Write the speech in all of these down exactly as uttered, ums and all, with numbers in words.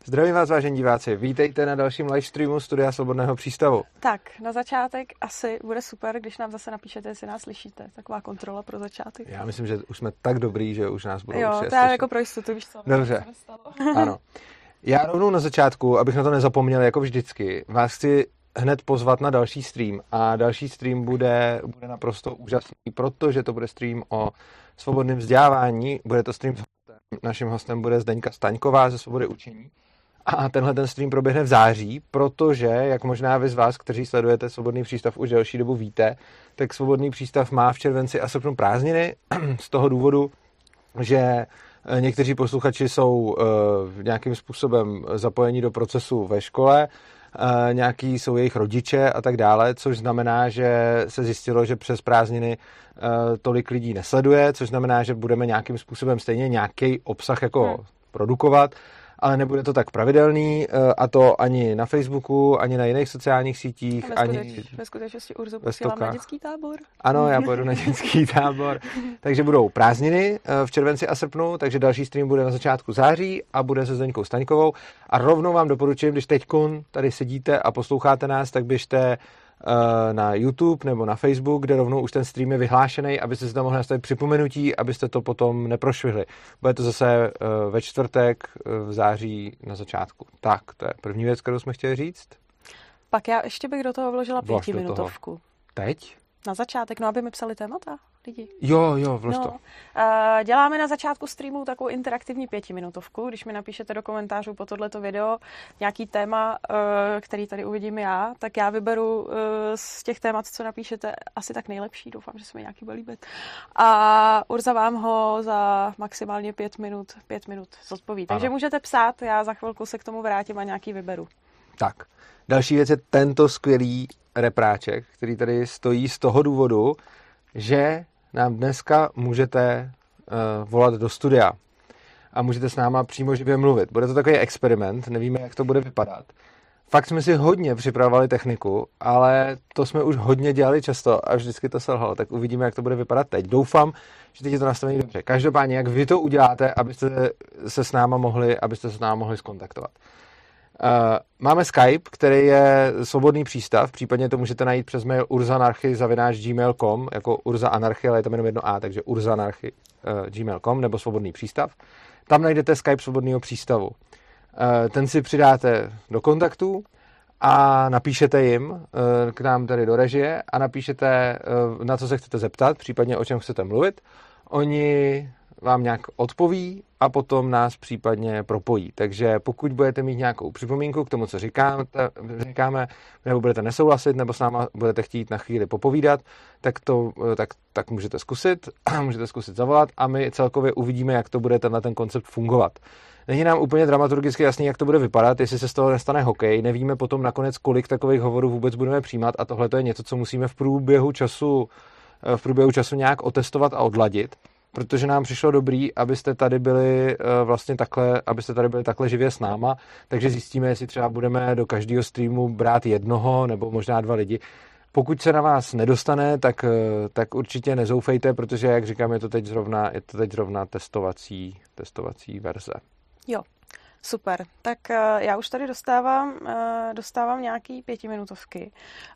Zdravím vás, vážení diváci. Vítejte na dalším livestreamu Studia Svobodného přístavu. Tak, na začátek asi bude super, když nám zase napíšete, jestli nás slyšíte. Taková kontrola pro začátek. Já myslím, že už jsme tak dobrý, že už nás budou Jo, slyšet. to je jako pro jistotu, víš co? Dobře, ano. Já rovnou na začátku, abych na to nezapomněl jako vždycky, vás chci hned pozvat na další stream. A další stream bude, bude naprosto úžasný, protože to bude stream o svobodném vzdělávání. Bude to stream s hostem. Naším hostem bude Zdeňka Staňková ze Svobody učení. A tenhle ten stream proběhne v září, protože, jak možná vy z vás, kteří sledujete Svobodný přístav už delší dobu víte, tak Svobodný přístav má v červenci a srpnu prázdniny z toho důvodu, že někteří posluchači jsou nějakým způsobem zapojeni do procesu ve škole, nějaký jsou jejich rodiče a tak dále, což znamená, že se zjistilo, že přes prázdniny tolik lidí nesleduje, což znamená, že budeme nějakým způsobem stejně nějaký obsah jako hmm. produkovat, ale nebude to tak pravidelný, a to ani na Facebooku, ani na jiných sociálních sítích, ve ani skuteč, ve skutečnosti Urzo posílám na dětský tábor. Ano, já pojedu na dětský tábor. Takže budou prázdniny v červenci a srpnu, takže další stream bude na začátku září a bude se Zdeňkou Staňkovou. A rovnou vám doporučím, když teďkon tady sedíte a posloucháte nás, tak běžte na YouTube nebo na Facebook, kde rovnou už ten stream je vyhlášený, abyste si tam mohli nastavit připomenutí, abyste to potom neprošvihli. Bude to zase ve čtvrtek v září na začátku. Tak, to je první věc, kterou jsme chtěli říct. Pak já ještě bych do toho vložila Vlož pětiminutovku. do toho. Teď? Na začátek, no aby mi psali témata lidi. Jo, jo, vlož no. to. Uh, děláme na začátku streamu takovou interaktivní pětiminutovku, když mi napíšete do komentářů po tohleto video nějaký téma, uh, který tady uvidím já, tak já vyberu uh, z těch témat, co napíšete, asi tak nejlepší, doufám, že se mi nějaký bude líbit. A Urza vám ho za maximálně pět minut, pět minut zodpoví. Takže ano. můžete psát, já za chvilku se k tomu vrátím a nějaký vyberu. Tak, další věc je tento skvělý repráček, který tady stojí z toho důvodu, že nám dneska můžete uh, volat do studia a můžete s náma přímo živě mluvit. Bude to takový experiment, nevíme, jak to bude vypadat. Fakt jsme si hodně připravovali techniku, ale to jsme už hodně dělali často a vždycky to selhalo, tak uvidíme, jak to bude vypadat teď. Doufám, že teď je to nastavení dobře. Každopádně, jak vy to uděláte, abyste se s náma mohli, abyste se s náma mohli skontaktovat. Uh, máme Skype, který je svobodný přístav, případně to můžete najít přes mail urzanarchy zavináč gmail tečka com, jako Urza Anarchy, ale je tam jenom jedno A, takže urzanarchy uh, gmail tečka com nebo svobodný přístav. Tam najdete Skype svobodného přístavu. Uh, ten si přidáte do kontaktů a napíšete jim uh, k nám tady do režie a napíšete, uh, na co se chcete zeptat, případně o čem chcete mluvit. Oni vám nějak odpoví a potom nás případně propojí. Takže pokud budete mít nějakou připomínku k tomu, co říkáme, říkáme nebo budete nesouhlasit, nebo s náma budete chtít na chvíli popovídat, tak, to, tak, tak můžete zkusit, můžete zkusit zavolat a my celkově uvidíme, jak to bude tenhle ten koncept fungovat. Není nám úplně dramaturgicky jasný, jak to bude vypadat, jestli se z toho nestane hokej, nevíme potom nakonec, kolik takových hovorů vůbec budeme přijímat a tohle to je něco, co musíme v průběhu času, v průběhu času nějak otestovat a odladit. Protože nám přišlo dobrý, abyste tady byli vlastně takhle, abyste tady byli takhle živě s náma, takže zjistíme, jestli třeba budeme do každého streamu brát jednoho nebo možná dva lidi. Pokud se na vás nedostane, tak, tak určitě nezoufejte, protože, jak říkám, je to teď zrovna, je to teď zrovna testovací, testovací verze. Jo, super. Tak já už tady dostávám, dostávám nějaký pětiminutovky.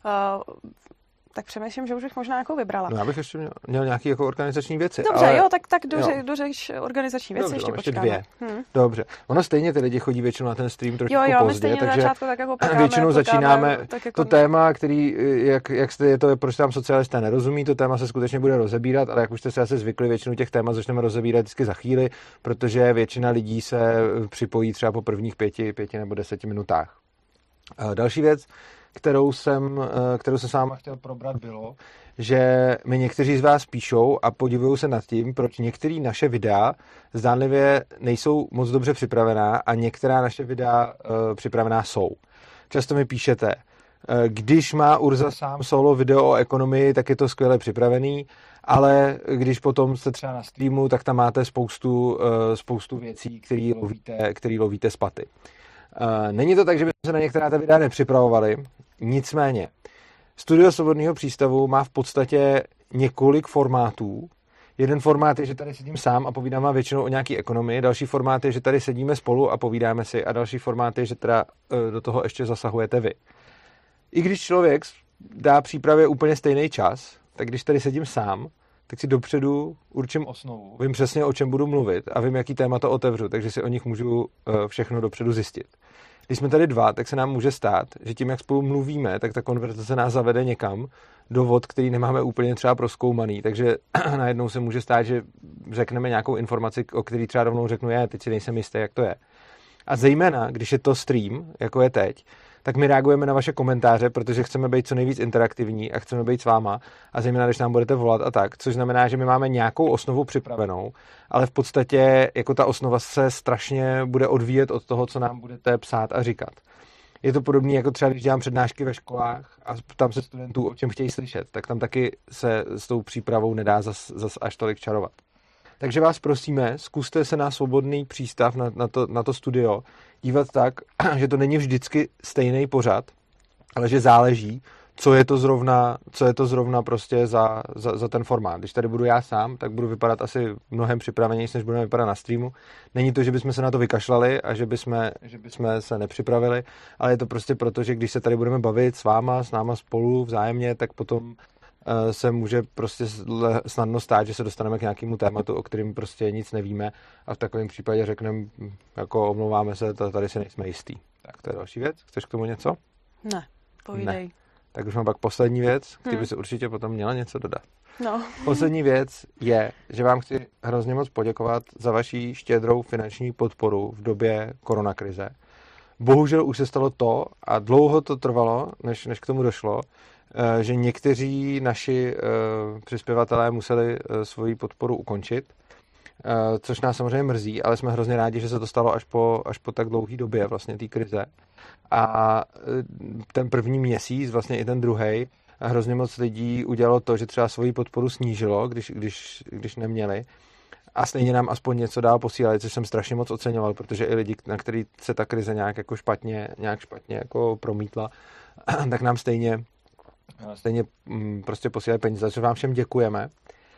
Tak přemýšlím, že už bych možná jako vybrala. No já bych ještě měl, měl nějaký jako organizační věci. Dobře, ale... jo, tak, tak doře, dořeš organizační věci, Dobře, ještě ještě počkáme. dvě. Hmm. Dobře. Ono stejně ty lidi chodí většinou na ten stream trošku jo, jo, pozdě, takže začátku, tak jako pokáme, většinou pokáme, začínáme tak jako... to téma, který, jak, jak jste, je to, proč tam socialisté nerozumí, to téma se skutečně bude rozebírat, ale jak už jste se asi zvykli, většinu těch témat začneme rozebírat vždycky za chvíli, protože většina lidí se připojí třeba po prvních pěti, pěti nebo deseti minutách. Další věc, kterou jsem, kterou jsem s váma chtěl probrat, bylo, že mi někteří z vás píšou a podivují se nad tím, proč některé naše videa zdánlivě nejsou moc dobře připravená a některá naše videa uh, připravená jsou. Často mi píšete, uh, když má Urza sám solo video o ekonomii, tak je to skvěle připravený, ale když potom jste třeba na streamu, tak tam máte spoustu, uh, spoustu věcí, které lovíte, který lovíte z paty. Uh, není to tak, že bychom se na některá ta videa nepřipravovali, nicméně Studio Svobodného přístavu má v podstatě několik formátů, Jeden formát je, že tady sedím sám a povídám vám většinou o nějaký ekonomii, další formát je, že tady sedíme spolu a povídáme si a další formát je, že teda do toho ještě zasahujete vy. I když člověk dá přípravě úplně stejný čas, tak když tady sedím sám, tak si dopředu určím osnovu. Vím přesně, o čem budu mluvit a vím, jaký téma to otevřu, takže si o nich můžu všechno dopředu zjistit. Když jsme tady dva, tak se nám může stát, že tím, jak spolu mluvíme, tak ta konverzace nás zavede někam do vod, který nemáme úplně třeba prozkoumaný, takže najednou se může stát, že řekneme nějakou informaci, o který třeba rovnou řeknu, já teď si nejsem jistý, jak to je. A zejména, když je to stream, jako je teď, tak my reagujeme na vaše komentáře, protože chceme být co nejvíc interaktivní a chceme být s váma a zejména, když nám budete volat a tak, což znamená, že my máme nějakou osnovu připravenou, ale v podstatě jako ta osnova se strašně bude odvíjet od toho, co nám budete psát a říkat. Je to podobné jako třeba, když dělám přednášky ve školách a ptám se studentů, o čem chtějí slyšet, tak tam taky se s tou přípravou nedá zas, zas až tolik čarovat. Takže vás prosíme, zkuste se na svobodný přístav, na, na, to, na to studio, dívat tak, že to není vždycky stejný pořad, ale že záleží, co je to zrovna, co je to zrovna prostě za, za, za ten formát. Když tady budu já sám, tak budu vypadat asi mnohem připravenější, než budeme vypadat na streamu. Není to, že bychom se na to vykašlali a že bychom, že bychom se nepřipravili, ale je to prostě proto, že když se tady budeme bavit s váma, s náma spolu vzájemně, tak potom se může prostě snadno stát, že se dostaneme k nějakému tématu, o kterém prostě nic nevíme a v takovém případě řekneme, jako omlouváme se, tady si nejsme jistý. Tak to je další věc. Chceš k tomu něco? Ne, povídej. Ne. Tak už mám pak poslední věc, který hmm. by se určitě potom měla něco dodat. No. Poslední věc je, že vám chci hrozně moc poděkovat za vaši štědrou finanční podporu v době koronakrize. Bohužel už se stalo to, a dlouho to trvalo, než, než k tomu došlo, že někteří naši přispěvatelé museli svoji podporu ukončit, což nás samozřejmě mrzí, ale jsme hrozně rádi, že se to stalo až po, až po tak dlouhé době vlastně té krize. A ten první měsíc, vlastně i ten druhej, hrozně moc lidí udělalo to, že třeba svoji podporu snížilo, když, když, když neměli. A stejně nám aspoň něco dál posílali, což jsem strašně moc oceňoval, protože i lidi, na který se ta krize nějak jako špatně, nějak špatně jako promítla, tak nám stejně stejně prostě posílají peníze, takže vám všem děkujeme.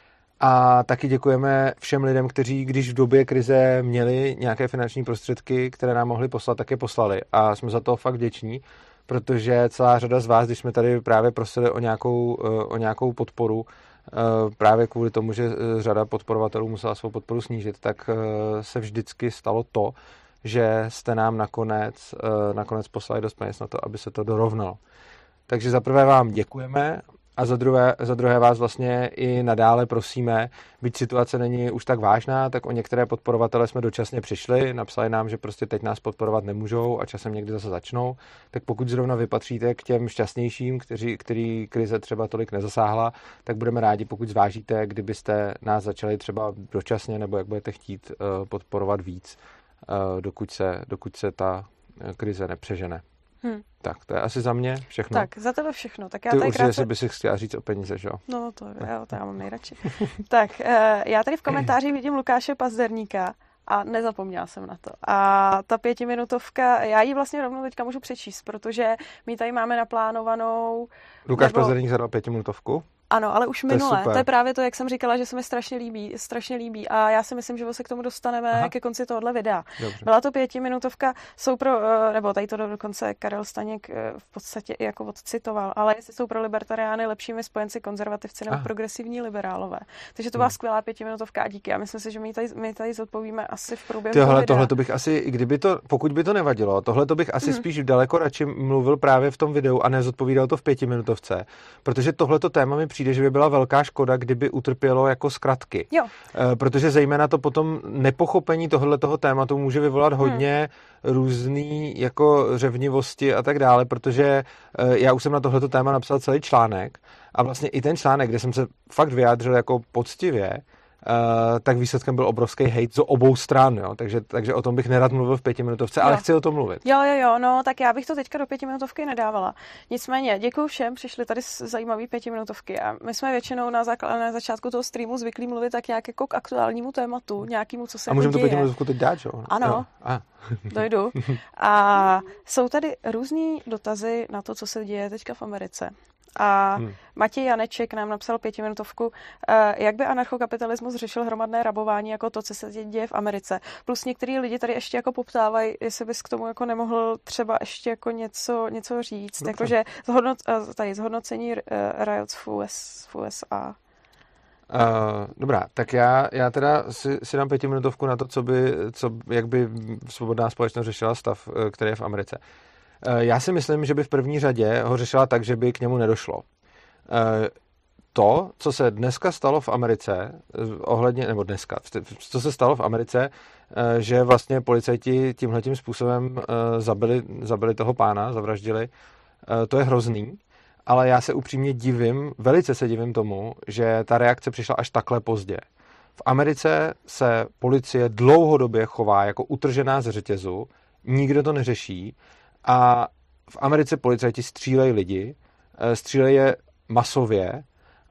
A taky děkujeme všem lidem, kteří, když v době krize měli nějaké finanční prostředky, které nám mohli poslat, tak je poslali. A jsme za to fakt vděční, protože celá řada z vás, když jsme tady právě prosili o nějakou, o nějakou podporu, právě kvůli tomu, že řada podporovatelů musela svou podporu snížit, tak se vždycky stalo to, že jste nám nakonec, nakonec poslali dost peněz na to, aby se to dorovnalo. Takže za prvé vám děkujeme a za druhé, za druhé vás vlastně i nadále prosíme, byť situace není už tak vážná, tak o některé podporovatele jsme dočasně přišli, napsali nám, že prostě teď nás podporovat nemůžou a časem někdy zase začnou, tak pokud zrovna vypatříte k těm šťastnějším, kteří, který krize třeba tolik nezasáhla, tak budeme rádi, pokud zvážíte, kdybyste nás začali třeba dočasně nebo jak budete chtít podporovat víc, dokud se, dokud se ta krize nepřežene. Hmm. Tak, to je asi za mě všechno. Tak, za tebe všechno. Tak já Ty tady určitě krátce... si by si chtěla říct o peníze, že jo? No, to, jo, to já mám nejradši. Tak, já tady v komentáři vidím Lukáše Pazderníka a nezapomněla jsem na to. A ta pětiminutovka, já ji vlastně rovnou teďka můžu přečíst, protože my tady máme naplánovanou... Lukáš nebo... Pazderník zadal pětiminutovku? Ano, ale už to minule. Je to je právě to, jak jsem říkala, že se mi strašně líbí, strašně líbí a já si myslím, že se k tomu dostaneme Aha. ke konci tohohle videa. Dobře. Byla to pětiminutovka, jsou pro, nebo tady to dokonce Karel Staněk v podstatě i jako odcitoval, ale jestli jsou pro libertariány lepšími spojenci konzervativci nebo Aha. progresivní liberálové. Takže to byla hmm. skvělá pětiminutovka a díky. Já myslím si, že my tady, my tady zodpovíme asi v průběhu Tohle, toho videa. Tohle to bych asi, kdyby to, pokud by to nevadilo, tohle to bych asi hmm. spíš daleko radši mluvil právě v tom videu a nezodpovídal to v pětiminutovce, protože tohleto téma mi přijde, že by byla velká škoda, kdyby utrpělo jako zkratky. Jo. E, protože zejména to potom nepochopení tohoto tématu může vyvolat hodně hmm. různý jako řevnivosti a tak dále, protože e, já už jsem na tohleto téma napsal celý článek a vlastně i ten článek, kde jsem se fakt vyjádřil jako poctivě, Uh, tak výsledkem byl obrovský hejt z obou stran, jo? Takže, takže o tom bych nerad mluvil v pětiminutovce, jo. ale chci o tom mluvit. Jo, jo, jo, no, tak já bych to teďka do pětiminutovky nedávala. Nicméně, děkuji všem, přišli tady zajímavý pětiminutovky a my jsme většinou na, základ, na začátku toho streamu zvyklí mluvit tak nějak jako k aktuálnímu tématu, nějakému, co se děje. A můžeme tu pětiminutovku teď dát, jo? Ano, jo. A. dojdu. A jsou tady různý dotazy na to, co se děje teďka v Americe. A hmm. Matěj Janeček nám napsal pětiminutovku, jak by anarchokapitalismus řešil hromadné rabování jako to, co se děje v Americe. Plus některý lidi tady ještě jako poptávají, jestli bys k tomu jako nemohl třeba ještě jako něco, něco říct. Jakože zhodnoc, tady zhodnocení riots v, U S, v U S A. Uh, dobrá, tak já, já teda si, si dám pětiminutovku na to, co by, co, jak by svobodná společnost řešila stav, který je v Americe. Uh, já si myslím, že by v první řadě ho řešila tak, že by k němu nedošlo. Uh, to, co se dneska stalo v Americe, ohledně, nebo dneska, co se stalo v Americe, uh, že vlastně policajti tímhletím způsobem uh, zabili, zabili toho pána, zavraždili, uh, to je hrozný. Ale já se upřímně divím, velice se divím tomu, že ta reakce přišla až takhle pozdě. V Americe se policie dlouhodobě chová jako utržená ze řetězu, nikdo to neřeší a v Americe policajti střílejí lidi, střílejí je masově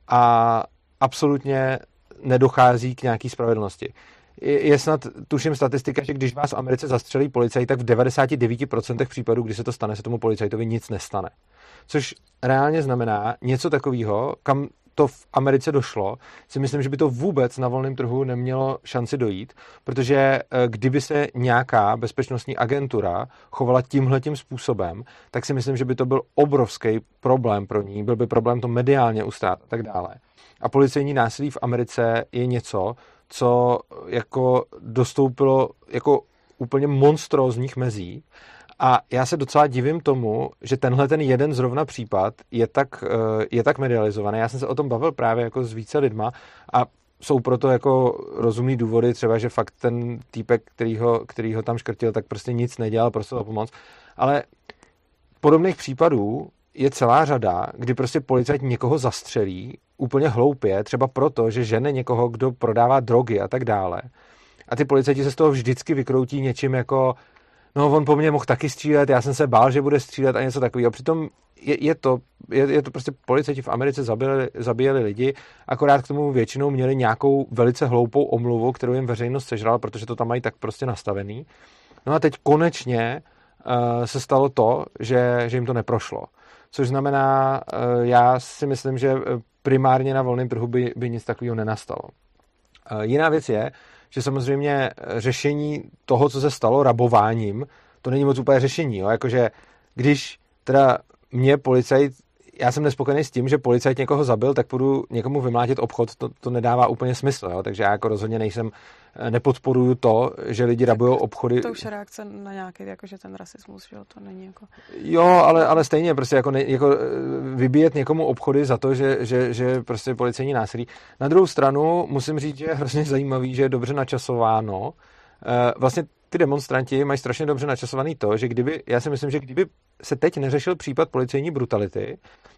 a absolutně nedochází k nějaký spravedlnosti. Je snad, tuším statistika, že když vás v Americe zastřelí policajt, tak v devadesát devět procent případů, kdy se to stane, se tomu policajtovi nic nestane. Což reálně znamená něco takového, kam to v Americe došlo, si myslím, že by to vůbec na volném trhu nemělo šanci dojít, protože kdyby se nějaká bezpečnostní agentura chovala tímhletím způsobem, tak si myslím, že by to byl obrovský problém pro ní, byl by problém to mediálně ustát a tak dále. A policejní násilí v Americe je něco, co jako dostoupilo jako úplně monstrózních mezí. A já se docela divím tomu, že tenhle ten jeden zrovna případ je tak, je tak medializovaný. Já jsem se o tom bavil právě jako s více lidma a jsou proto jako rozumný důvody, třeba, že fakt ten týpek, který ho, který ho tam škrtil, tak prostě nic nedělal, prostě o pomoc. Ale podobných případů je celá řada, kdy prostě policajt někoho zastřelí úplně hloupě, třeba proto, že žene někoho, kdo prodává drogy a tak dále. A ty policajti se z toho vždycky vykroutí něčím jako no, on po mně mohl taky střílet, já jsem se bál, že bude střílet a něco takového. Přitom je, je, to, je, je to prostě policajti v Americe zabili, zabíjeli lidi, akorát k tomu většinou měli nějakou velice hloupou omluvu, kterou jim veřejnost sežrala, protože to tam mají tak prostě nastavený. No a teď konečně uh, se stalo to, že, že jim to neprošlo. Což znamená, uh, já si myslím, že primárně na volném trhu by, by nic takového nenastalo. Uh, jiná věc je, že samozřejmě řešení toho, co se stalo rabováním, to není moc úplně řešení. Jo? Jakože když teda mě policajt, já jsem nespokojený s tím, že policajt někoho zabil, tak půjdu někomu vymlátit obchod, to, to nedává úplně smysl. Jo? Takže já jako rozhodně nejsem, nepodporuju to, že lidi rabují obchody. To už je reakce na nějaký, jakože ten rasismus, že jo, to není jako... Jo, ale, ale stejně prostě jako, ne, jako vybíjet někomu obchody za to, že, že, že prostě policejní násilí. Na druhou stranu musím říct, že je hrozně zajímavý, že je dobře načasováno. Vlastně ty demonstranti mají strašně dobře načasovaný to, že kdyby, já si myslím, že kdyby se teď neřešil případ policejní brutality,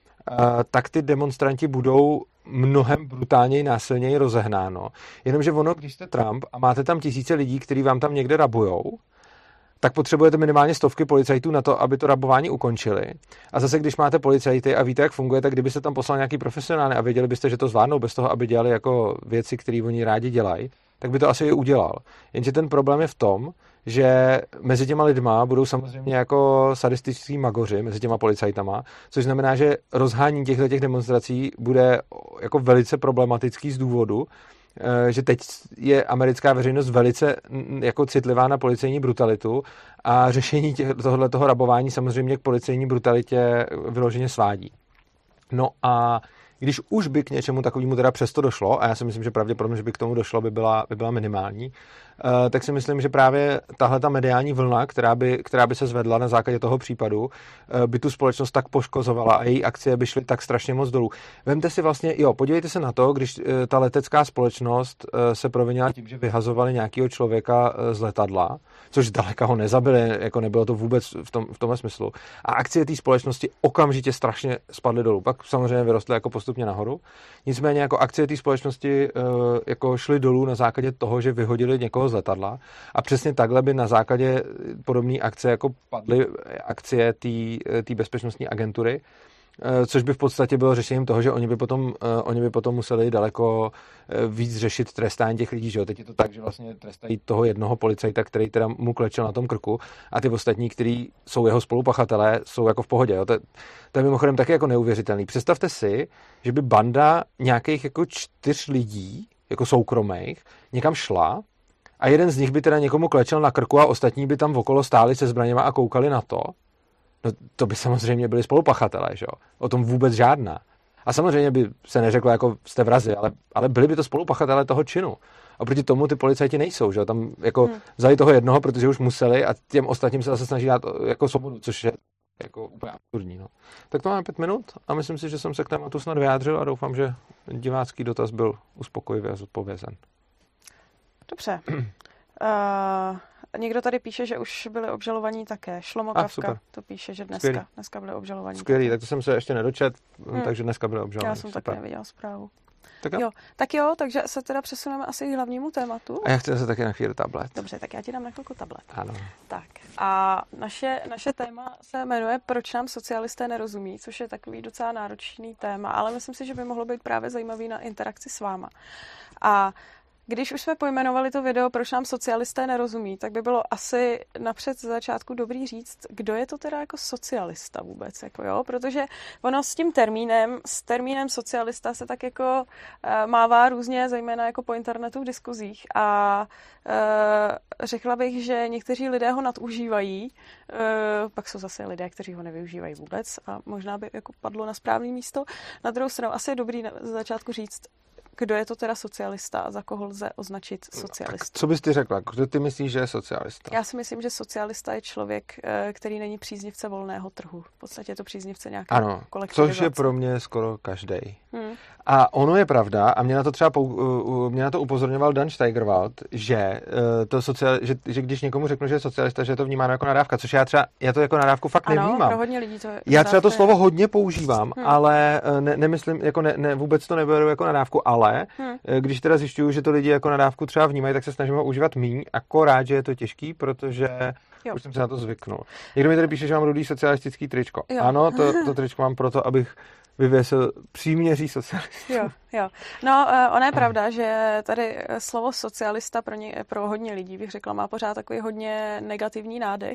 tak ty demonstranti budou mnohem brutálněji, násilněji rozehnáno. Jenomže ono, když jste Trump a máte tam tisíce lidí, kteří vám tam někde rabujou, tak potřebujete minimálně stovky policajtů na to, aby to rabování ukončili. A zase, když máte policajty a víte, jak funguje, tak kdybyste tam poslal nějaký profesionální a věděli byste, že to zvládnou bez toho, aby dělali jako věci, které oni rádi dělají, tak by to asi i udělal. Jenže ten problém je v tom, že mezi těma lidma budou samozřejmě jako sadističtí magoři, mezi těma policajtama, což znamená, že rozhání těchto těch demonstrací bude jako velice problematický z důvodu, že teď je americká veřejnost velice jako citlivá na policejní brutalitu a řešení tohoto rabování samozřejmě k policejní brutalitě vyloženě svádí. No a když už by k něčemu takovému teda přesto došlo, a já si myslím, že pravděpodobně, že by k tomu došlo, by byla, by byla minimální, tak si myslím, že právě tahle ta mediální vlna, která by, která by se zvedla na základě toho případu, by tu společnost tak poškozovala a její akcie by šly tak strašně moc dolů. Vemte si vlastně, jo, podívejte se na to, když ta letecká společnost se provinila tím, že vyhazovali nějakého člověka z letadla, což zdaleka ho nezabili, jako nebylo to vůbec v, tom, v tomhle smyslu. A akcie té společnosti okamžitě strašně spadly dolů. Pak samozřejmě vyrostly jako postupně nahoru. Nicméně jako akcie té společnosti jako šly dolů na základě toho, že vyhodili někoho z letadla a přesně takhle by na základě podobné akce jako padly akcie té bezpečnostní agentury což by v podstatě bylo řešením toho, že oni by potom, oni by potom museli daleko víc řešit trestání těch lidí, že jo. Teď je to tak, že vlastně trestají toho jednoho policajta, který teda mu klečel na tom krku, a ty ostatní, kteří jsou jeho spolupachatelé, jsou jako v pohodě, jo. To, to je mimochodem taky jako neuvěřitelný. Představte si, že by banda nějakých jako čtyř lidí, jako soukromých, někam šla a jeden z nich by teda někomu klečel na krku a ostatní by tam okolo stáli se zbraněma a koukali na to. No to by samozřejmě byli spolupachatelé, že jo? O tom vůbec žádná. A samozřejmě by se neřeklo jako jste vrazi, ale, ale byli by to spolupachatelé toho činu. A proti tomu ty policajti nejsou, že jo? Tam jako hmm. vzali toho jednoho, protože už museli, a těm ostatním se zase snaží dát jako svobodu, což je jako úplně absurdní, no. Tak to máme pět minut a myslím si, že jsem se k tématu snad vyjádřil a doufám, že divácký dotaz byl uspokojivě zodpovězen. Dobře. uh... Někdo tady píše, že už byli obžalovaní také. Šlomo Kavka to píše, že dneska, Skvělý. dneska byli obžalovaní. Skvělý, tak to jsem se ještě nedočet, hmm. takže dneska byli obžalovaní. Já jsem Super. taky neviděla zprávu. Tak jo. jo. Tak jo, takže se teda přesuneme asi k hlavnímu tématu. A já chci se taky na chvíli tablet. Dobře, tak já ti dám na chvilku tablet. Ano. Tak a naše, naše téma se jmenuje Proč nám socialisté nerozumí, což je takový docela náročný téma, ale myslím si, že by mohlo být právě zajímavý na interakci s váma. A když už jsme pojmenovali to video, proč nám socialisté nerozumí, tak by bylo asi napřed z začátku dobrý říct, kdo je to teda jako socialista vůbec, jako jo, protože ono s tím termínem, s termínem socialista se tak jako uh, mává různě, zejména jako po internetu v diskuzích, a uh, řekla bych, že někteří lidé ho nadužívají, uh, pak jsou zase lidé, kteří ho nevyužívají vůbec a možná by jako padlo na správné místo. Na druhou stranu asi je dobrý z začátku říct, kdo je to teda socialista a za koho lze označit socialistu. Tak co bys ty řekla? Kdo ty myslíš, že je socialista? Já si myslím, že socialista je člověk, který není příznivce volného trhu. V podstatě je to příznivce nějakého ano, kolektivizace. Což je pro mě skoro každej. Hmm. A ono je pravda, a mě na to třeba pou, mě na to upozorňoval Dan Steigerwald, že, to sociál, že, že když někomu řeknu, že je socialista, že je to vnímáno jako nadávka, což já třeba, já to jako nadávku fakt ano, nevnímám. Pro hodně lidí to je já třeba to slovo hodně používám, hmm. ale ne, nemyslím, jako ne, ne, vůbec to neberu jako nadávku, ale hmm. když teda zjišťuju, že to lidi jako nadávku třeba vnímají, tak se snažím ho užívat míň, akorát, že je to těžký, protože jo. už jsem se na to zvyknul. Někdo mi tady píše, že mám rudý socialistický tričko. Jo. Ano, to, to tričko mám proto, abych vyvěsil příměří socialistů. Jo, jo. No, ona je pravda, že tady slovo socialista pro, ně, pro hodně lidí, bych řekla, má pořád takový hodně negativní nádech.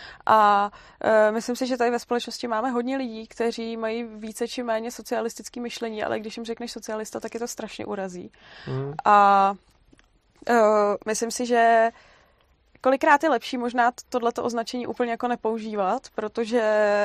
A uh, myslím si, že tady ve společnosti máme hodně lidí, kteří mají více či méně socialistické myšlení, ale když jim řekneš socialista, tak je to strašně urazí. Hmm. A uh, myslím si, že kolikrát je lepší možná tohleto označení úplně jako nepoužívat, protože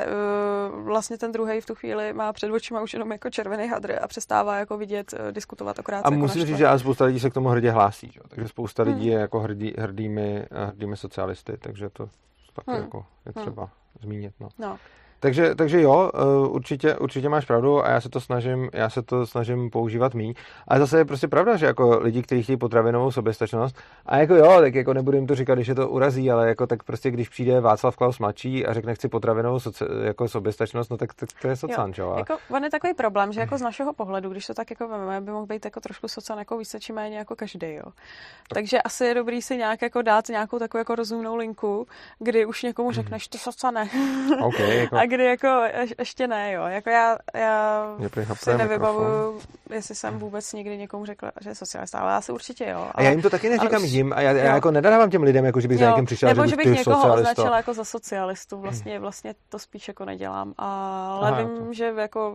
uh, vlastně ten druhej v tu chvíli má před očima už jenom jako červený hadr a přestává jako vidět, uh, diskutovat okrát. A jako musím říct, že ale spousta lidí se k tomu hrdě hlásí, že? Takže spousta lidí hmm. je jako hrdý, hrdými, hrdými socialisty, takže to taky hmm. jako je třeba hmm. zmínit. No. No. Takže, takže jo, určitě, určitě máš pravdu a já se to snažím, já se to snažím používat míň. Ale zase je prostě pravda, že jako lidi, kteří chtějí potravinovou soběstačnost, a jako jo, tak jako nebudu jim to říkat, když je to urazí, ale jako tak prostě, když přijde Václav Klaus mladší a řekne, chci potravinovou soci, jako soběstačnost, no tak, tak to je socan, jo. Jako, on je takový problém, že jako z našeho pohledu, když to tak jako veme, by mohl být jako trošku socan jako více či méně jako každý, jo. Takže asi je dobrý si nějak jako dát nějakou takovou jako rozumnou linku, kdy už někomu řekneš, ty socane. Okay, jako... A kdy jako ještě ne, jo. Jako já, já si nevybavuju, jestli jsem vůbec nikdy někomu řekla, že je socialista, ale já si určitě jo. Ale, a já jim to taky neříkám už... jim a já, já jako nedávám těm lidem, jako že bych jo, za někým přišel, nebo že, že bych někoho socialisto. Označila jako za socialistu, vlastně, vlastně to spíš jako nedělám, ale Aha, vím, to. že jako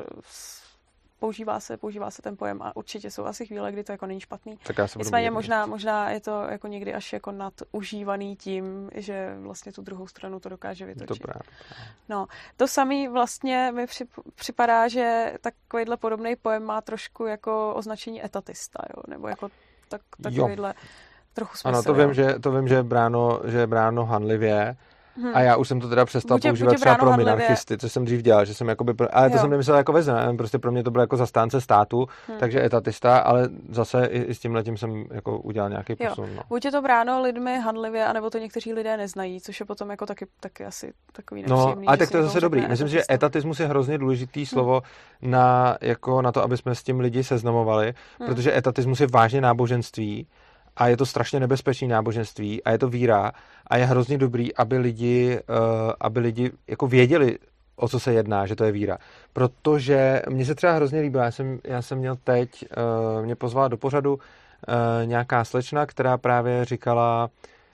používá se, používá se ten pojem a určitě jsou asi chvíle, kdy to jako není špatný. Nicméně možná, možná je to jako někdy až jako nadužívaný tím, že vlastně tu druhou stranu to dokáže vytočit. Dobrá. No, to samý vlastně mi připadá, že takovýhle podobný pojem má trošku jako označení etatista, jo, nebo jako tak, takovýhle jo. trochu smysl. Ano, to vím, že, to vím, že je bráno, že je bráno hanlivě. Hmm. A já už jsem to teda přestal buďe, používat buďe třeba pro minarchisty, což jsem dřív dělal, že jsem jakoby, pro, ale to jo. jsem nemyslel jako vezme, prostě pro mě to bylo jako zastánce státu, hmm. takže etatista, ale zase i, i s tímhletím jsem jako udělal nějaký posun. No. Buď je to bráno lidmi hanlivě, anebo to někteří lidé neznají, což je potom jako taky, taky asi takový nepříjemný. No, ale tak to je zase dobrý. Myslím, etatista. Že etatismus je hrozně důležitý slovo hmm. na, jako na to, aby jsme s tím lidi seznamovali, hmm. protože etatismus je vážně náboženství. A je to strašně nebezpečný náboženství a je to víra a je hrozně dobrý, aby lidi, uh, aby lidi jako věděli, o co se jedná, že to je víra. Protože mně se třeba hrozně líbilo, já jsem, já jsem měl teď, uh, mě pozvala do pořadu uh, nějaká slečna, která právě říkala,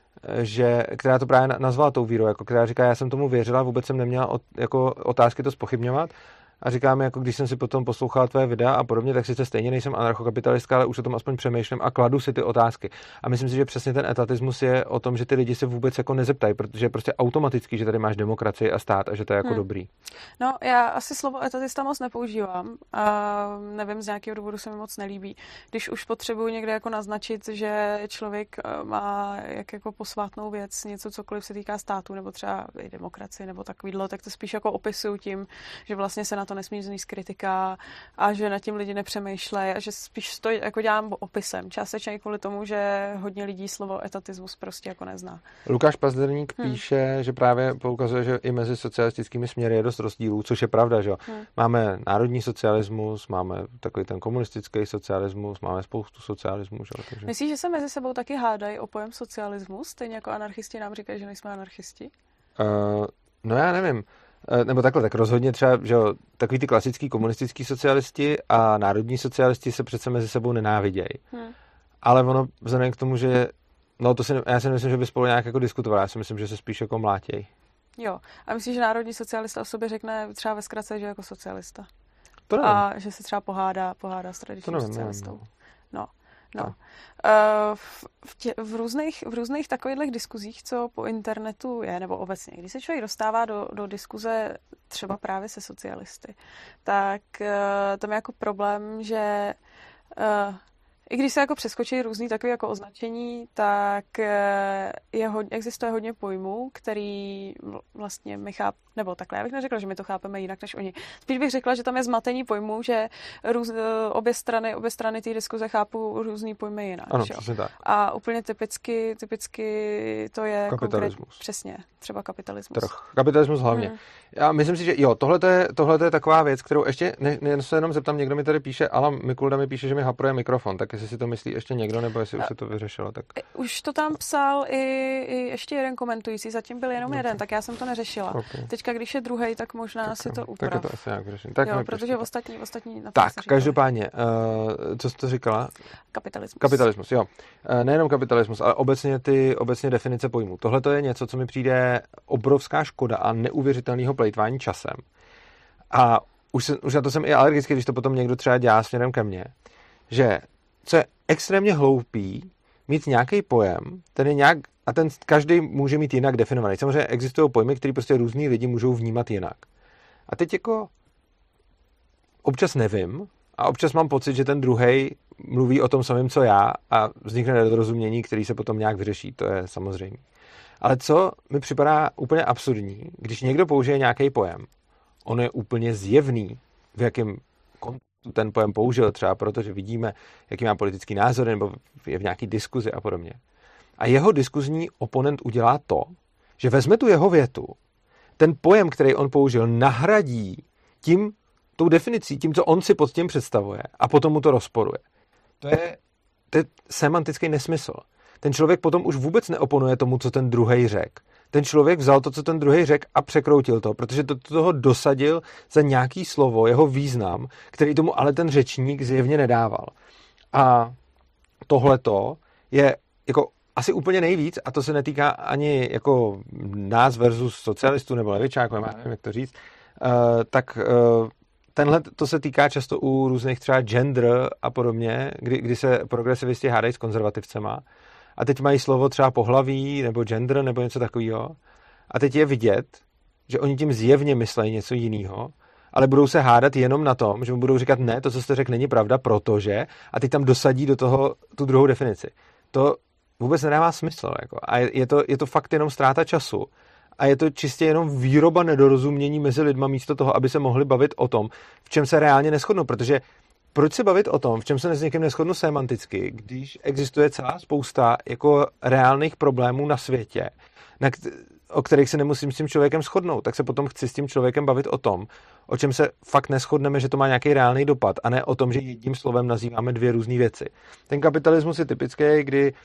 že, která to právě nazvala tou vírou, jako která říká, já jsem tomu věřila, vůbec jsem neměla od, jako otázky to zpochybňovat. A říká mi, jako když jsem si potom poslouchala tvé videa a podobně, tak sice stejně nejsem anarchokapitalistka, ale už o tom aspoň přemýšlím a kladu si ty otázky. A myslím si, že přesně ten etatismus je o tom, že ty lidi se vůbec jako nezeptají, protože je prostě automatický, že tady máš demokracii a stát a že to je jako hmm. dobrý. No, já asi slovo etatista moc nepoužívám a nevím, z nějakého důvodu se mi moc nelíbí. Když už potřebuji někde jako naznačit, že člověk má jak jako posvátnou věc, něco cokoliv se týká státu, nebo třeba i demokracie, nebo takovýhle, tak to spíš jako opisuju tím, že vlastně se na to nesmí zníst kritika a že nad tím lidi nepřemýšlejí a že spíš to jako dělám opisem. Částečně kvůli tomu, že hodně lidí slovo etatismus prostě jako nezná. Lukáš Pazderník hmm. píše, že právě poukazuje, že i mezi socialistickými směry je dost rozdílů, což je pravda, že jo. Hmm. Máme národní socialismus, máme takový ten komunistický socialismus, máme spoustu socialismu, že jo. Takže... Myslíš, že se mezi sebou taky hádají o pojem socialismus? Stejně jako anarchisti nám říkají, že nejsme anarchisti? Uh, no já nevím. Nebo takhle, tak rozhodně třeba, že jo, takový ty klasický komunistický socialisti a národní socialisti se přece mezi sebou nenávidějí. Hmm. Ale ono, vzhledem k tomu, že, no to si, já si nemyslím, že by spolu nějak jako diskutovali, já si myslím, že se spíš jako mlátějí. Jo, a myslíš, že národní socialista o sobě řekne třeba ve zkratce, že jako socialista? To nevím. A že se třeba pohádá, pohádá s tradičním socialistou. Nevím, no. no. No. Uh, v, v, tě, v, různých, v různých takových diskuzích, co po internetu je, nebo obecně, když se člověk dostává do, do diskuze třeba právě se socialisty, tak uh, tam je jako problém, že uh, i když se jako přeskočí různý takové jako označení, tak je hodně, existuje hodně pojmů, který vlastně my chápeme, nebo takhle, já bych neřekla, že my to chápeme jinak než oni. Spíš bych řekla, že tam je zmatení pojmů, že růz, obě strany, obě strany té diskuze chápou různý pojmy jinak. Ano, přesně tak. A úplně typicky, typicky to je kapitalismus. Konkrét, přesně, třeba kapitalismus. Trh. Kapitalismus hlavně. Hmm. Já myslím si, že jo, tohle je, tohle je taková věc, kterou ještě, ne, ne, se jenom zeptám, někdo mi tady píše, Alan Mikulda mi píše, že mi hapruje mikrofon, tak jestli si to myslí ještě někdo, nebo jestli už se to vyřešilo, tak... Už to tam psal i, i ještě jeden komentující, zatím byl jenom okay. jeden, tak já jsem to neřešila. Okay. Teďka, když je druhej, tak možná tak, si to uprav. Tak je to asi nějak vyřeším. Tak jo, protože ostatní, ostatní na to tak, každopádně, uh, co jsi to říkala? Kapitalismus. Kapitalismus, jo. Uh, nejenom kapitalismus, ale obecně ty obecně definice pojmů. Tohle to je něco, co mi přijde obrovská škoda a neuvěřitelného plejtvání časem. A už, se, už na to jsem i alergický, když to potom někdo třeba dělá směrem ke mně, že co je extrémně hloupý, mít nějaký pojem, ten je nějak, a ten každý může mít jinak definovaný. Samozřejmě existují pojmy, které prostě různý lidi můžou vnímat jinak. A teď jako občas nevím a občas mám pocit, že ten druhej mluví o tom samém, co já a vznikne nedorozumění, který se potom nějak vyřeší, to je samozřejmě. Ale co mi připadá úplně absurdní, když někdo použije nějaký pojem, on je úplně zjevný, v jakém kontextu ten pojem použil, třeba protože vidíme, jaký má politický názor, nebo je v nějaký diskuzi a podobně. A jeho diskuzní oponent udělá to, že vezme tu jeho větu, ten pojem, který on použil, nahradí tím, tou definicí, tím, co on si pod tím představuje a potom mu to rozporuje. To je, to je semantický nesmysl. Ten člověk potom už vůbec neoponuje tomu, co ten druhej řekl. Ten člověk vzal to, co ten druhej řekl a překroutil to, protože to toho dosadil za nějaký slovo, jeho význam, který tomu ale ten řečník zjevně nedával. A tohleto je jako asi úplně nejvíc, a to se netýká ani jako nás versus socialistů nebo levičáků, nevím, jak to říct, uh, tak uh, tenhle to se týká často u různých třeba gender a podobně, kdy, kdy se progresivisti hádají s konzervativcema. A teď mají slovo třeba pohlaví, nebo gender, nebo něco takového. A teď je vidět, že oni tím zjevně myslejí něco jiného, ale budou se hádat jenom na tom, že mu budou říkat, ne, to, co jste řekl, není pravda, protože, a teď tam dosadí do toho tu druhou definici. To vůbec nedává smysl. Jako. A je, je, to, je to fakt jenom ztráta času. A je to čistě jenom výroba nedorozumění mezi lidma místo toho, aby se mohli bavit o tom, v čem se reálně neshodnou, protože proč se bavit o tom, v čem se s někým neshodnu semanticky, když existuje celá spousta jako reálných problémů na světě, na k- o kterých se nemusím s tím člověkem shodnout, tak se potom chci s tím člověkem bavit o tom, o čem se fakt neshodneme, že to má nějaký reálný dopad, a ne o tom, že jedním slovem nazýváme dvě různé věci. Ten kapitalismus je typický, kdy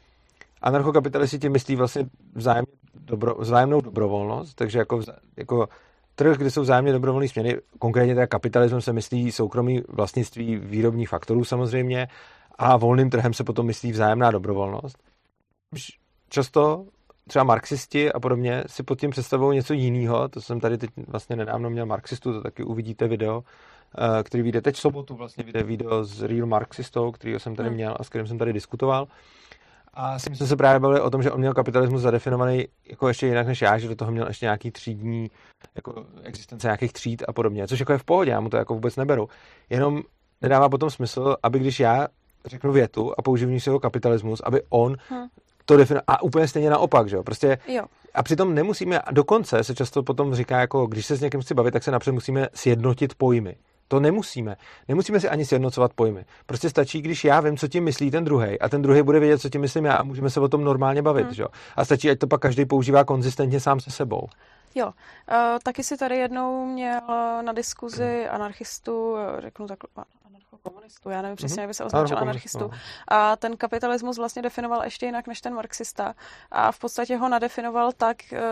anarchokapitalisti tím myslí vlastně vzájemně dobro, vzájemnou dobrovolnost, takže jako, jako trh, kde jsou vzájemně dobrovolné směny, konkrétně teda kapitalismus se myslí soukromý vlastnictví výrobních faktorů samozřejmě a volným trhem se potom myslí vzájemná dobrovolnost. Často třeba marxisti a podobně si pod tím představují něco jiného. To jsem tady teď vlastně nedávno měl marxistu, to taky uvidíte video, který vyjde teď v sobotu, vlastně vyjde video s Real Marxistou, kterýho jsem tady měl a s kterým jsem tady diskutoval. A s tím jsme se právě bavili o tom, že on měl kapitalismus zadefinovaný jako ještě jinak než já, že do toho měl ještě nějaký třídní jako existence nějakých tříd a podobně, což jako je v pohodě, já mu to jako vůbec neberu. Jenom nedává potom smysl, aby když já řeknu větu a použiju si jeho kapitalismus, aby on hmm. to definoval. A úplně stejně naopak, že jo? Prostě jo. A přitom nemusíme, a dokonce se často potom říká, jako když se s někým chci bavit, tak se napřed musíme sjednotit pojmy. To nemusíme. Nemusíme si ani sjednocovat pojmy. Prostě stačí, když já vím, co tím myslí ten druhej, a ten druhej bude vědět, co tím myslím já, a můžeme se o tom normálně bavit, hmm. že jo? A stačí, ať to pak každý používá konzistentně sám se sebou. Jo, uh, taky si tady jednou měl na diskuzi anarchistu, řeknu takhle, komunistu, já nevím přesně, jak by se označil anarchistu. A ten kapitalismus vlastně definoval ještě jinak než ten marxista. A v podstatě ho nadefinoval tak,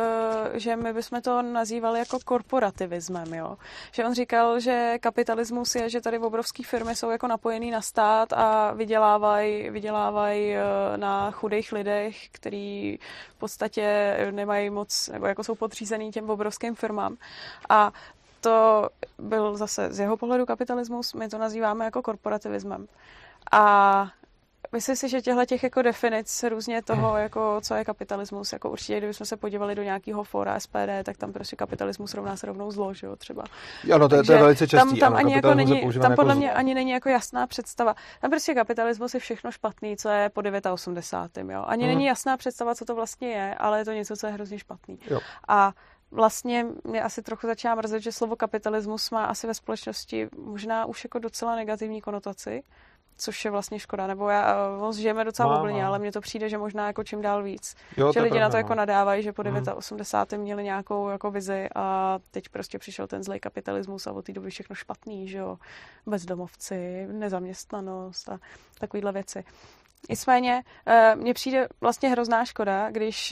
že my bychom to nazývali jako korporativismem, jo. Že on říkal, že kapitalismus je, že tady obrovské firmy jsou jako napojený na stát a vydělávají vydělávaj na chudých lidech, který v podstatě nemají moc, nebo jako jsou podřízený těm obrovským firmám. A to byl zase z jeho pohledu kapitalismus, my to nazýváme jako korporativismem. A myslím si, že těchto těch jako definic různě toho, jako, co je kapitalismus, jako určitě, kdybychom se podívali do nějakého fóra S P D, tak tam prostě kapitalismus rovná se rovnou zlo, že jo, třeba. Ano, to je, to je velice častý. Tam, tam, ano, ani jako není, tam podle jako mě ani není jako jasná představa. Tam prostě kapitalismus je všechno špatný, co je po osmdesátém devátém, jo. Ani hmm. není jasná představa, co to vlastně je, ale je to něco, co je hrozně špatný. Jo. A vlastně mě asi trochu začíná mrzet, že slovo kapitalismus má asi ve společnosti možná už jako docela negativní konotaci, což je vlastně škoda, nebo já moc žijeme docela oblně, ale mně to přijde, že možná jako čím dál víc. Jo, že lidi pravda, na to jako nadávají, že po osmdesátém devátém měli nějakou jako vizi a teď prostě přišel ten zlej kapitalismus a od té doby všechno špatný, že jo, bezdomovci, nezaměstnanost a takovýhle věci. Nicméně mně přijde vlastně hrozná škoda, když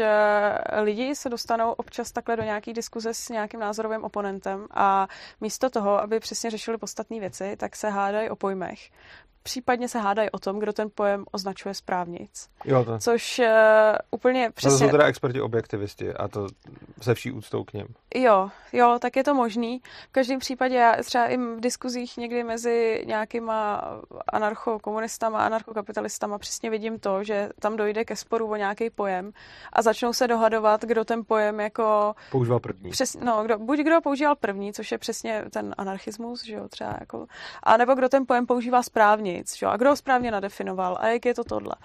lidi se dostanou občas takhle do nějaký diskuze s nějakým názorovým oponentem a místo toho, aby přesně řešili podstatné věci, tak se hádají o pojmech. Případně se hádají o tom, kdo ten pojem označuje správnic. Jo, to. Což uh, úplně přesně... To jsou teda experti objektivisti a to se vší úctou k něm. Jo, jo, tak je to možný. V každém případě já třeba i v diskuzích někdy mezi nějakýma anarchokomunistama a anarchokapitalistama přesně vidím to, že tam dojde ke sporu o nějaký pojem a začnou se dohadovat, kdo ten pojem jako... Používal první. Přes, no, kdo, buď kdo používal první, což je přesně ten anarchismus, že jo, třeba jako... A nebo kdo ten pojem používá správně. A kdo ho správně nadefinoval a jak je to tohle.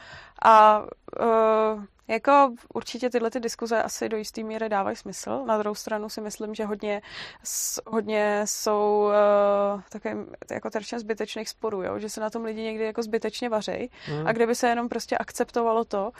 A uh, jako určitě tyhle ty diskuze asi do jisté míry dávají smysl. Na druhou stranu si myslím, že hodně, hodně jsou uh, také jako terčem zbytečných sporů, jo? Že se na tom lidi někdy jako zbytečně vaří. Mm. A kdyby se jenom prostě akceptovalo to,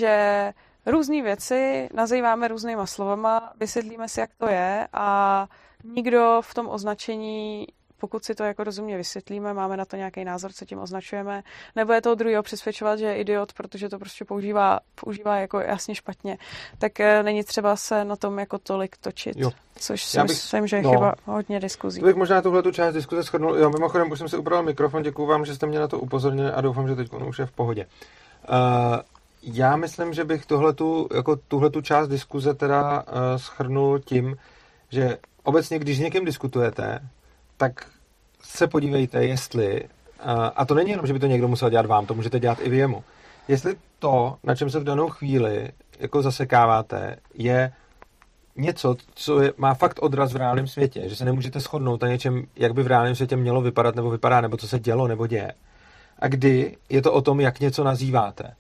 že různé věci nazýváme různýma slovama, vysvětlíme si, jak to je a nikdo v tom označení, pokud si to jako rozumně vysvětlíme, máme na to nějaký názor, co tím označujeme, nebo je toho druhého přesvědčovat, že je idiot, protože to prostě používá, používá jako jasně špatně, tak není třeba se na tom jako tolik točit. Jo. Což si bych, myslím, že je no, chyba hodně diskuzí. To bych možná tuhle tu část diskuze shodnul. Jo, mimochodem, už jsem si upravil mikrofon, děkuju vám, že jste mě na to upozornili a doufám, že teď už je v pohodě. Uh, já myslím, že bych tuhletu, jako tuhletu část diskuze teda uh, shrnul tím, že obecně, když s někým diskutujete, tak se podívejte, jestli, a to není jenom, že by to někdo musel dělat vám, to můžete dělat i vy jemu, jestli to, na čem se v danou chvíli jako zasekáváte, je něco, co je, má fakt odraz v reálném světě, že se nemůžete shodnout na něčem, jak by v reálném světě mělo vypadat nebo vypadá, nebo co se dělo nebo děje. A kdy je to o tom, jak něco nazýváte.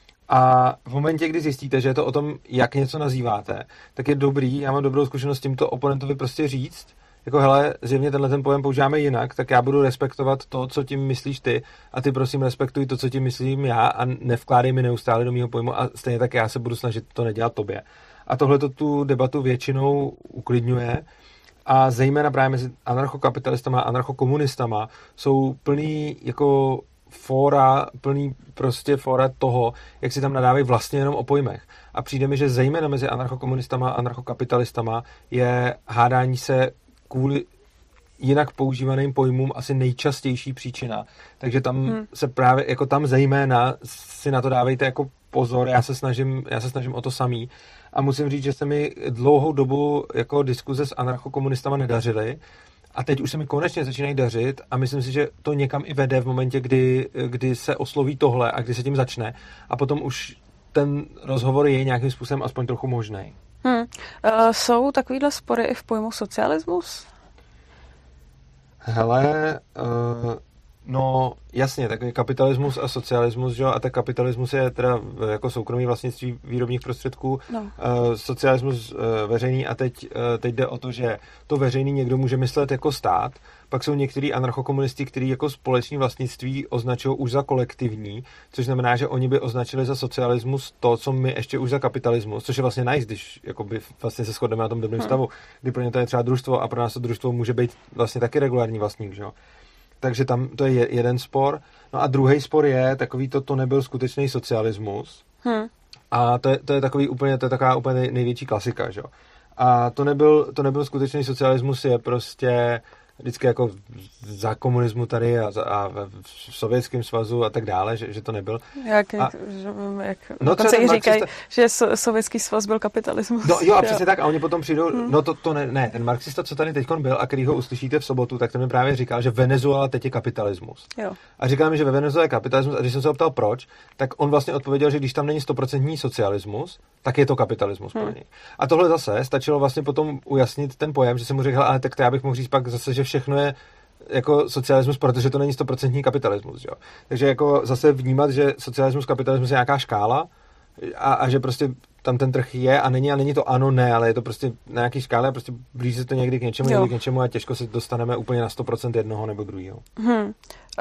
A v momentě, kdy zjistíte, že je to o tom, jak něco nazýváte, tak je dobrý, já mám dobrou zkušenost s tímto oponentovi prostě říct, jako hele, zjevně tenhle ten pojem používáme jinak, tak já budu respektovat to, co tím myslíš ty a ty prosím respektuj to, co tím myslím já a nevkládej mi neustále do mýho pojmu a stejně tak já se budu snažit to nedělat tobě. A tohle to tu debatu většinou uklidňuje a zejména právě mezi anarchokapitalistama a anarchokomunistama jsou plný jako fóra, plný prostě fóra toho, jak si tam nadávají vlastně jenom o pojmech. A přijde mi, že zejména mezi anarchokomunistama a anarchokapitalistama je hádání se kvůli jinak používaným pojmům asi nejčastější příčina. Takže tam hmm. se právě, jako tam zejména si na to dávejte jako pozor, já se snažím, já se snažím o to samý. A musím říct, že se mi dlouhou dobu jako diskuze s anarchokomunistama nedařily. A teď už se mi konečně začínají dařit a myslím si, že to někam i vede v momentě, kdy, kdy se osloví tohle a kdy se tím začne. A potom už ten rozhovor je nějakým způsobem aspoň trochu možný. Hmm. Uh, jsou takovýhle spory i v pojmu socialismus? Hele, uh, no jasně, takový kapitalismus a socialismus, že? A tak kapitalismus je teda jako soukromý vlastnictví výrobních prostředků, no. uh, socialismus uh, veřejný a teď, uh, teď jde o to, že to veřejný někdo může myslet jako stát, pak jsou některý anarchokomunisti, kteří jako společné vlastnictví označují už za kolektivní, což znamená, že oni by označili za socialismus to, co my ještě už za kapitalismus, což je vlastně nice, když jakoby vlastně se shodneme na tom dobrém hmm. stavu, kdy pro ně to je třeba družstvo a pro nás to družstvo může být vlastně taky regulární vlastník, že jo. Takže tam to je jeden spor. No a druhý spor je takový to, to nebyl skutečný socialismus. Hmm. A to je, to je takový úplně, to je taková úplně největší klasika, že jo. A to nebyl, to nebyl skutečný socialismus, je prostě vždycky jako za komunismu tady a, za, a v Sovětském svazu a tak dále, že, že to nebyl. Jak, a, jak no dokonce i říkají, že so, Sovětský svaz byl kapitalismus. No jo, a přesně tak, a oni potom přijdou, hmm. no to, to ne, ne, ten marxista, co tady teďkon byl a který ho uslyšíte v sobotu, tak ten mi právě říkal, že Venezuela teď je kapitalismus. Jo. A říkal mi, že ve Venezuele je kapitalismus a když jsem se optal proč, tak on vlastně odpověděl, že když tam není stoprocentní socialismus, tak je to kapitalismus hmm. pro něj. A tohle zase stačilo vlastně potom ujasnit ten pojem, že jsem mu řekl, ale tak to já bych mohl říct pak zase, že všechno je jako socialismus, protože to není stoprocentní kapitalismus. Jo. Takže jako zase vnímat, že socialismus, kapitalismus je nějaká škála a, a že prostě tam ten trh je a není a není to ano, ne, ale je to prostě na nějaký škále a prostě blíží se to někdy k něčemu, jo. někdy k něčemu a těžko se dostaneme úplně na sto procent jednoho nebo druhého. Hmm. Uh,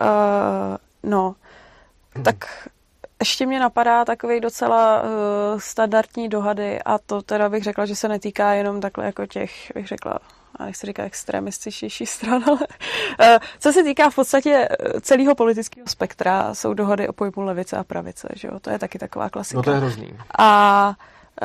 no, hmm. tak ještě mě napadá takový docela uh, standardní dohady a to teda bych řekla, že se netýká jenom takhle jako těch, bych řekla, a nechci říkat extremističtější stran, ale uh, co se týká v podstatě celého politického spektra, jsou dohody o pojmu levice a pravice, že jo? To je taky taková klasika. No to je hrozný. A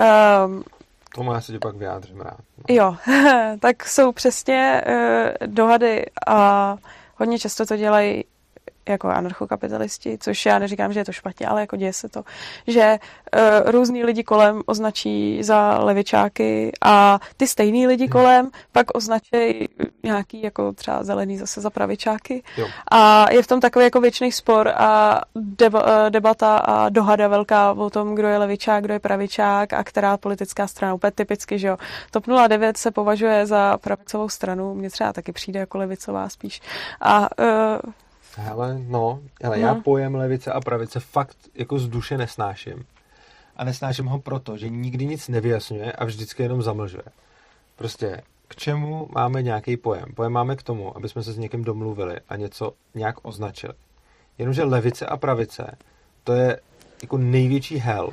um, tomu já se tě pak vyjádřím rád. No. Jo, tak jsou přesně uh, dohady a hodně často to dělají jako anarchokapitalisti, což já neříkám, že je to špatně, ale jako děje se to, že uh, různý lidi kolem označí za levičáky a ty stejný lidi kolem pak označí nějaký jako třeba zelený zase za pravičáky. Jo. A je v tom takový jako věčný spor a deba, debata a dohada velká o tom, kdo je levičák, kdo je pravičák a která politická strana. Úplně typicky, že jo. TOP nula devět se považuje za pravicovou stranu, mně třeba taky přijde jako levicová spíš. A uh, Hele, no, hele, no. Já pojem levice a pravice fakt jako z duše nesnáším. A nesnáším ho proto, že nikdy nic nevyjasňuje a vždycky jenom zamlžuje. Prostě k čemu máme nějaký pojem? Pojem máme k tomu, aby jsme se s někým domluvili a něco nějak označili. Jenomže levice a pravice, to je jako největší hell.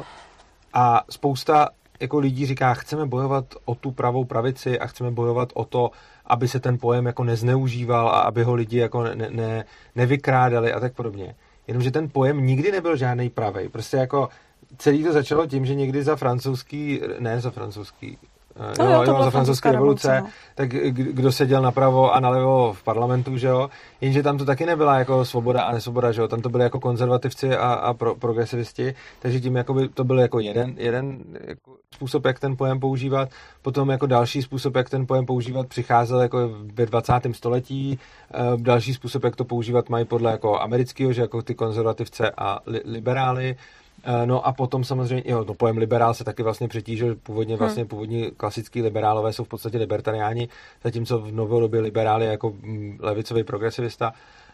A spousta jako lidí říká, chceme bojovat o tu pravou pravici a chceme bojovat o to, aby se ten pojem jako nezneužíval a aby ho lidi jako ne, ne, nevykrádali a tak podobně. Jenomže ten pojem nikdy nebyl žádný pravej. Prostě jako celý to začalo tím, že někdy za francouzský, ne za francouzský, no, jo, jo, za francouzské revoluce, revoluce no. Tak kdo seděl napravo a nalevo v parlamentu, že jo, jenže tam to taky nebyla jako svoboda a nesvoboda, že jo, tam to byly jako konzervativci a, a pro, progresivisti, takže tím jakoby to byl jako jeden, jeden jako způsob, jak ten pojem používat, potom jako další způsob, jak ten pojem používat přicházel jako ve dvacátém století, další způsob, jak to používat mají podle jako amerického, že jako ty konzervativce a li, liberály. No a potom samozřejmě, jo, no pojem liberál se taky vlastně přetížil, původně vlastně původní klasický liberálové jsou v podstatě libertariáni, zatímco v novodobě liberál je jako levicový progresivista.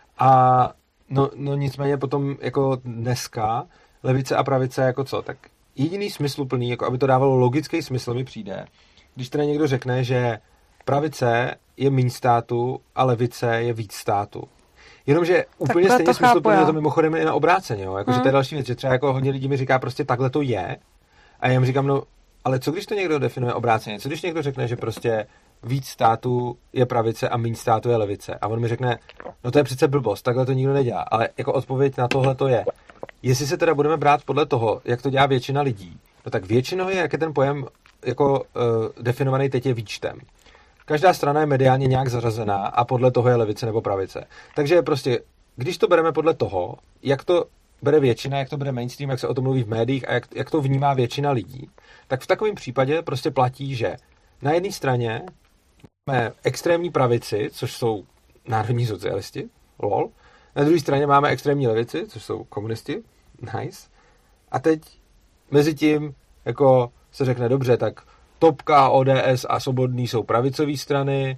A no, no nicméně potom jako dneska levice a pravice jako co, tak jediný smysluplný, jako aby to dávalo logický smysl mi přijde, když teda někdo řekne, že pravice je míň státu a levice je víc státu. Jenomže úplně tak stejně smysluplně je to mimochodem i na obráceně, jo? Jako, hmm. že to je další věc, že třeba jako hodně lidí mi říká prostě takhle to je a já jim říkám, no ale co když to někdo definuje obráceně, co když někdo řekne, že prostě víc států je pravice a méně států je levice a on mi řekne, no to je přece blbost, takhle to nikdo nedělá, ale jako odpověď na tohle to je, jestli se teda budeme brát podle toho, jak to dělá většina lidí, no tak většinou je, jak je ten pojem jako uh, definovaný teď je výčtem. každá strana je mediálně nějak zařazená a podle toho je levice nebo pravice. Takže prostě, když to bereme podle toho, jak to bere většina, jak to bere mainstream, jak se o tom mluví v médiích a jak, jak to vnímá většina lidí, tak v takovém případě prostě platí, že na jedné straně máme extrémní pravici, což jsou národní socialisti, lol. Na druhé straně máme extrémní levici, což jsou komunisti, nice. A teď mezi tím jako se řekne dobře, tak Topka, O D S a Svobodný jsou pravicové strany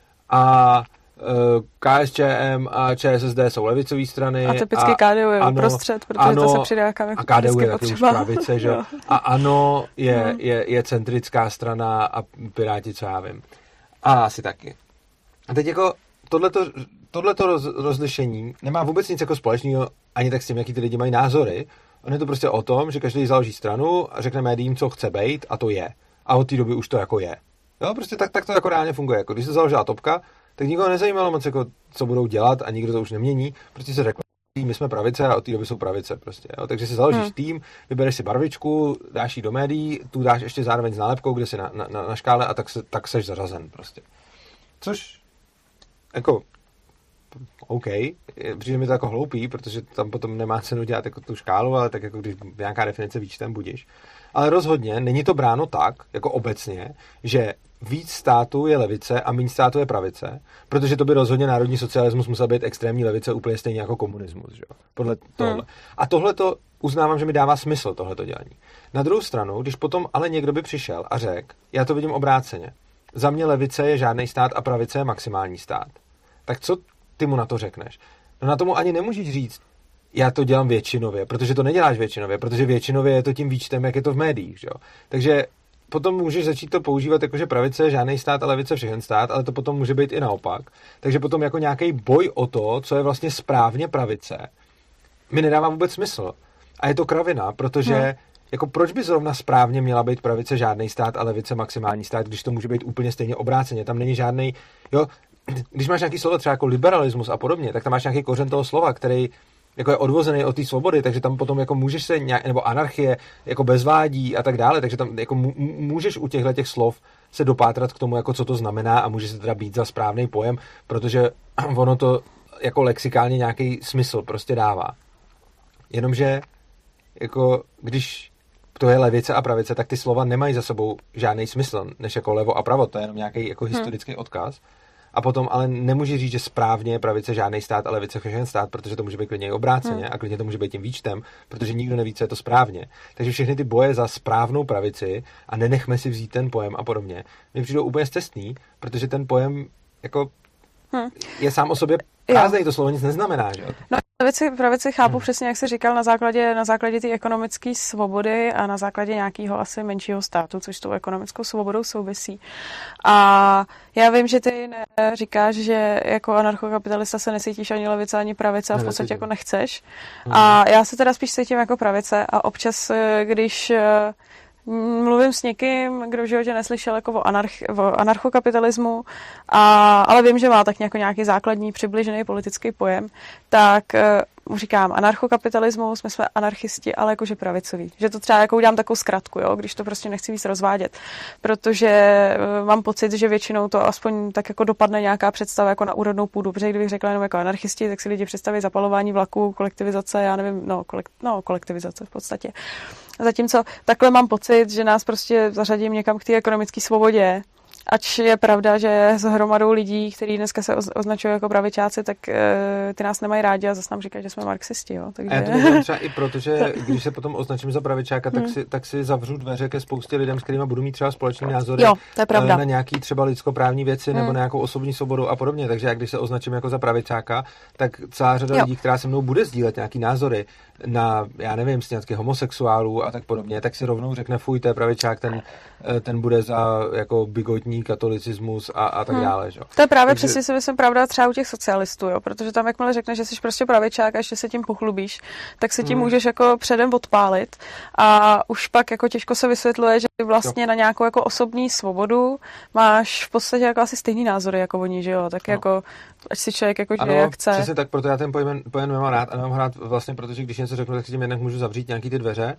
a K S Č M a Č S S D jsou levicové strany. A typicky K D U je uprostřed, protože ano, to se přidá kam a K D U je taky už pravice, že? A ANO je, no. je, je centrická strana a Piráti, co já vím. A asi taky. A teď jako tohleto, tohleto roz, rozlišení nemá vůbec nic jako společného ani tak s tím, jaký ty lidi mají názory. On je to prostě o tom, že každý založí stranu a řekne médiím, co chce být, a to je. A od té doby už to jako je. Jo, prostě tak, tak to jako reálně funguje. Jako když se založila Topka, tak nikoho nezajímalo moc, jako, co budou dělat a nikdo to už nemění. Prostě se řekl, my jsme pravice a od té doby jsou pravice. Prostě, jo. Takže si založíš hmm. tým, vybereš si barvičku, dáš ji do médií, tu dáš ještě zároveň s nálepkou, kde jsi na, na, na škále a tak, se, tak seš zařazen. Prostě. Což jako OK, přijde mi to jako hloupý, protože tam potom nemá cenu dělat jako tu škálu, ale tak jako když nějaká definice výčtem budíš. Ale rozhodně není to bráno tak, jako obecně, že víc států je levice a méně států je pravice, protože to by rozhodně národní socialismus musel být extrémní levice úplně stejně jako komunismus. Že? Podle tohle. Hmm. A tohle to uznávám, že mi dává smysl, tohleto dělání. Na druhou stranu, když potom ale někdo by přišel a řekl, já to vidím obráceně, za mě levice je žádný stát a pravice je maximální stát, tak co ty mu na to řekneš? No na tomu ani nemůžeš říct, já to dělám většinově, protože to neděláš většinově, protože většinově je to tím výčtem, jak je to v médiích. Že jo? Takže potom můžeš začít to používat jako, že pravice je žádný stát a levice všechen stát, ale to potom může být i naopak. Takže potom jako nějaký boj o to, co je vlastně správně pravice, mi nedává vůbec smysl. A je to kravina, protože hmm. jako proč by zrovna správně měla být pravice žádný stát a levice maximální stát, když to může být úplně stejně obráceně. Tam není žádný, jo, když máš nějaký slovo třeba jako liberalismus a podobně, tak tam máš nějaký kořen toho slova, který jako je odvozený od té svobody, takže tam potom jako můžeš se nějak, nebo anarchie, jako bezvádí a tak dále, takže tam jako můžeš u těchto těch slov se dopátrat k tomu, jako co to znamená a může se teda být za správný pojem, protože ono to jako lexikálně nějaký smysl prostě dává. Jenomže jako když to je levice a pravice, tak ty slova nemají za sebou žádný smysl, než jako levo a pravo, to je jenom nějaký jako historický hmm. odkaz. A potom ale nemůže říct, že správně je pravice žádný stát a levice všechen stát, protože to může být klidně i obráceně hmm. a klidně to může být tím výčtem, protože nikdo neví, co je to správně. Takže všechny ty boje za správnou pravici a nenechme si vzít ten pojem a podobně, mi přijdou úplně zcestný, protože ten pojem jako hmm. je sám o sobě prázdnej, to slovo nic neznamená, že jo? No, pravici, pravici chápu hmm. přesně, jak jsi říkal, na základě, na základě té ekonomické svobody a na základě nějakého asi menšího státu, což s tou ekonomickou svobodou souvisí. A já vím, že ty ne, říkáš, že jako anarchokapitalista se nesítíš ani levice, ani pravice a v podstatě jako nechceš. Hmm. A já se teda spíš cítím jako pravice a občas, když mluvím s někým, kdo v životě neslyšel jako o, anarch, o anarchokapitalismu, a, ale vím, že má tak nějaký, nějaký základní přibližený politický pojem, tak uh, říkám, anarchokapitalismus, my jsme anarchisti, ale jakože pravicoví. Že to třeba jako udělám takovou zkratku, jo, když to prostě nechci víc rozvádět. Protože uh, mám pocit, že většinou to aspoň tak jako dopadne nějaká představa jako na úrodnou půdu, protože kdybych řekla jenom jako anarchisti, tak si lidi představí zapalování vlaků, kolektivizace, já nevím, no, kolek, no kolektivizace v podstatě. Zatímco takhle mám pocit, že nás prostě zařadím někam k té ekonomické svobodě. Ač je pravda, že s hromadou lidí, kteří dneska se označují jako pravičáci, tak uh, ty nás nemají rádi a zase nám říkají, že jsme marxisti. Jo? Takže... A já to myslím třeba i proto, že když se potom označím za pravičáka, tak, hmm. si, tak si zavřu dveře ke spoustě lidem, s kterými budu mít třeba společný názory jo, to je pravda. Na nějaký třeba lidskoprávní věci hmm. nebo na nějakou osobní svobodu a podobně. Takže já když se označím jako za pravičáka, tak celá řada jo. lidí, která se mnou bude sdílet nějaký názory na, já nevím, sňatky homosexuálů a tak podobně, tak si rovnou řekne, fuj, to je pravičák, ten, ten bude za jako bigotní katolicismus a, a tak hmm. dále. Že? To je právě Takže... přesně si myslím pravda třeba u těch socialistů, jo? Protože tam jakmile řekne, že jsi prostě pravičák a ještě se tím pochlubíš, tak se tím hmm. můžeš jako předem odpálit a už pak jako těžko se vysvětluje, že vlastně jo. na nějakou jako osobní svobodu máš v podstatě jako asi stejný názory jako oni, že jo? Tak no. jako ať si člověk jako žije, jak chce. Přesně tak, proto já ten pojem, pojem nemám rád a nemám rád vlastně, protože když něco řeknu, tak si tím jednak můžu zavřít nějaký ty dveře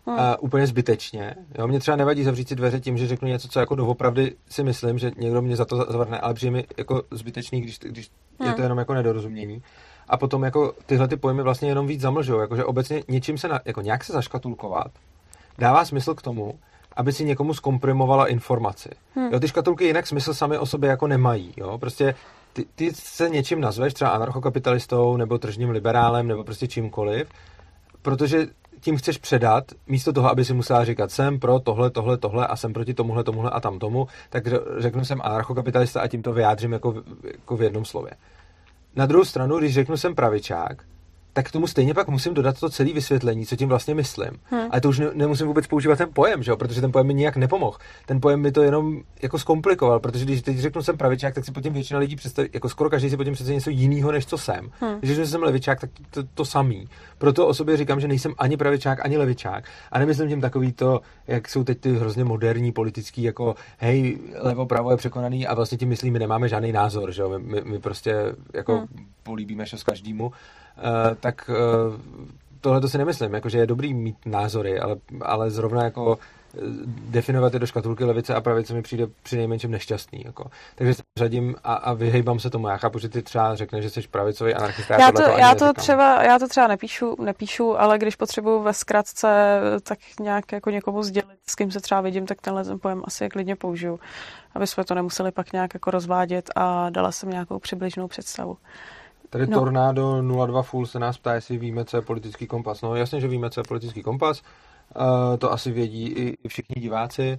hmm. uh, úplně zbytečně. Jo, mě třeba nevadí zavřít si dveře tím, že řeknu něco, co jako doopravdy si myslím, že někdo mě za to zavrhne, ale přijde mi jako zbytečný, když, když hmm. je to jenom jako nedorozumění. A potom jako tyhle ty pojmy vlastně jenom víc zamlžou, jakože obecně něčím se na, jako nějak se zaškatulkovat dává smysl k tomu, aby si někomu zkomprimovala informaci. Hmm. Jo, ty škatulky jinak smysl sami o sobě jako nemají, jo, prostě ty, ty se něčím nazveš, třeba anarchokapitalistou, nebo tržním liberálem, nebo prostě čímkoliv, protože tím chceš předat, místo toho, aby si musela říkat jsem pro tohle, tohle, tohle a jsem proti tomuhle, tomuhle a tam tomu, tak řeknu jsem anarchokapitalista a tím to vyjádřím jako, jako v jednom slově. Na druhou stranu, když řeknu jsem pravičák, tak k tomu stejně pak musím dodat to celé vysvětlení, co tím vlastně myslím. Hmm. Ale to už ne, nemusím vůbec používat ten pojem, že jo? Protože ten pojem mi nijak nepomohl. Ten pojem mi to jenom jako zkomplikoval, protože když teď řeknu jsem pravičák, tak si potom většina lidí představí, jako skoro každý si potom představí něco jiného, než co jsem. Hmm. Když jsem levičák, tak to, to samý. Proto o sobě říkám, že nejsem ani pravičák, ani levičák. A nemyslím tím takový to, jak jsou teď ty hrozně moderní politický, jako hej, levo, pravo je překonaný a vlastně tím myslím, my nemáme žádný názor, že jo? My, my prostě jako hmm. políbíme šos každému. Uh, tak uh, tohle to si nemyslím, jakože je dobrý mít názory, ale, ale zrovna jako definovat je do škatulky levice a pravice mi přijde při nejmenším nešťastný. Jako. Takže se řadím a, a vyhejbám se tomu. Já chápu, že ty třeba řekneš, že jsi pravicový anarchista. Já to, já to, třeba, já to třeba nepíšu, nepíšu, ale když potřebuji ve zkratce tak nějak jako někomu sdělit, s kým se třeba vidím, tak tenhle ten pojem asi klidně použiju, aby jsme to nemuseli pak nějak jako rozvádět a dala jsem nějakou přibližnou představu. Tady no. Tornádo nula dva Full se nás ptá, jestli víme, co je politický kompas. No jasně, že víme, co je politický kompas. Uh, to asi vědí i, i všichni diváci.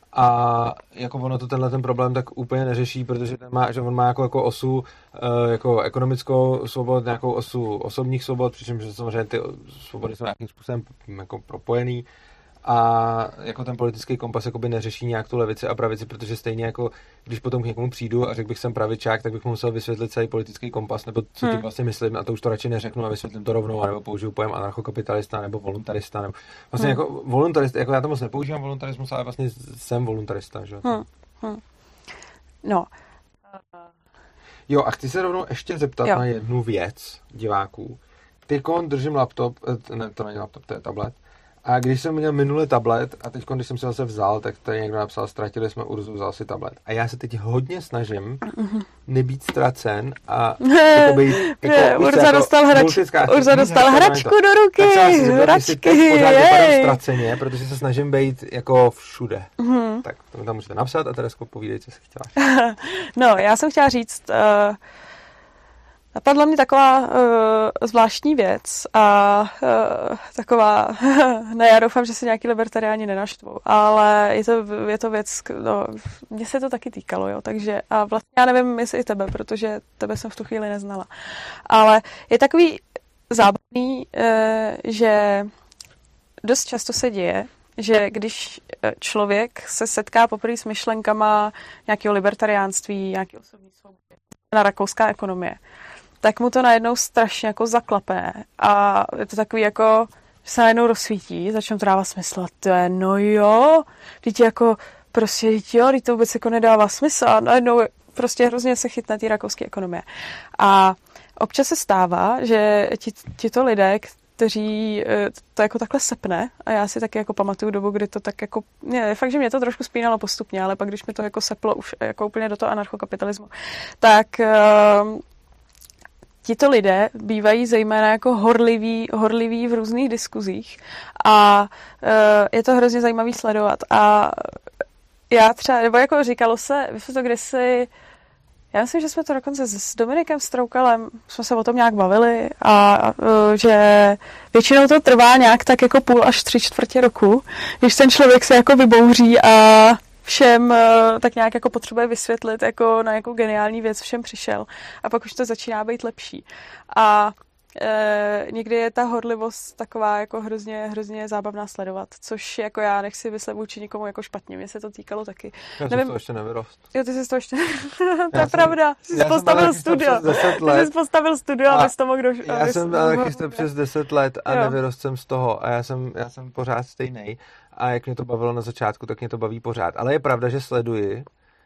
A jako ono to tenhle ten problém tak úplně neřeší, protože ten má, že on má jako, jako osu uh, jako ekonomickou svobodu, nějakou osu osobních svobod, přičemž samozřejmě ty svobody jsou nějakým způsobem jako propojený. A jako ten politický kompas jakoby neřeší nějak tu levici a pravici, protože stejně jako když potom k někomu přijdu a řekl bych jsem pravičák, tak bych mu musel vysvětlit celý politický kompas, nebo co tím hmm. vlastně myslím, a to už to radši neřeknu a vysvětlím to rovnou, nebo použiju pojem anarchokapitalista nebo voluntarista. Nebo vlastně hmm. jako voluntarista, jako já to moc nepoužívám voluntarismus, ale vlastně jsem voluntarista. Že? Hmm. Hmm. No. Jo, a chci se rovnou ještě zeptat jo. na jednu věc diváků. Tykon držím laptop, ne, to není laptop, to je tablet. A když jsem měl minulý tablet a teď, když jsem si ho zase vzal, tak tady někdo napsal, ztratili jsme Urzu, vzal si tablet. A já se teď hodně snažím nebýt ztracen a jako být, jako, Urza jako dostal, hrač, Urza dostal hračku do ruky, hračky, jej. Ztraceně, protože se snažím být jako všude. Mm. Tak to mi tam můžete napsat a Teresko, povídej, co jsi chtěla. No, já jsem chtěla říct... Uh, Napadla mě taková uh, zvláštní věc a uh, taková, ne, já doufám, že se nějaký libertariáni nenaštvou, ale je to, je to věc, no, mně se to taky týkalo, jo, takže a vlastně já nevím, jestli i tebe, protože tebe jsem v tu chvíli neznala, ale je takový zábavný, uh, že dost často se děje, že když člověk se setká poprvé s myšlenkama nějakého libertariánství, nějaké osobní svobody, na rakouská ekonomie, tak mu to najednou strašně jako zaklapé a je to takový jako, že se najednou rozsvítí, začne to dávat smysl. To je, no jo, teď jako prostě, jo, teď to vůbec jako nedává smysl a najednou prostě hrozně se chytne té rakouské ekonomie. A občas se stává, že ti, tito lidé, kteří to jako takhle sepne, a já si taky jako pamatuju dobu, kdy to tak jako, ne, fakt, že mě to trošku spínalo postupně, ale pak, když mi to jako seplo už jako úplně do toho anarchokapitalismu, tak uh, tito lidé bývají zejména jako horliví, horliví v různých diskuzích a uh, je to hrozně zajímavý sledovat. A já třeba, nebo jako říkalo se, vy se to kdysi, já myslím, že jsme to dokonce s Dominikem Stroukalem, jsme se o tom nějak bavili a uh, že většinou to trvá nějak tak jako půl až tři čtvrtě roku, když ten člověk se jako vybouří a všem tak nějak jako potřebuje vysvětlit, jako na jakou geniální věc všem přišel. A pak už to začíná být lepší. A e, někdy je ta horlivost taková jako hrozně, hrozně zábavná sledovat, což jako já nechci myslet vůči nikomu jako špatně. Mně se to týkalo taky. Já jsem to ještě nevyrost. Jo, ty jsi to ještě... to je pravda. Jsi postavil studio. Ty jsi postavil studio, abys to mohl... Kdo... Já jsem ale chystě přes deset let a jo. nevyrost jsem z toho. A já jsem, já jsem pořád stejnej. A jak mě to bavilo na začátku, tak mě to baví pořád. Ale je pravda, že sleduji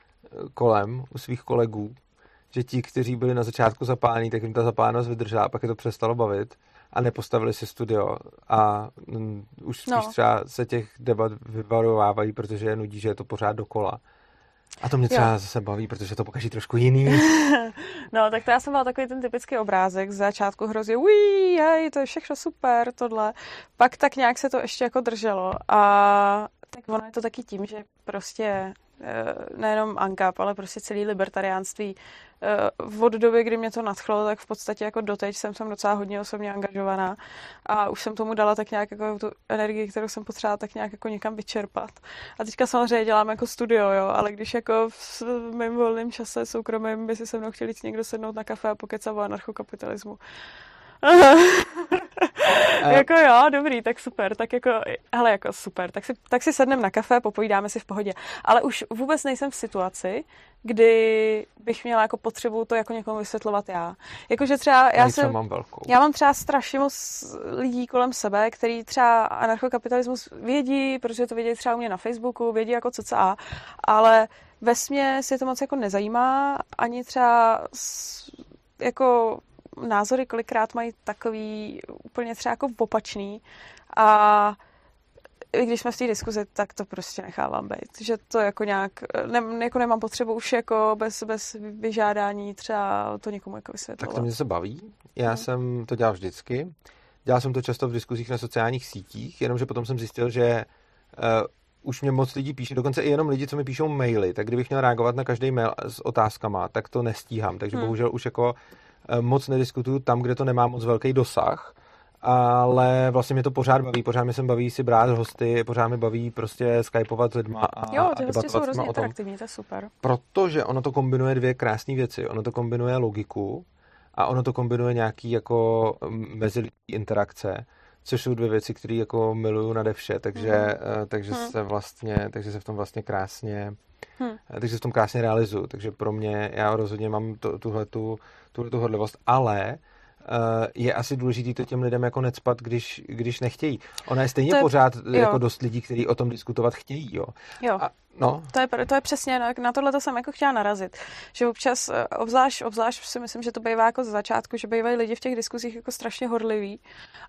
kolem u svých kolegů, že ti, kteří byli na začátku zapálení, tak jim ta zapálenost vydržela a pak je to přestalo bavit. a nepostavili si studio a um, už spíš no. třeba se těch debat vyvarovávají, protože je nudí, že je to pořád dokola. A to mě třeba jo. zase baví, protože to pokaží trošku jiný. No, tak to já jsem byla takový ten typický obrázek. Z začátku hrozně, ují, hej, to je všechno super, tohle. Pak tak nějak se to ještě jako drželo. A tak ono je to taky tím, že prostě nejenom ANCAP, ale prostě celý libertariánství. Od doby, kdy mě to nadchlo, tak v podstatě jako doteď jsem jsem docela hodně osobně angažovaná a už jsem tomu dala tak nějak jako tu energii, kterou jsem potřebovala tak nějak jako někam vyčerpat. A teďka samozřejmě dělám jako studio, jo, ale když jako v mém volném čase soukromém by si se mnou chtěli někdo sednout na kafe a pokecat o anarchokapitalismu. jako jo, dobrý, tak super, tak jako, hele, jako super, tak si, tak si sedneme na kafe, popovídáme si v pohodě. Ale už vůbec nejsem v situaci, kdy bych měla jako potřebu to jako někomu vysvětlovat já. Jakože třeba já jsem, mám velkou. Já mám třeba strašně moc lidí kolem sebe, který třeba anarchokapitalismus vědí, protože to vědí třeba u mě na Facebooku, vědí jako cca, ale vesměs je to moc jako nezajímá, ani třeba jako názory kolikrát mají takový úplně třeba jako opačný a když jsme v té diskuzi, tak to prostě nechávám být. Že to jako nějak, ne, jako nemám potřebu už jako bez, bez vyžádání třeba to někomu jako vysvětlovat. Tak to mě se baví. Já hmm. jsem to dělal vždycky. Dělal jsem to často v diskuzích na sociálních sítích, jenomže potom jsem zjistil, že uh, už mě moc lidí píše, dokonce i jenom lidi, co mi píšou maily, tak kdybych měl reagovat na každý mail s otázkama, tak to nestíhám. Takže hmm. bohužel už jako moc nediskutuju tam, kde to nemá moc velký dosah, ale vlastně mě to pořád baví, pořád mě se baví si brát hosty, pořád mi baví prostě skypovat s lidma a, jo, a debatovat jsou hrozně o tom. interaktivní, to je super. Protože ono to kombinuje dvě krásné věci. Ono to kombinuje logiku a ono to kombinuje nějaký jako mezilidský interakce, což jsou dvě věci, které jako miluju nade vše, takže, hmm. takže hmm. se vlastně, takže se v tom vlastně krásně Hmm. takže se v tom krásně realizuju. Takže pro mě, já rozhodně mám to, tuhletu, tuhletu hodlivost, ale uh, je asi důležitý to těm lidem jako necpat, když, když nechtějí. Ona je stejně je, pořád jo. jako dost lidí, kteří o tom diskutovat chtějí. Jo. jo. A, no. to, je, to je přesně, na tohle to jsem jako chtěla narazit. Že občas, obzvlášť, obzvlášť si myslím, že to bývá jako z začátku, že bývají lidi v těch diskuzích jako strašně horliví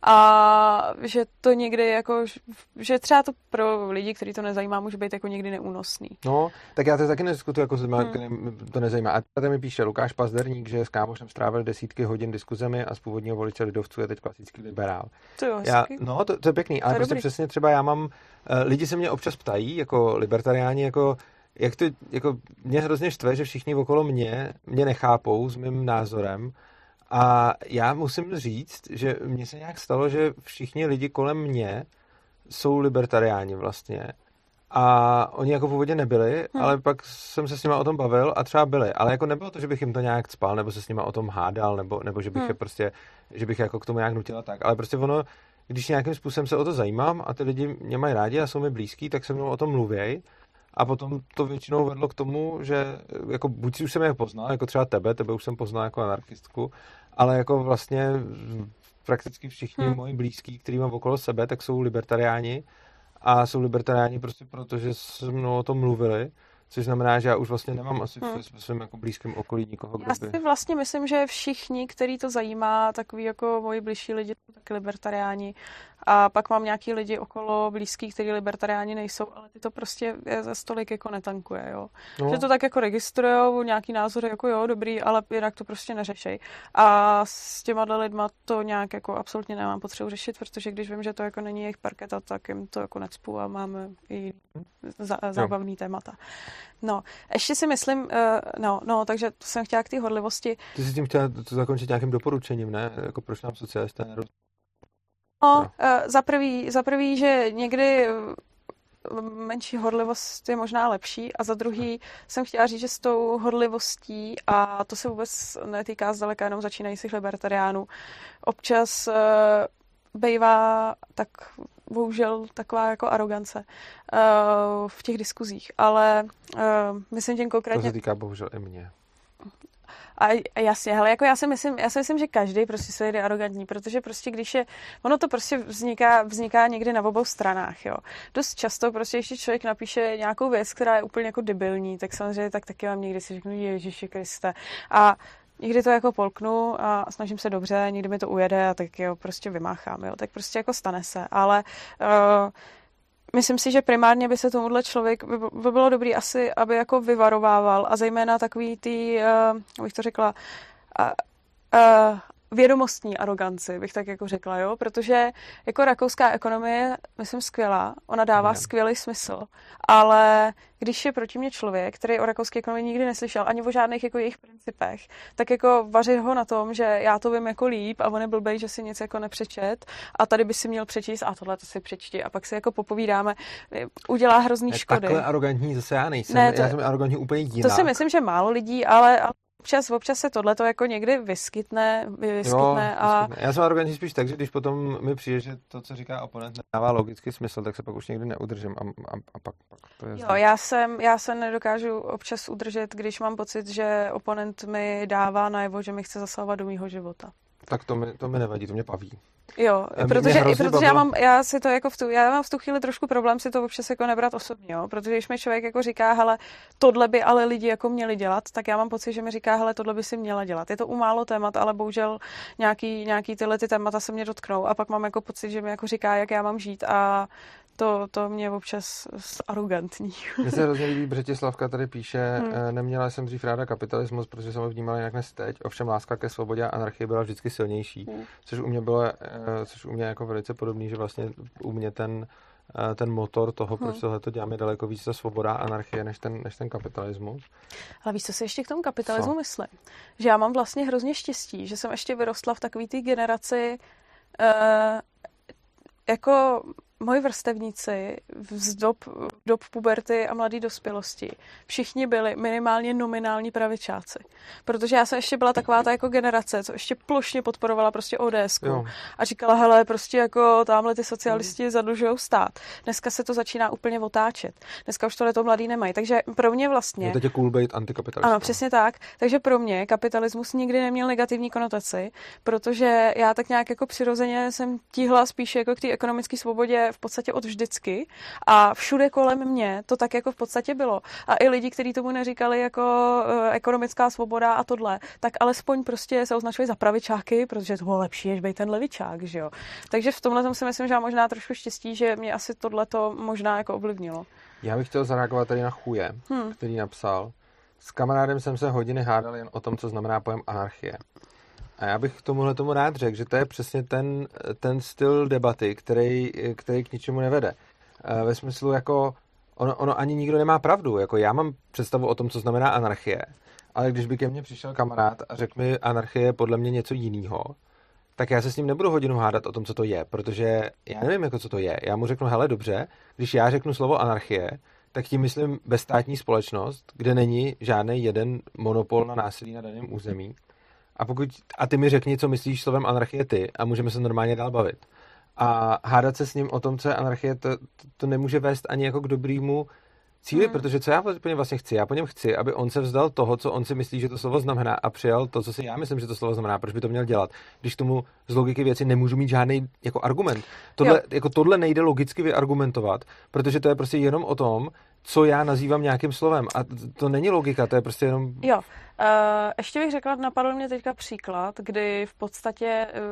a že to někdy jako, že třeba to pro lidi, kteří to nezajímá, může být jako někdy neúnosný. No, tak já to taky nediskutuji jako s lidmi, hmm. to nezajímá. A tady mi píše Lukáš Pazderník, že s kámošem strávil desítky hodin diskuzemi a z původního voliče lidovců je teď klasický liberál. To jo, já, no, to, to je pěkný, ale to prostě dobrý. Přesně třeba já mám, uh, lidi se mě občas ptají, jako libertariáni, jako jak to, jako mě hrozně štve, že všichni okolo mě, mě nechápou s mým názorem a já musím říct, že mně se nějak stalo, že všichni lidi kolem mě jsou libertariáni vlastně a oni jako původně nebyli, hmm. ale pak jsem se s nima o tom bavil a třeba byli, ale jako nebylo to, že bych jim to nějak cpal, nebo se s nima o tom hádal, nebo, nebo že bych hmm. je prostě, že bych jako k tomu nějak nutila tak, ale prostě ono, když nějakým způsobem se o to zajímám a ty lidi mě mají rádi a jsou mi blízký, tak se mnou o tom mluvěj. A potom to většinou vedlo k tomu, že jako buď si už jsem je poznal, jako třeba tebe, tebe už jsem poznal jako anarchistku, ale jako vlastně prakticky všichni hmm. moji blízký, který mám okolo sebe, tak jsou libertariáni a jsou libertariáni prostě proto, že se mnou o tom mluvili, což znamená, že já už vlastně nemám asi hmm. v svém jako blízkém okolí nikoho, kdo by... Já si vlastně myslím, že všichni, který to zajímá, takový jako moji blížší lidi, jsou taky libertariáni. A pak mám nějaký lidi okolo blízký, kteří libertariáni nejsou, ale ty to prostě za stolik jako netankuje, jo. No. Že to tak jako registrujou, nějaký názory jako jo, dobrý, ale jinak to prostě neřešej. A s těma lidma to nějak jako absolutně nemám potřebu řešit, protože když vím, že to jako není jejich parketa, tak jim to jako necpu a máme i zá, zábavný témata. No, ještě si myslím, uh, no, no, takže to jsem chtěla k té horlivosti. Ty jsi tím chtěla to zakončit nějakým doporučením, ne? Jako proč nám socialisté nerozumí? No, uh, za prvý, za prvý, že někdy menší horlivost je možná lepší a za druhý jsem chtěla říct, že s tou horlivostí, a to se vůbec netýká zdaleka jenom začínajících libertariánů, občas uh, bejvá tak bohužel taková jako arogance uh, v těch diskuzích, ale uh, myslím tím konkrétně... To se týká bohužel i mě. A jasně, hele, jako já si myslím, já si myslím, že každý prostě se jde arrogantní, protože prostě když je, ono to prostě vzniká, vzniká někdy na obou stranách, jo. Dost často prostě, když člověk napíše nějakou věc, která je úplně jako debilní, tak samozřejmě tak taky vám někdy si řeknu, Ježiši Kriste. A někdy to jako polknu a snažím se dobře, někdy mi to ujede a tak jo, prostě vymáchám, jo, tak prostě jako stane se, ale uh, myslím si, že primárně by se tomuhle člověk, by, by bylo dobrý asi, aby jako vyvarovával a zejména takový ty, uh, abych to řekla, uh, uh, vědomostní aroganci, bych tak jako řekla, jo, protože jako rakouská ekonomie, myslím, skvělá, ona dává ne. skvělý smysl, ale když je proti mě člověk, který o rakouské ekonomii nikdy neslyšel, ani o žádných jako jejich principech, tak jako vařit ho na tom, že já to vím jako líp a on je blbej, že si nic jako nepřečet a tady by si měl přečíst a tohle to si přečti a pak si jako popovídáme, udělá hrozný škody. Takhle arrogantní zase já nejsem, ne, to, já jsem arrogantní úplně jinak. To si myslím, že málo lidí, ale, ale Občas, občas se tohleto jako někdy vyskytne, vyskytne jo, a... Vyskytne. Já jsem arrogantní spíš tak, že když potom mi přijde, že to, co říká oponent, nedává logický smysl, tak se pak už někdy neudržím a, a, a pak, pak to je... Jo, já, jsem, já se nedokážu občas udržet, když mám pocit, že oponent mi dává najevo, že mi chce zasahovat do mýho života. Tak to mi, to mi nevadí, to mě baví. Jo, mě, protože, mě protože já mám, já si to jako v tu, já mám v tu chvíli trošku problém si to občas jako nebrat osobně, jo, protože když mi člověk jako říká, hele, tohle by ale lidi jako měli dělat, tak já mám pocit, že mi říká, hele, tohle by si měla dělat. Je to u málo témat, ale bohužel nějaký, nějaký tyhle ty témata se mě dotknou a pak mám jako pocit, že mi jako říká, jak já mám žít a To, to mě občas arrogantní. Mně se hrozně líbí, Břetislavka tady píše, hmm. neměla jsem dřív ráda kapitalismus, protože jsem ho vnímala jinak než teď, ovšem láska ke svobodě a anarchii byla vždycky silnější, hmm. což u mě bylo, což u mě jako velice podobný, že vlastně u mě ten, ten motor toho, proč hmm. tohle to děláme, daleko víc ta svoboda a anarchie, než ten, než ten kapitalismus. Ale víš, co si ještě k tomu kapitalismu Co? myslím? Že já mám vlastně hrozně štěstí, že jsem ještě vyrostla v takové té generaci uh, jako moji vrstevníci z dob, dob puberty a mladé dospělosti všichni byli minimálně nominální pravičáci. Protože já jsem ještě byla taková ta jako generace, co ještě plošně podporovala prostě ODSku a říkala, hele, prostě jako tamhle ty socialisti mm. zadlužujou stát. Dneska se to začíná úplně otáčet. Dneska už tohle to mladý nemají. Takže pro mě vlastně... Je teď je cool být antikapitalista. Ano, přesně tak. Takže pro mě kapitalismus nikdy neměl negativní konotaci, protože já tak nějak jako přirozeně jsem tíhla spíše jako k té ekonomické svobodě v podstatě od vždycky a všude kolem mě to tak jako v podstatě bylo. A i lidi, kteří tomu neříkali jako uh, ekonomická svoboda a tohle, tak alespoň prostě se označují za pravičáky, protože to bylo lepší, než být ten levičák, že jo. Takže v tomhle tom si myslím, že mám možná trošku štěstí, že mě asi tohleto možná jako ovlivnilo. Já bych chtěl zareagovat tady na Chuje, hmm. který napsal: s kamarádem jsem se hodiny hádal jen o tom, co znamená pojem anarchie. A já bych k tomuhle tomu rád řekl, že to je přesně ten, ten styl debaty, který, který k ničemu nevede. Ve smyslu, jako ono, ono ani nikdo nemá pravdu. Jako já mám představu o tom, co znamená anarchie, ale když by ke mně přišel kamarád a řekl mi, anarchie je podle mě něco jiného, tak já se s ním nebudu hodinu hádat o tom, co to je, protože já nevím, jako co to je. Já mu řeknu, hele, dobře, když já řeknu slovo anarchie, tak tím myslím bezstátní společnost, kde není žádný jeden monopol na násilí na daném území. A pokud, a ty mi řekni, co myslíš slovem anarchie ty a můžeme se normálně dál bavit. A hádat se s ním o tom, co je anarchie, to, to, to nemůže vést ani jako k dobrýmu cíli, hmm. protože co já po něm vlastně chci? Já po něm chci, aby on se vzdal toho, co on si myslí, že to slovo znamená a přijal to, co si já myslím, že to slovo znamená. Proč by to měl dělat? Když tomu z logiky věci nemůžu mít žádný jako argument. Tohle, jako tohle nejde logicky vyargumentovat, protože to je prostě jenom o tom, co já nazývám nějakým slovem. A to není logika, to je prostě jenom... Jo. Uh, ještě bych řekla, napadl mě teďka příklad, kdy v podstatě uh,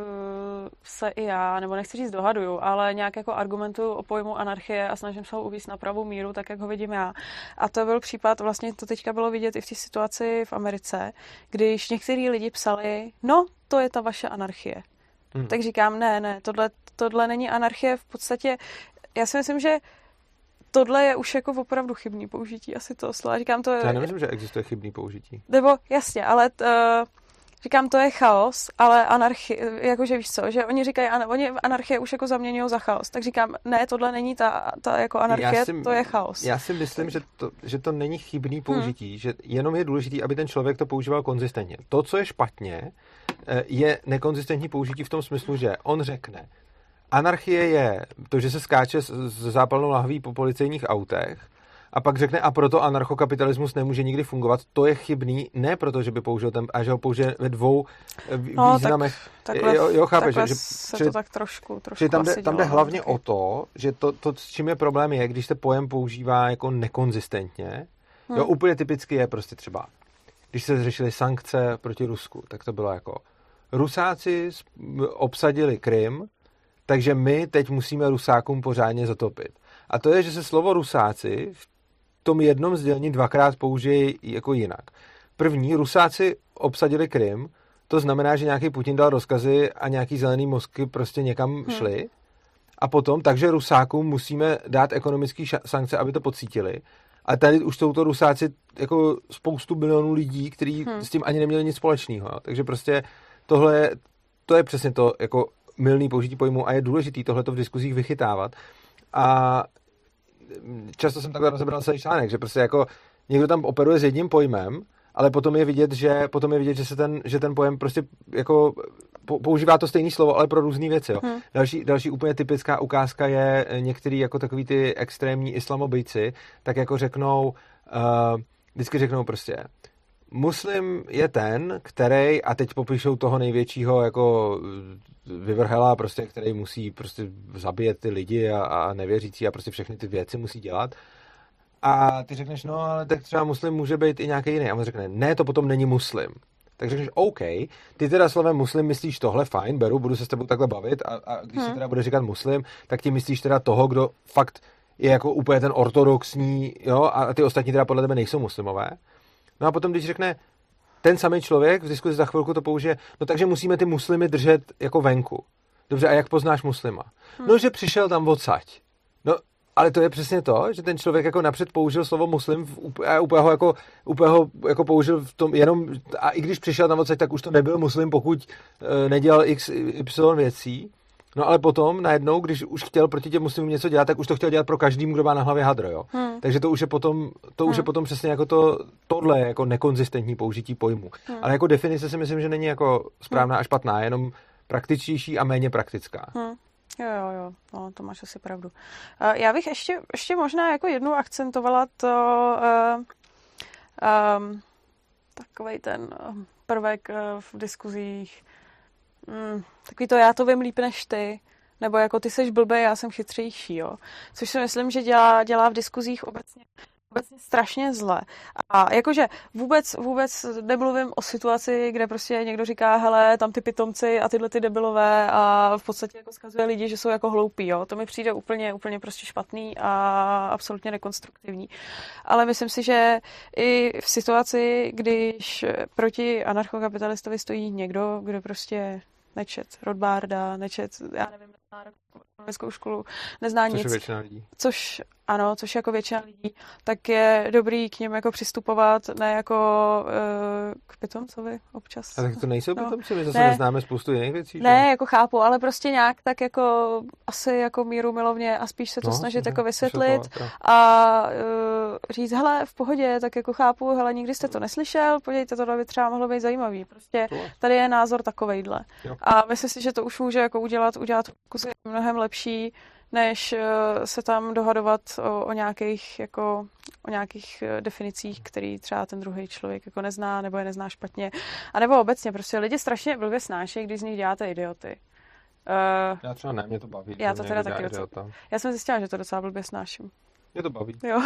se i já, nebo nechci říct dohaduju, ale nějak jako argumentuju o pojmu anarchie a snažím se ho uvést na pravou míru, tak jak ho vidím já. A to byl případ, vlastně to teďka bylo vidět i v té situaci v Americe, když některý lidi psali, no, to je ta vaše anarchie. Hmm. Tak říkám, ne, ne, tohle, tohle není anarchie, v podstatě, já si myslím, že tohle je už jako opravdu chybný použití asi toho slova. Říkám, to je... Já nemyslím, že existuje chybný použití. Nebo jasně, ale t, uh, říkám, to je chaos, ale anarchie, jakože víš co, že oni říkají, an, oni anarchie už jako zaměňují za chaos. Tak říkám, ne, tohle není ta, ta jako anarchie, si, to je chaos. Já si myslím, že to, že to není chybný použití, hmm. že jenom je důležitý, aby ten člověk to používal konzistentně. To, co je špatně, je nekonzistentní použití v tom smyslu, že on řekne, anarchie je to, že se skáče s zápalnou lahví po policejních autech a pak řekne, a proto anarchokapitalismus nemůže nikdy fungovat. To je chybný, ne proto, že by použil ten, a že ho použije ve dvou no, významech. Tak, takhle, jo, jo, chápeš, takhle že, se že, to tak trošku, trošku že tam jde, tam jde dělo, hlavně taky. o to, že to, to, s čím je problém, je, když se pojem používá jako nekonzistentně. Hmm. Jo, úplně typicky je prostě třeba když se řešily sankce proti Rusku, tak to bylo jako Rusáci obsadili Krym, takže my teď musíme Rusákům pořádně zatopit. A to je, že se slovo Rusáci v tom jednom sdělení dvakrát použije jako jinak. První, Rusáci obsadili Krym, to znamená, že nějaký Putin dal rozkazy a nějaký zelený mozky prostě někam hmm. šli. A potom, takže Rusákům musíme dát ekonomické sankce, aby to pocítili. A tady už jsou to Rusáci jako spoustu bilionů lidí, kteří hmm. s tím ani neměli nic společného. Jo. Takže prostě tohle je, to je přesně to jako mylný použití pojmu a je důležitý tohleto v diskuzích vychytávat. A často jsem takhle rozebral celý článek, že prostě jako někdo tam operuje s jedním pojmem, ale potom je vidět, že potom je vidět, že se ten, že ten pojem prostě jako používá to stejné slovo, ale pro různé věci. Jo. Hmm. Další, další úplně typická ukázka je některý jako takový ty extrémní islamobijci, tak jako řeknou, uh, vždycky řeknou prostě muslim je ten, který, a teď popíšou toho největšího jako vyvrhela, prostě, který musí prostě zabíjet ty lidi a, a nevěřící a prostě všechny ty věci musí dělat. A ty řekneš, no ale tak třeba muslim může být i nějaký jiný. A on řekne, ne, to potom není muslim. Tak řekneš, OK, ty teda slovem muslim myslíš tohle, fajn, beru, budu se s tebou takhle bavit a, a když hmm. se teda bude říkat muslim, tak ti myslíš teda toho, kdo fakt je jako úplně ten ortodoxní, jo, a ty ostatní teda podle tebe nejsou muslimové. No a potom, když řekne ten samý člověk, v diskuzi za chvilku to použije, no takže musíme ty muslimy držet jako venku. Dobře, a jak poznáš muslima? Hmm. No, že přišel tam odsaď. No, ale to je přesně to, že ten člověk jako napřed použil slovo muslim a úplně ho jako, úplně ho jako použil v tom jenom, a i když přišel tam odsaď, tak už to nebyl muslim, pokud e, nedělal x, y věcí. No ale potom najednou, když už chtěl proti těm muslimům něco dělat, tak už to chtěl dělat pro každým, kdo má na hlavě hadro, jo. Hmm. Takže to už je potom, to hmm. už je potom přesně jako to, tohle jako nekonzistentní použití pojmu. Hmm. Ale jako definice si myslím, že není jako správná hmm. a špatná, jenom praktičtější a méně praktická. Hmm. Jo, jo, jo, no, to máš asi pravdu. Uh, já bych ještě, ještě možná jako jednou akcentovala to uh, um, takovej ten prvek uh, v diskuzích, mm, takový to já to vím líp než ty, nebo jako ty seš blbej, já jsem chytřejší, jo. Což si myslím, že dělá, dělá v diskuzích obecně, obecně strašně zle. A jakože vůbec, vůbec nemluvím o situaci, kde prostě někdo říká, hele, tam ty pitomci a tyhle ty debilové a v podstatě jako zkazuje lidi, že jsou jako hloupí, jo. To mi přijde úplně, úplně prostě špatný a absolutně nekonstruktivní. Ale myslím si, že i v situaci, když proti anarchokapitalistovi stojí někdo, kdo prostě nečet Rothbarda, nečet, já nevím, ekonomickou školu, nezná což nic. Což je většina lidí. Což, ano, což jako většina lidí, tak je dobrý k něm jako přistupovat, ne jako uh, k pitomcovi občas. A tak to nejsou no. pitomci, my zase ne. neznáme spoustu jiných věcí. Ne, že? jako chápu, ale prostě nějak tak jako asi jako míru milovně a spíš se to no, snažit ne, jako vysvětlit vysvětlovat, a uh, říct, hele, v pohodě, tak jako chápu, hele, nikdy jste to neslyšel, podívejte, tohle by třeba mohlo být zajímavý. Prostě tady je názor takovejhle. Jo. A myslím si, že to už může jako udělat, udělat kusy mnohem lepší, než se tam dohadovat o, o nějakých jako o nějakých definicích, který třeba ten druhý člověk jako nezná, nebo je nezná špatně. A nebo obecně, prostě lidi strašně blbě snáší, když z nich děláte idioty. Uh, já třeba ne, mě to baví. Já to teda taky docela. Já jsem zjistila, že to docela blbě snáším. Mě to baví. Jo.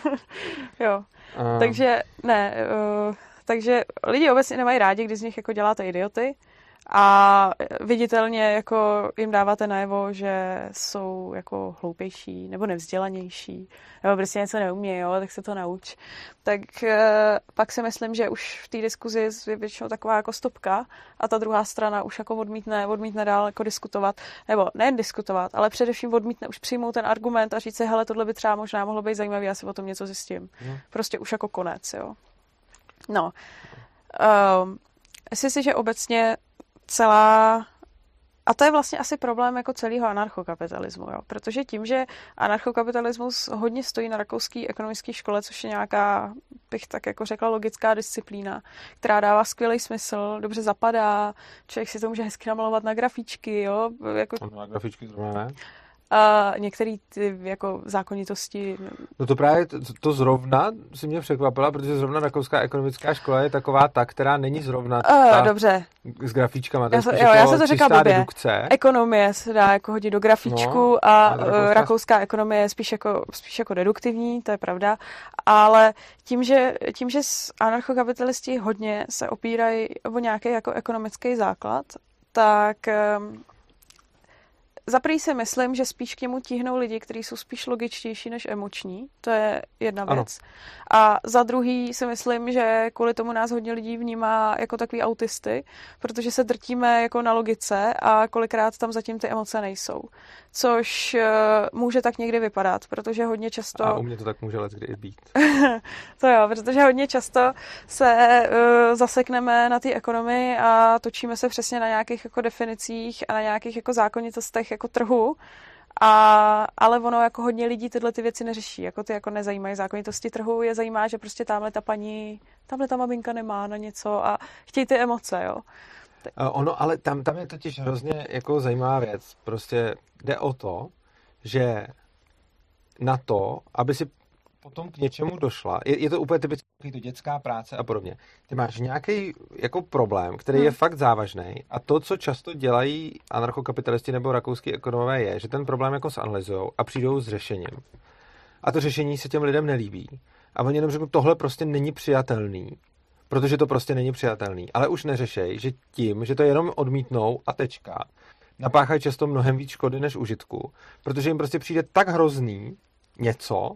jo. Uh. Takže ne, uh, takže lidi obecně nemají rádi, když z nich jako děláte idioty. A viditelně jako jim dáváte najevo, že jsou jako hloupější nebo nevzdělanější, nebo prostě něco neumějí, jo, tak se to nauč. Tak e, pak si myslím, že už v té diskuzi je většinou taková jako stopka a ta druhá strana už jako odmítne, odmítne dál jako diskutovat, nebo nejen diskutovat, ale především odmítne už přijmout ten argument a říct si, hele, tohle by třeba možná mohlo být zajímavé, já si o tom něco zjistím. Hmm. Prostě už jako konec, jo. No. Um, Myslím si, že obecně celá, a to je vlastně asi problém jako celého anarchokapitalismu, jo? Protože tím, že anarchokapitalismus hodně stojí na rakouské ekonomické škole, což je nějaká, bych tak jako řekla, logická disciplína, která dává skvělý smysl, dobře zapadá, člověk si to může hezky namalovat na grafíčky, jo? Jako... Na grafíčky zrovna ne? a některé ty jako zákonitosti... No to právě to, to zrovna si mě překvapila, protože zrovna Rakouská ekonomická škola je taková ta, která není zrovna ta uh, dobře. S grafičkama. Já, se, jo, já se to říkám blbě. Dedukce. Ekonomie se dá jako hodit do grafičku no, a rakouská... rakouská ekonomie je spíš jako, spíš jako deduktivní, to je pravda, ale tím, že, tím, že anarchokapitalisti hodně se opírají o nějaký jako ekonomický základ, tak um, za prvý si myslím, že spíš k němu tíhnou lidi, kteří jsou spíš logičtější než emoční. To je jedna věc. Ano. A za druhý si myslím, že kvůli tomu nás hodně lidí vnímá jako takový autisty, protože se drtíme jako na logice a kolikrát tam zatím ty emoce nejsou. Což uh, může tak někdy vypadat, protože hodně často... A u mě to tak může leckdy i být. To jo, protože hodně často se uh, zasekneme na té ekonomii a točíme se přesně na nějakých jako definicích a na nějakých jako zákonitostech jako trhu, a, ale ono jako hodně lidí tyhle ty věci neřeší, jako ty jako nezajímají zákonitosti trhu, je zajímá, že prostě tamhle ta paní, tamhle ta maminka nemá na něco a chtějí ty emoce, jo. Tak. Ono, ale tam, tam je totiž hrozně jako zajímavá věc, prostě jde o to, že na to, aby si potom k něčemu došla, je, je to úplně typické, to dětská práce a podobně. Ty máš nějaký jako problém, který hmm. je fakt závažný a to, co často dělají anarchokapitalisti nebo rakouský ekonomové, je, že ten problém jako zanalyzujou a přijdou s řešením. A to řešení se těm lidem nelíbí. A oni jenom řeknou, tohle prostě není přijatelný, protože to prostě není přijatelný. Ale už neřešej, že tím, že to jenom odmítnou a tečka, napáchají často mnohem víc škody než užitku, protože jim prostě přijde tak hrozný něco,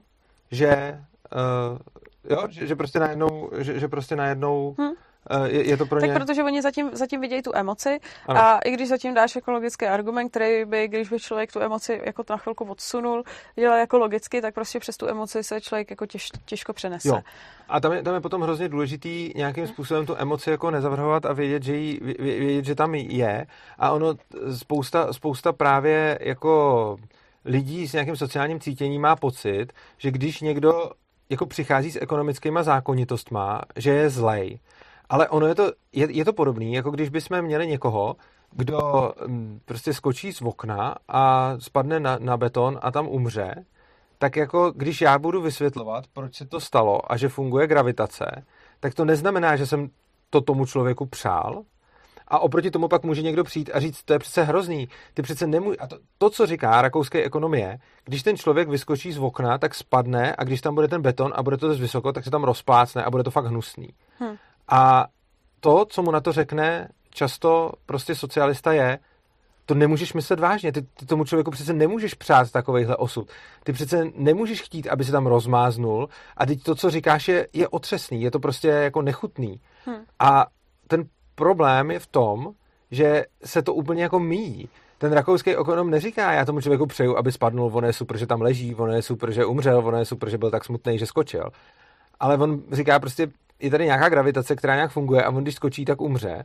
že, uh, jo, že, že prostě najednou, že, že prostě najednou hmm. uh, je, je to pro ně... Tak protože oni zatím, zatím vidějí tu emoci ano. A i když zatím dáš jako logický argument, který by, když by člověk tu emoci jako na chvilku odsunul, dělal jako logicky, tak prostě přes tu emoci se člověk jako těž, těžko přenese. Jo. A tam je, tam je potom hrozně důležitý nějakým způsobem tu emoci jako nezavrhovat a vědět, že, jí, vědět, že tam je. A ono spousta, spousta právě jako... lidí s nějakým sociálním cítěním má pocit, že když někdo jako přichází s ekonomickýma zákonitostma, že je zlej. Ale ono je to, je, je to podobný, jako když bychom měli někoho, kdo prostě skočí z okna a spadne na, na beton a tam umře, tak jako když já budu vysvětlovat, proč se to stalo a že funguje gravitace, tak to neznamená, že jsem to tomu člověku přál. A oproti tomu pak může někdo přijít a říct, to je přece hrozný, ty přece nemůže... A to, to, co říká rakouské ekonomie, když ten člověk vyskočí z okna, tak spadne a když tam bude ten beton a bude to dost vysoko, tak se tam rozplácne a bude to fakt hnusný. Hmm. A to, co mu na to řekne často prostě socialista je, to nemůžeš myslet vážně, ty, ty tomu člověku přece nemůžeš přát takovejhle osud. Ty přece nemůžeš chtít, aby se tam rozmáznul a teď to, co říkáš, je, je otřesný, je to prostě jako nechutný. Hmm. A ten problém je v tom, že se to úplně jako míjí. Ten rakouský ekonom neříká, já tomu člověku přeju, aby spadnul, ono je super, že tam leží, ono je super, že umřel, ono je super, že byl tak smutný, že skočil. Ale on říká prostě, je tady nějaká gravitace, která nějak funguje a on když skočí, tak umře.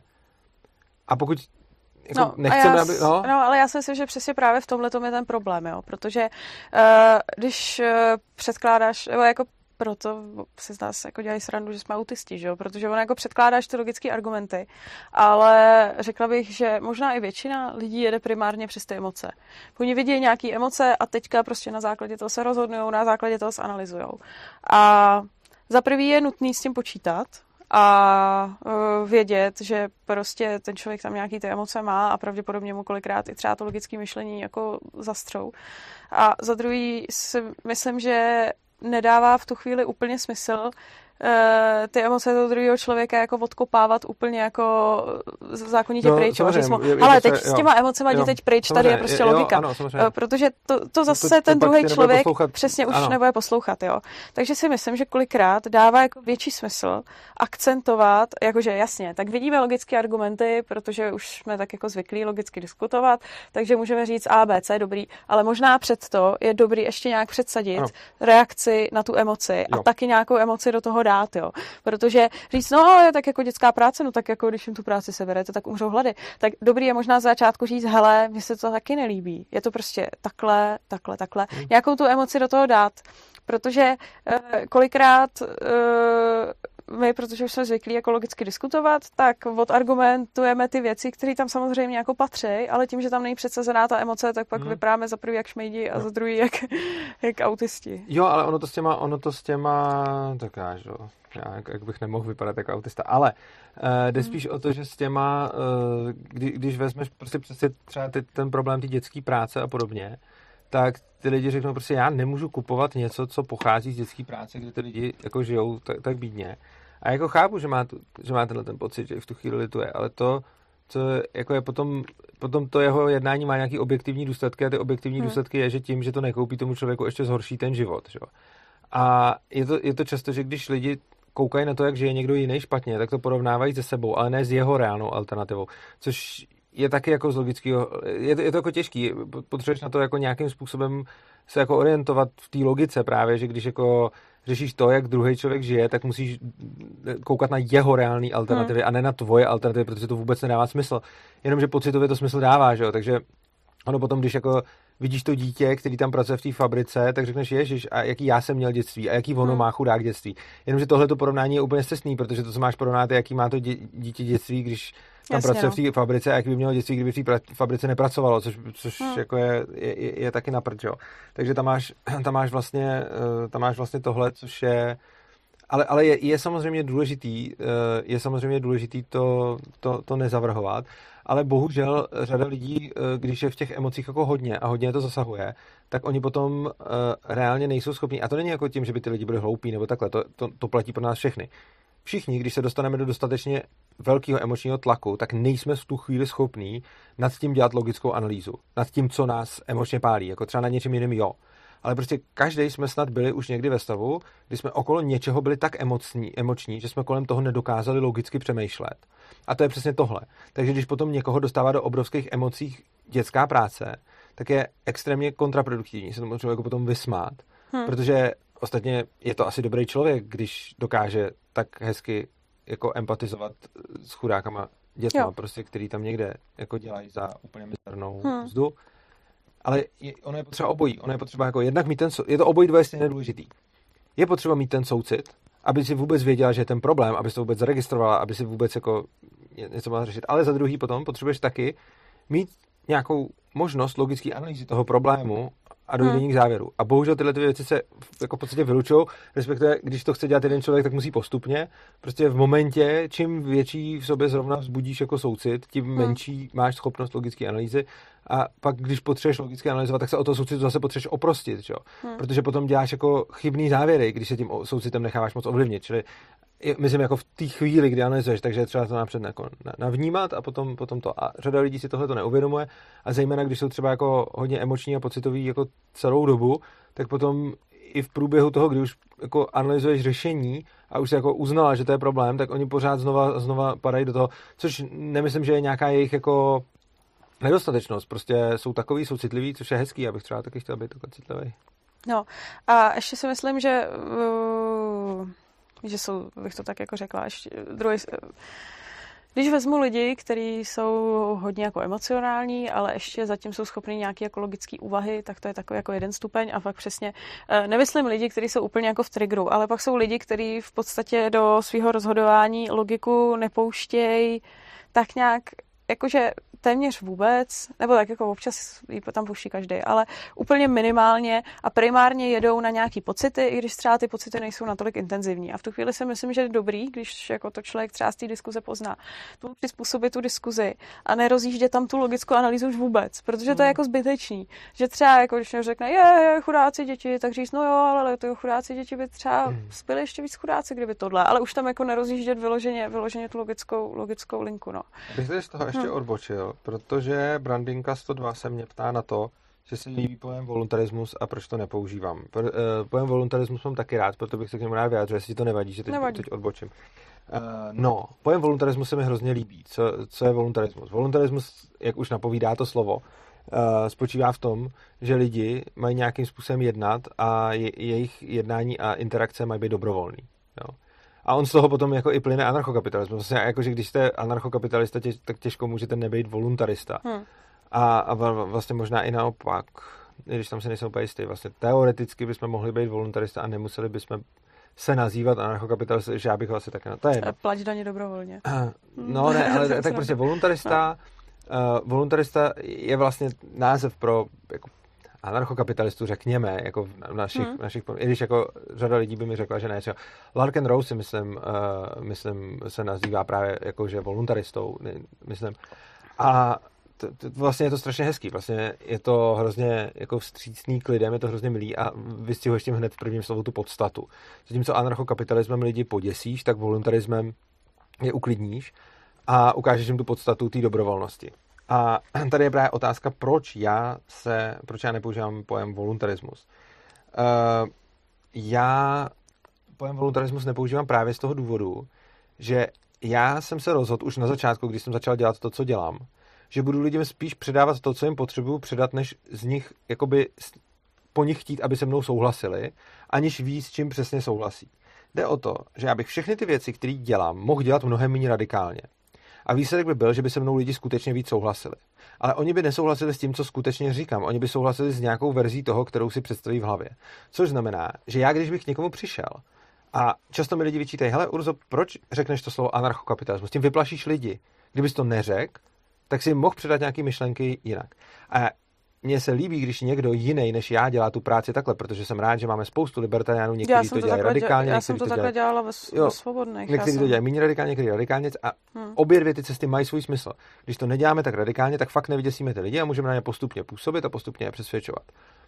A pokud jako no, nechceme, já, aby... No. no, ale já si myslím, že přesně právě v tomhle tom je ten problém, jo, protože uh, když uh, předkládáš, jako proto si z nás jako dělají srandu, že jsme autisti, že jo? Protože on jako předkládáš ty logické argumenty, ale řekla bych, že možná i většina lidí jede primárně přes ty emoce. Oni vidí nějaké emoce a teďka prostě na základě toho se rozhodnou, na základě toho analyzujou. A za prvý je nutný s tím počítat a uh, vědět, že prostě ten člověk tam nějaký ty emoce má a pravděpodobně mu kolikrát i třeba to logické myšlení jako zastřou. A za druhý si myslím, že nedává v tu chvíli úplně smysl uh, ty emoce toho druhého člověka jako odkopávat úplně jako zákonitě no, pryč. Že jsme, je, ale teď jo, s těma emocema jdi teď pryč, tady je prostě je, logika. Jo, ano, protože to, to zase to, to ten druhý člověk přesně už ano. nebude poslouchat. Jo. Takže si myslím, že kolikrát dává jako větší smysl akcentovat, jakože jasně, tak vidíme logické argumenty, protože už jsme tak jako zvyklí logicky diskutovat, takže můžeme říct A, B, C, dobrý, ale možná před to je dobrý ještě nějak předsadit ano. reakci na tu emoci jo. a taky nějakou emoci do toho dát, jo. Protože říct, no je tak jako dětská práce, no tak jako když jim tu práci seberete, tak umřou hlady. Tak dobrý je možná z začátku říct, hele, mně se to taky nelíbí. Je to prostě takhle, takhle, takhle. Hmm. Nějakou tu emoci do toho dát. Protože uh, kolikrát uh, my, protože už jsme zvyklí ekologicky diskutovat, tak odargumentujeme ty věci, které tam samozřejmě jako patří, ale tím, že tam není předsazená ta emoce, tak pak hmm. vypadáme za prvý jak šmejdi a no. za druhý jak, jak autisti. Jo, ale ono to s těma, ono to s těma, tak já, že, já jak, jak bych nemohl vypadat jako autista, ale uh, jde spíš hmm. o to, že s těma, uh, kdy, když vezmeš prostě přesně třeba ty, ten problém ty dětské práce a podobně, tak ty lidi řeknou prostě, já nemůžu kupovat něco, co pochází z dětské práce, kde ty lidi jako žijou tak, tak bídně. A jako chápu, že má, tu, že má tenhle ten pocit, že v tu chvíli lituje, ale to, co jako je potom, potom to jeho jednání má nějaký objektivní důsledky a ty objektivní hmm. důsledky je, že tím, že to nekoupí tomu člověku, ještě zhorší ten život. Že? A je to, je to často, že když lidi koukají na to, jak žije někdo jiný špatně, tak to porovnávají se sebou, ale ne s jeho reálnou alternativou, což je taky jako z logického, je to, je to jako těžký, potřebuješ na to jako nějakým způsobem se jako orientovat v té logice právě, že když jako řešíš to, jak druhý člověk žije, tak musíš koukat na jeho reální alternativy hmm. a ne na tvoje alternativy, protože to vůbec nedává smysl. Jenomže pocitově to smysl dává, že jo, takže ono potom, když jako vidíš to dítě, který tam pracuje v té fabrice, tak řekneš, ježiš, a jaký já jsem měl dětství a jaký ono hmm. má chudák dětství. Jenomže tohleto porovnání je úplně cestný, protože to, co máš porovnat, je, jaký má to dítě dětství, když tam Jasně, pracuje no. v té fabrice a jaký by mělo dětství, kdyby v té fabrice nepracovalo, což, což hmm. jako je, je, je taky na prd, jo. Takže tam máš, tam máš vlastně, tam máš vlastně tohle, což je, ale, ale je, je samozřejmě důležitý, je samozřejmě důležitý to, to, to nezavrhovat, ale bohužel řada lidí, když je v těch emocích jako hodně a hodně to zasahuje, tak oni potom reálně nejsou schopní, a to není jako tím, že by ty lidi byli hloupí nebo takhle, to, to, to platí pro nás všechny. Všichni, když se dostaneme do dostatečně velkého emočního tlaku, tak nejsme v tu chvíli schopní nad tím dělat logickou analýzu. Nad tím, co nás emočně pálí. Jako třeba nad něčím jiným, jo. Ale prostě každý jsme snad byli už někdy ve stavu, kdy jsme okolo něčeho byli tak emocní, emoční, že jsme kolem toho nedokázali logicky přemýšlet. A to je přesně tohle. Takže když potom někoho dostává do obrovských emocí dětská práce, tak je extrémně kontraproduktivní se tomu člověku potom vysmát. Hmm. Protože ostatně je to asi dobrý člověk, když dokáže tak hezky jako empatizovat s chudákama dětma, jo. prostě, který tam někde jako dělají za úplně mizernou hmm. mzdu. Ale je, ono je potřeba obojí. Ono je potřeba jako jednak mít ten, je to obojí dvoje stejně důležitý. Je potřeba mít ten soucit, aby si vůbec věděla, že je ten problém, aby si to vůbec zaregistrovala, aby si vůbec jako něco mohla řešit. Ale za druhý potom potřebuješ taky mít nějakou možnost logické analýzy toho problému a dojít hmm. k závěru. A bohužel tyhle ty věci se jako v podstatě vylučují, respektive když to chce dělat jeden člověk, tak musí postupně. Prostě v momentě, čím větší v sobě zrovna vzbudíš jako soucit, tím hmm. menší máš schopnost logické analýzy. A pak, když potřebuješ logicky analyzovat, tak se o toho soucitu zase potřebuješ oprostit, čo? Hmm. Protože potom děláš jako chybný závěry, když se tím soucitem necháváš moc ovlivnit. Čili myslím jako v té chvíli, kdy analyzuješ, takže je třeba to napřed jako navnímat a potom, potom to. A řada lidí si tohle to neuvědomuje a zejména, když jsou třeba jako hodně emoční a pocitový jako celou dobu, tak potom i v průběhu toho, kdy už jako analyzuješ řešení a už se jako uznala, že to je problém, tak oni pořád znova, znova padají do toho, což nemyslím, že je nějaká jejich jako nedostatečnost. Prostě jsou takový, jsou citliví, což je hezký, abych třeba taky chtěl být takhle citlivý. No a ještě si myslím, že uh, že jsou, bych to tak jako řekla, ještě druhý, když vezmu lidi, kteří jsou hodně jako emocionální, ale ještě zatím jsou schopni nějaké ekologické úvahy, tak to je takový jako jeden stupeň a pak přesně, nemyslím lidi, kteří jsou úplně jako v triggeru, ale pak jsou lidi, kteří v podstatě do svého rozhodování logiku nepouštějí tak nějak, jakože téměř vůbec, nebo tak jako občas ji tam pouští každý, ale úplně minimálně a primárně jedou na nějaký pocity, i když třeba ty pocity nejsou natolik intenzivní. A v tu chvíli si myslím, že je dobrý, když jako to člověk třeba z té diskuze pozná, tomu přizpůsobit tu diskuzi a nerozjíždět tam tu logickou analýzu už vůbec, protože to je jako zbytečný. Že třeba jako když někdo řekne, je, je, chudáci děti, tak říct, no jo, ale ty chudáci děti by třeba spili ještě víc chudáci, kdyby tohle, ale už tam jako nerozjíždět vyloženě, vyloženě tu logickou, logickou linku, no. Bych z toho ještě hmm. odbočil, protože Brandinka sto dva se mě ptá na to, že se líbí pojem voluntarismus a proč to nepoužívám. Pojem voluntarismus mám taky rád, proto bych se k němu rád vyjádřil, jestli ti to nevadí, že teď, nevadí. teď odbočím. No, pojem voluntarismus se mi hrozně líbí. Co, co je voluntarismus? Voluntarismus, jak už napovídá to slovo, spočívá v tom, že lidi mají nějakým způsobem jednat a je, jejich jednání a interakce mají být dobrovolný. Jo? A on z toho potom jako i plyne anarchokapitalismus. Vlastně jako, že když jste anarchokapitalista, tě, tak těžko můžete nebejt voluntarista. Hmm. A, a vlastně možná i naopak, když tam se nejsem úplně jistý, vlastně teoreticky bychom mohli být voluntarista a nemuseli bychom se nazývat anarchokapitalistou, že já bych ho asi taky... No, to je jedno. Plať daně dobrovolně. No ne, ale tak prostě voluntarista, uh, voluntarista je vlastně název pro jako, anarchokapitalistů, řekněme, jako v našich, hmm. našich, i když jako řada lidí by mi řekla, že ne, třeba Larken Rose si myslím, uh, myslím, se nazývá právě jako, že voluntaristou, myslím. A to, to, vlastně je to strašně hezký, vlastně je to hrozně jako vstřícný k lidem, je to hrozně milý a vystihuješ tím hned v prvním slovu tu podstatu. Zatímco anarchokapitalismem lidi poděsíš, tak voluntarismem je uklidníš a ukážeš jim tu podstatu té dobrovolnosti. A tady je právě otázka, proč já se, proč já nepoužívám pojem voluntarismus. Uh, já pojem voluntarismus nepoužívám právě z toho důvodu, že já jsem se rozhodl už na začátku, když jsem začal dělat to, co dělám, že budu lidem spíš předávat to, co jim potřebuju předat, než z nich jakoby po nich chtít, aby se mnou souhlasili, aniž ví, s čím přesně souhlasí. Jde o to, že já bych všechny ty věci, které dělám, mohl dělat mnohem méně radikálně. A výsledek by byl, že by se mnou lidi skutečně víc souhlasili. Ale oni by nesouhlasili s tím, co skutečně říkám. Oni by souhlasili s nějakou verzí toho, kterou si představí v hlavě. Což znamená, že já, když bych k někomu přišel a často mi lidi vyčítají, hele Urzo, proč řekneš to slovo anarchokapitalismus? Tím vyplašíš lidi. Kdybys to neřekl, tak si mohl předat nějaké myšlenky jinak. A mně se líbí, když někdo jiný než já dělá tu práci takhle, protože jsem rád, že máme spoustu libertariánů, někteří to, to dělají radikálně, já jsem to takhle dělala ve, ve svobodných. Někteří to dělají méně radikálně, někteří radikálně a hmm. obě dvě ty cesty mají svůj smysl. Když to neděláme tak radikálně, tak fakt nevyděsíme ty lidi a můžeme na ně postupně působit a postupně je přesvědčovat.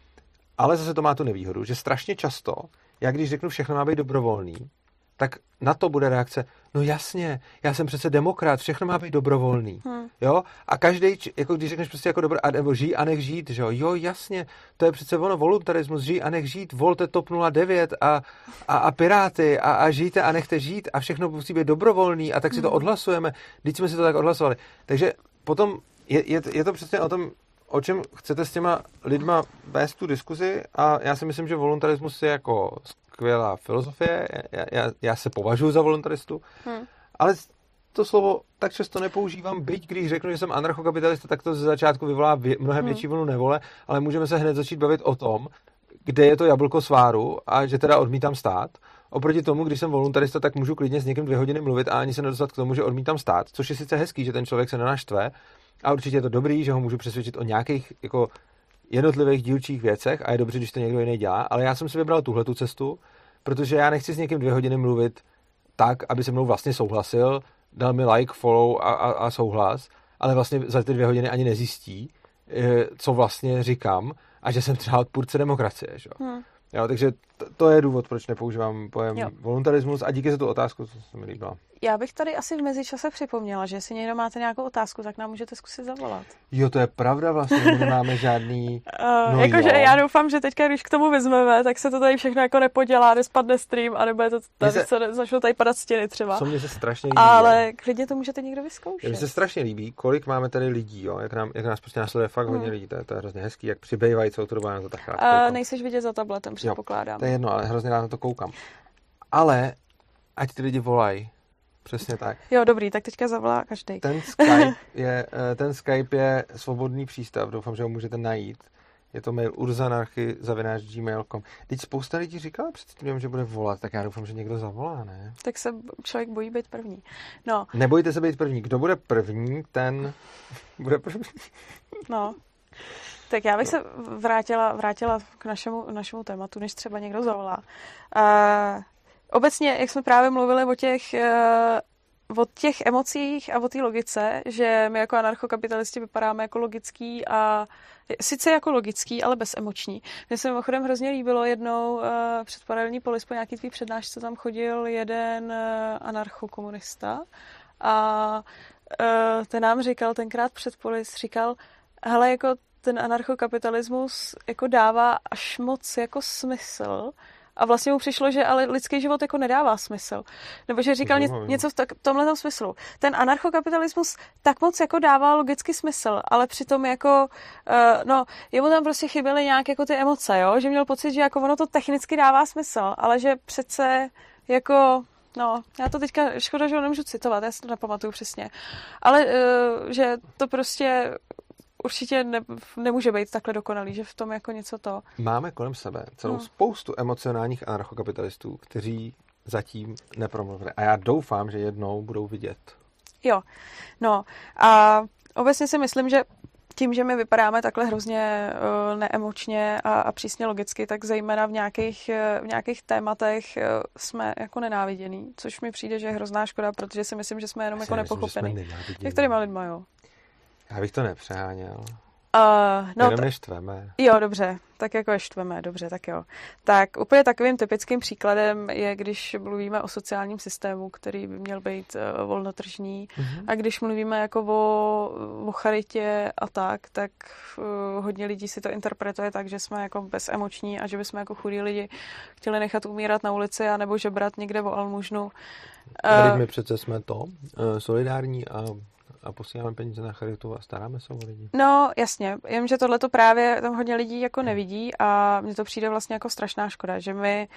Ale zase to má tu nevýhodu, že strašně často, já když řeknu všechno má být dobrovolný, tak na to bude reakce, no jasně, já jsem přece demokrat, všechno má být dobrovolný, hmm. jo, a každý, jako když řekneš prostě jako dobro, a, nebo žij a nech žít, že jo, jo, jasně, to je přece ono, voluntarismus, žij a nech žít, volte TOP nula devět a, a, a Piráty a, a žijte a nechte žít a všechno musí být dobrovolný a tak si to odhlasujeme, když jsme si to tak odhlasovali, takže potom je, je, je to přesně o tom, o čem chcete s těma lidma vést tu diskuzi a já si myslím, že voluntarismus je jako skvělá filozofie, já, já, já se považuji za voluntaristu, hmm. ale to slovo tak často nepoužívám, byť když řeknu, že jsem anarchokapitalista, tak to ze začátku vyvolá vě, mnohem hmm. větší vlnu nevole, ale můžeme se hned začít bavit o tom, kde je to jablko sváru a že teda odmítám stát. Oproti tomu, když jsem voluntarista, tak můžu klidně s někým dvě hodiny mluvit a ani se nedostat k tomu, že odmítám stát, což je sice hezký, že ten člověk se nenaštve a určitě je to dobrý, že ho můžu přesvědčit o nějakých jako jednotlivých dílčích věcech a je dobře, když to někdo jiný dělá, ale já jsem si vybral tuhletu cestu, protože já nechci s někým dvě hodiny mluvit tak, aby se mnou vlastně souhlasil, dal mi like, follow a, a, a souhlas, ale vlastně za ty dvě hodiny ani nezjistí, co vlastně říkám a že jsem třeba odpůrce demokracie. Že? Hmm. Jo, takže to, to je důvod, proč nepoužívám pojem jo. voluntarismus a díky za tu otázku, co se mi líbila. Já bych tady asi v mezičase připomněla, že jestli někdo máte nějakou otázku, tak nám můžete zkusit zavolat. Jo, to je pravda vlastně, my nemáme žádný... Uh, no jakože já doufám, že teďka, když k tomu vezmeme, tak se to tady všechno jako nepodělá, nespadne stream a nebo je to tady, se... co začnou tady padat stěny třeba. Co mě se strašně líbí. Ale klidně to můžete někdo vyzkoušet. Mně se strašně líbí, kolik máme tady lidí, jo, jak, nám, jak nás prostě následuje fakt hmm. hodně lidí, to je, to je hrozně hezký, jak přibývají celou tu dobu na to tak rád. Uh, nejseš vidět za tabletem, předpokládám. To je jedno, ale hrozně rád na to koukám. Ale ať ty lidi volají. Přesně tak. Jo, dobrý, tak teďka zavolá každý. Ten Skype je, ten Skype je svobodný přístav, doufám, že ho můžete najít. Je to mail urzanarchy zavináč gmail tečka com. Teď spousta lidí říkala před tím, že bude volat, tak já doufám, že někdo zavolá, ne? Tak se člověk bojí být první. No. Nebojte se být první. Kdo bude první, ten bude první. No. Tak já bych se vrátila, vrátila k našemu, našemu tématu, než třeba někdo zavolá. Uh, obecně, jak jsme právě mluvili o těch, uh, o těch emocích a o té logice, že my jako anarchokapitalisti vypadáme jako logický a sice jako logický, ale bez emoční. Mně se mimochodem hrozně líbilo jednou uh, před paralelní polis po nějaký tvý přednášce tam chodil jeden uh, anarchokomunista a uh, ten nám říkal tenkrát před polis, říkal, hele, jako ten anarchokapitalismus jako dává až moc jako smysl a vlastně mu přišlo, že ale lidský život jako nedává smysl. Nebo že říkal ně, něco v tak, tomhletom smyslu. Ten anarchokapitalismus tak moc jako dává logický smysl, ale přitom jako, uh, no, jemu tam prostě chyběly nějak jako ty emoce, jo? Že měl pocit, že jako ono to technicky dává smysl, ale že přece jako... No, já to teďka, škoda, že ho nemůžu citovat, já si to nepamatuju přesně. Ale uh, že to prostě určitě ne, nemůže být takhle dokonalý, že v tom jako něco to. Máme kolem sebe celou no. spoustu emocionálních anarchokapitalistů, kteří zatím nepromluvili. A já doufám, že jednou budou vidět. Jo, no a obecně si myslím, že tím, že my vypadáme takhle hrozně uh, neemočně a, a přísně logicky, tak zejména v nějakých, v nějakých tématech uh, jsme jako nenáviděný, což mi přijde, že je hrozná škoda, protože si myslím, že jsme jenom já jako nepochopení. Některýma lidma, jo. Já bych to nepřeháněl. Uh, no, Jenom neštveme. Jo, dobře, tak jako je štveme, dobře, tak jo. Tak úplně takovým typickým příkladem je, když mluvíme o sociálním systému, který by měl být uh, volnotržní, mm-hmm. a když mluvíme jako o, o charitě a tak, tak uh, hodně lidí si to interpretuje tak, že jsme jako bezemoční a že bychom jako chudí lidi chtěli nechat umírat na ulici a nebo žebrat někde o almužnu. Uh, my přece jsme to, uh, solidární a a posíláme peníze na charitu a staráme se o lidi. No, jasně. Jenže tohle to právě tam hodně lidí jako nevidí a mně to přijde vlastně jako strašná škoda, že my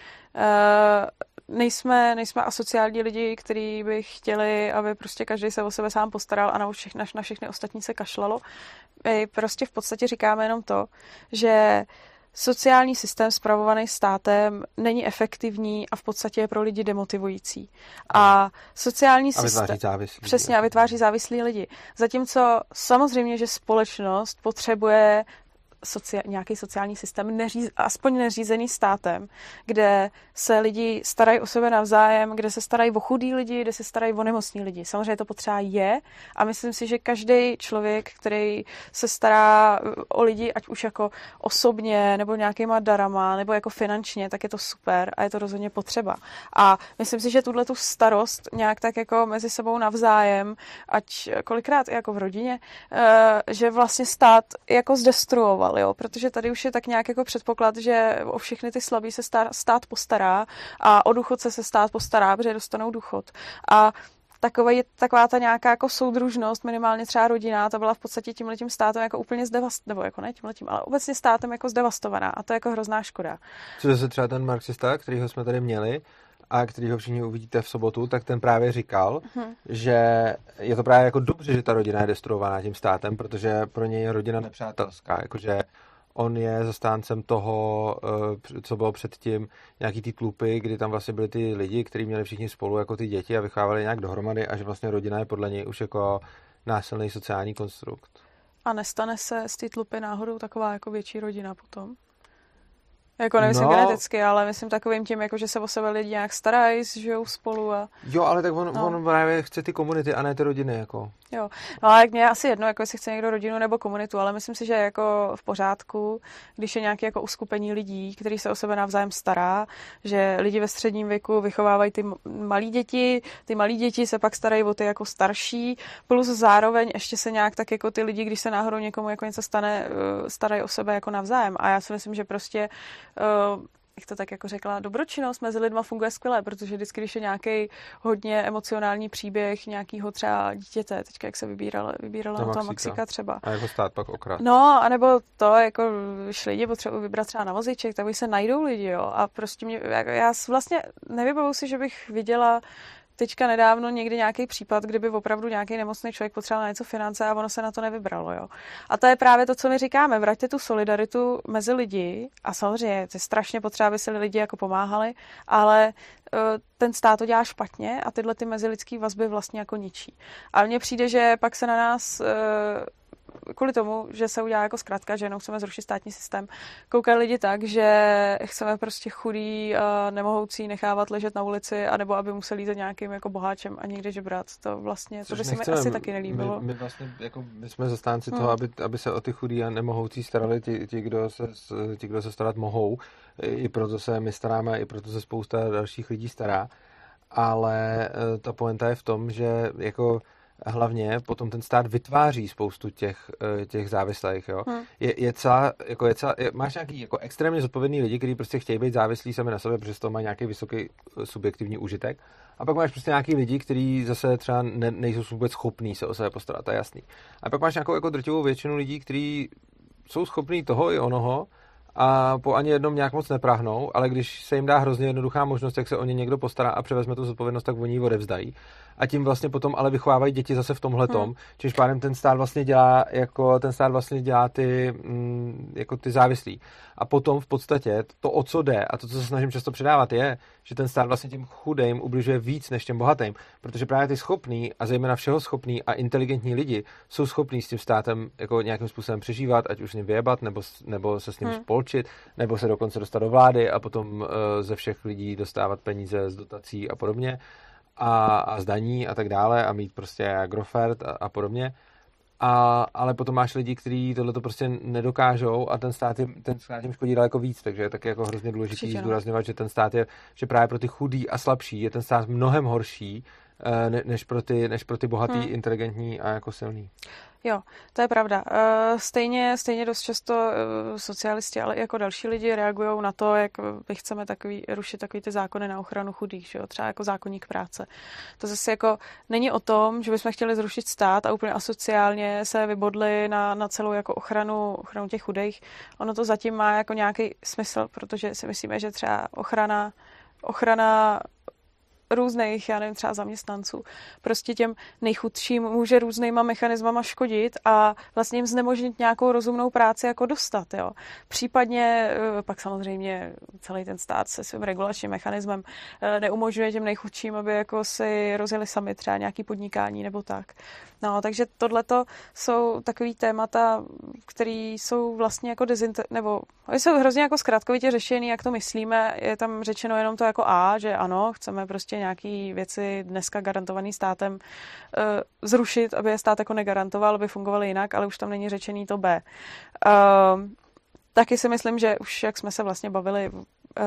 uh, nejsme, nejsme asociální lidi, kteří by chtěli, aby prostě každý se o sebe sám postaral a na všechny, na všechny ostatní se kašlalo. My prostě v podstatě říkáme jenom to, že sociální systém spravovaný státem není efektivní a v podstatě je pro lidi demotivující. A sociální a systém... závislí. Přesně, a vytváří závislí lidi. Zatímco samozřejmě, že společnost potřebuje socia- nějaký sociální systém, neříz, aspoň neřízený státem, kde se lidi starají o sebe navzájem, kde se starají o chudý lidi, kde se starají o nemocní lidi. Samozřejmě to potřeba je a myslím si, že každý člověk, který se stará o lidi, ať už jako osobně, nebo nějakýma darama, nebo jako finančně, tak je to super a je to rozhodně potřeba. A myslím si, že tuhle tu starost nějak tak jako mezi sebou navzájem, ať kolikrát i jako v rodině, že vlastně stát jako zdestruoval, jo? Protože tady už je tak nějak jako předpoklad, že o všechny ty slabý se stát postará a o důchodce se stát postará, protože dostanou důchod. A Taková, je, taková ta nějaká jako soudružnost, minimálně třeba rodina, ta byla v podstatě tímhletím státem jako úplně zdevastovaná, nebo jako ne tímhletím, ale obecně státem jako zdevastovaná a to je jako hrozná škoda. Co zase třeba ten marxista, kterýho jsme tady měli a kterýho všichni uvidíte v sobotu, tak ten právě říkal, hmm. že je to právě jako dobře, že ta rodina je destruovaná tím státem, protože pro něj je rodina nepřátelská, jakože on je zastáncem toho, co bylo předtím, nějaký ty tlupy, kdy tam vlastně byli ty lidi, kteří měli všichni spolu jako ty děti a vychovávali nějak dohromady a že vlastně rodina je podle něj už jako násilný sociální konstrukt. A nestane se z té tlupy náhodou taková jako větší rodina potom? Jako nemyslím no, geneticky, ale myslím takovým tím, jako že se o sebe lidi nějak starají, žijou spolu a... Jo, ale tak on, no. on právě chce ty komunity a ne ty rodiny, jako... Jo, no ale mě je asi jedno, jako jestli chce někdo rodinu nebo komunitu, ale myslím si, že je jako v pořádku, když je nějaké jako uskupení lidí, který se o sebe navzájem stará, že lidi ve středním věku vychovávají ty malí děti, ty malí děti se pak starají o ty jako starší, plus zároveň ještě se nějak tak jako ty lidi, když se náhodou někomu jako něco stane, starají o sebe jako navzájem. A já si myslím, že prostě Uh, jak to tak jako řekla, dobročinnost mezi lidma funguje skvěle, protože vždycky, když je nějaký hodně emocionální příběh nějakého třeba dítěte, teďka jak se vybírala, vybírala ta Maxika. Maxika třeba. A jako stát pak okrát. No, anebo to, jako když lidi potřebují vybrat třeba na vozíček, tak se najdou lidi, jo. A prostě mě, já vlastně nevybavuji si, že bych viděla teďka nedávno někdy nějaký případ, kdyby opravdu nějaký nemocný člověk potřeboval na něco finance a ono se na to nevybralo. Jo. A to je právě to, co my říkáme. Vraťte tu solidaritu mezi lidi a samozřejmě je strašně potřeba, aby se lidi jako pomáhali, ale uh, ten stát to dělá špatně a tyhle ty mezilidský vazby vlastně jako ničí. A mně přijde, že pak se na nás... Uh, kvůli tomu, že se udělá jako zkrátka, že jenom chceme zrušit státní systém, koukají lidi tak, že chceme prostě chudý a nemohoucí nechávat ležet na ulici, anebo aby museli jít za nějakým jako boháčem a někde žebrat. To vlastně, to by se mi asi taky nelíbilo. My, my vlastně jako, my jsme zastánci hmm. toho, aby, aby se o ty chudý a nemohoucí starali ti, ti, kdo se, ti, kdo se starat mohou. I proto se my staráme, i proto se spousta dalších lidí stará. Ale ta pointa je v tom, že jako hlavně potom ten stát vytváří spoustu těch, těch závislých, jo. Hmm. Je, je celá, jako je celá, je, máš nějaký jako extrémně zodpovědný lidi, kteří prostě chtějí být závislí sami na sobě, protože z toho mají nějaký vysoký subjektivní užitek. A pak máš prostě nějaký lidi, kteří zase třeba ne, nejsou vůbec schopní se o sebe postarat, to je jasný. A pak máš nějakou jako drtivou většinu lidí, kteří jsou schopní toho i onoho, a po ani jednom nějak moc nepráhnou, ale když se jim dá hrozně jednoduchá možnost, jak se o ně někdo postará a převezme tu zodpovědnost, tak oni ji odevzdají. A tím vlastně potom ale vychovávají děti zase v tomhletom, hmm. čímž pádem ten stát vlastně dělá jako ten stát vlastně dělá ty mm, jako ty závislí. A potom v podstatě to, o co jde, a to, co se snažím často předávat, je, že ten stát vlastně těm chudým ubližuje víc než těm bohatým, protože právě ty schopný a zejména všeho schopný a inteligentní lidi jsou schopní s tím státem jako nějakým způsobem přežívat, ať už s ním vyjebat, nebo, nebo se s ním hmm. spolčit, nebo se dokonce dostat do vlády a potom uh, ze všech lidí dostávat peníze z dotací a podobně. A, a zdaní a tak dále a mít prostě Agrofert a, a podobně. A, ale potom máš lidi, kteří tohleto prostě nedokážou a ten stát, je, ten stát jim škodí daleko víc, takže je taky jako hrozně důležitý zdůrazňovat, že ten stát je, že právě pro ty chudý a slabší je ten stát mnohem horší ne, než, pro ty, než pro ty bohatý, hmm. inteligentní a jako silný. Jo, to je pravda. Stejně, stejně dost často socialisti, ale i jako další lidi reagují na to, jak my chceme takový, rušit takový ty zákony na ochranu chudých, že jo? Třeba jako zákoník práce. To zase jako není o tom, že bychom chtěli zrušit stát a úplně asociálně se vybodli na, na celou jako ochranu, ochranu těch chudých. Ono to zatím má jako nějaký smysl, protože si myslíme, že třeba ochrana, ochrana různých, já nevím, třeba zaměstnanců, prostě těm nejchudším může různýma mechanismama škodit a vlastně jim znemožnit nějakou rozumnou práci jako dostat, jo. Případně pak samozřejmě celý ten stát se svým regulačním mechanismem neumožňuje těm nejchudším, aby jako si rozjeli sami třeba nějaký podnikání nebo tak. No, takže tohleto jsou takový témata, které jsou vlastně jako dezinter... nebo jsou hrozně jako zkrátkovitě řešený, jak to myslíme. Je tam řečeno jenom to jako A, že ano, chceme prostě nějaký věci dneska garantovaný státem uh, zrušit, aby je stát jako negarantoval, aby fungovaly jinak, ale už tam není řečený to B. Uh, taky si myslím, že už jak jsme se vlastně bavili uh,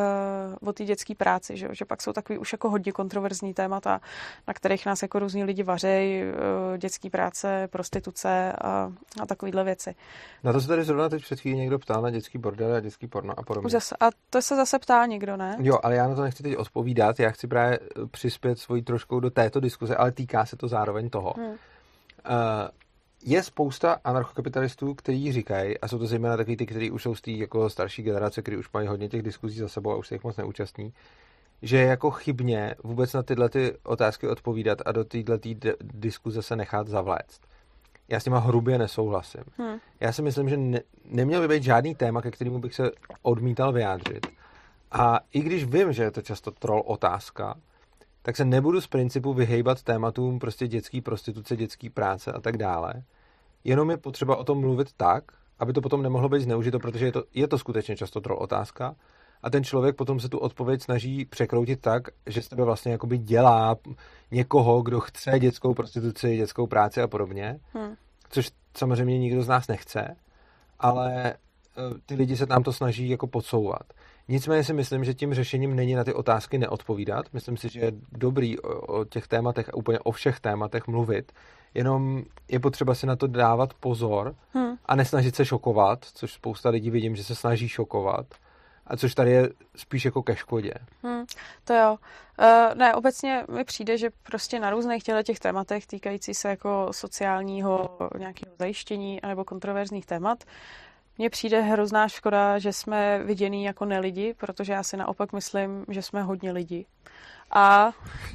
o té dětské práci, že, že pak jsou takový už jako hodně kontroverzní témata, na kterých nás jako různí lidi vařejí, uh, dětské práce, prostituce a, a takovýhle věci. Na to se tady zrovna teď před chvílí někdo ptal na dětský bordel a dětský porno a podobně. Zase, a to se zase ptá někdo, ne? Jo, ale já na to nechci teď odpovídat, já chci právě přispět svojí troškou do této diskuze, ale týká se to zároveň toho. Hmm. Uh, Je spousta anarchokapitalistů, kteří říkají, a jsou to zejména takový ty, kteří už jsou z té jako starší generace, kteří už mají hodně těch diskuzí za sebou a už se jich moc neúčastní, že je jako chybně vůbec na tyhle ty otázky odpovídat a do téhle diskuze se nechat zavléct. Já s těma hrubě nesouhlasím. Hmm. Já si myslím, že ne, neměl by být žádný téma, ke kterému bych se odmítal vyjádřit. A i když vím, že je to často troll otázka, tak se nebudu z principu vyhejbat tématům prostě dětský prostituce, dětský práce a tak dále. Jenom je potřeba o tom mluvit tak, aby to potom nemohlo být zneužito, protože je to, je to skutečně často troll otázka a ten člověk potom se tu odpověď snaží překroutit tak, že z tebe vlastně jakoby dělá někoho, kdo chce dětskou prostituci, dětskou práci a podobně, hmm. což samozřejmě nikdo z nás nechce, ale ty lidi se tam to snaží jako podsouvat. Nicméně si myslím, že tím řešením není na ty otázky neodpovídat. Myslím si, že je dobrý o, o těch tématech a úplně o všech tématech mluvit. Jenom je potřeba si na to dávat pozor hmm. a nesnažit se šokovat, což spousta lidí vidím, že se snaží šokovat. A což tady je spíš jako ke škodě. Hmm, to jo. Uh, ne, obecně mi přijde, že prostě na různých těch tématech týkající se jako sociálního nějakého zajištění anebo kontroverzních témat mně přijde hrozná škoda, že jsme viděný jako nelidi, protože já si naopak myslím, že jsme hodně lidi. A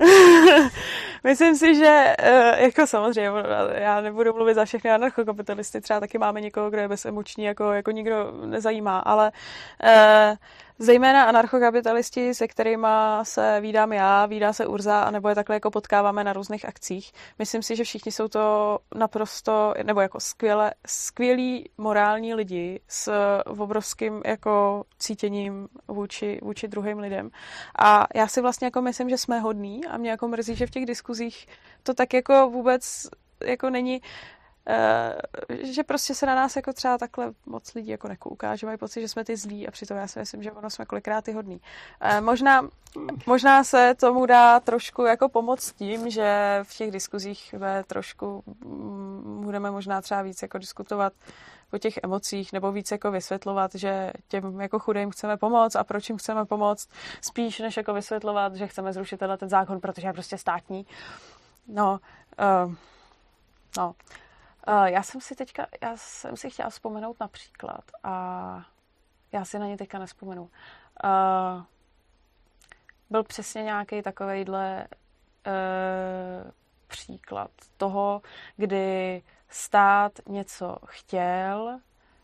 myslím si, že jako samozřejmě, já nebudu mluvit za všechny anarchokapitalisty, třeba taky máme někoho, kdo je bezemoční, jako, jako nikdo nezajímá, ale eh, zejména anarchokapitalisti, se kterými se vídám já, vídá se Urza, anebo je takhle jako potkáváme na různých akcích. Myslím si, že všichni jsou to naprosto, nebo jako skvěle, skvělí morální lidi s obrovským jako cítěním vůči, vůči druhým lidem. A já si vlastně jako myslím, že jsme hodní a mě jako mrzí, že v těch diskuzích to tak jako vůbec jako není, uh, že prostě se na nás jako třeba takhle moc lidí jako nekouká, že mají pocit, že jsme ty zlí a přitom já si myslím, že ono jsme kolikrát ty hodný. Uh, možná, možná se tomu dá trošku jako pomoct tím, že v těch diskuzích trošku um, budeme možná třeba víc jako diskutovat o těch emocích, nebo víc jako vysvětlovat, že těm jako chudým chceme pomoct a proč jim chceme pomoct, spíš než jako vysvětlovat, že chceme zrušit tenhle ten zákon, protože je prostě státní. No, uh, no. Uh, já jsem si teďka, já jsem si chtěla vzpomenout například a Já si na ně teďka nespomenu. Uh, byl přesně nějaký takovejhle uh, příklad toho, kdy stát něco chtěl.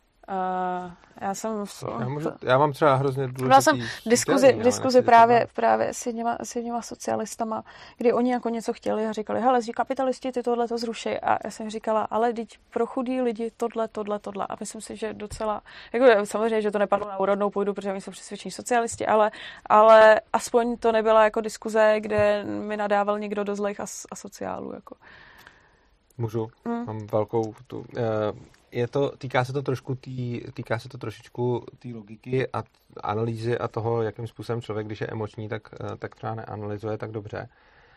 Uh, já jsem... To, já, můžu, já mám třeba hrozně důležitý... Byla jsem v diskuzi, v diskuzi právě, právě s jedněma, s jedněma socialistama, kdy oni jako něco chtěli a říkali, hele, kapitalisti, ty tohle to zruší. A já jsem říkala, ale teď pro chudý lidi tohle, tohle, tohle. A myslím si, že docela... Jako, samozřejmě, že to nepadlo na úrodnou půdu, protože oni jsou přesvědčení socialisti, ale, ale aspoň to nebyla jako diskuze, kde mi nadával někdo do zlejch as, asociálů. Jako. Můžu. Mm. Mám velkou... Tu, uh, Je to, týká se to trošku tý, týká se to trošičku té logiky a analýzy a toho, jakým způsobem člověk, když je emoční, tak, tak třeba neanalyzuje tak dobře.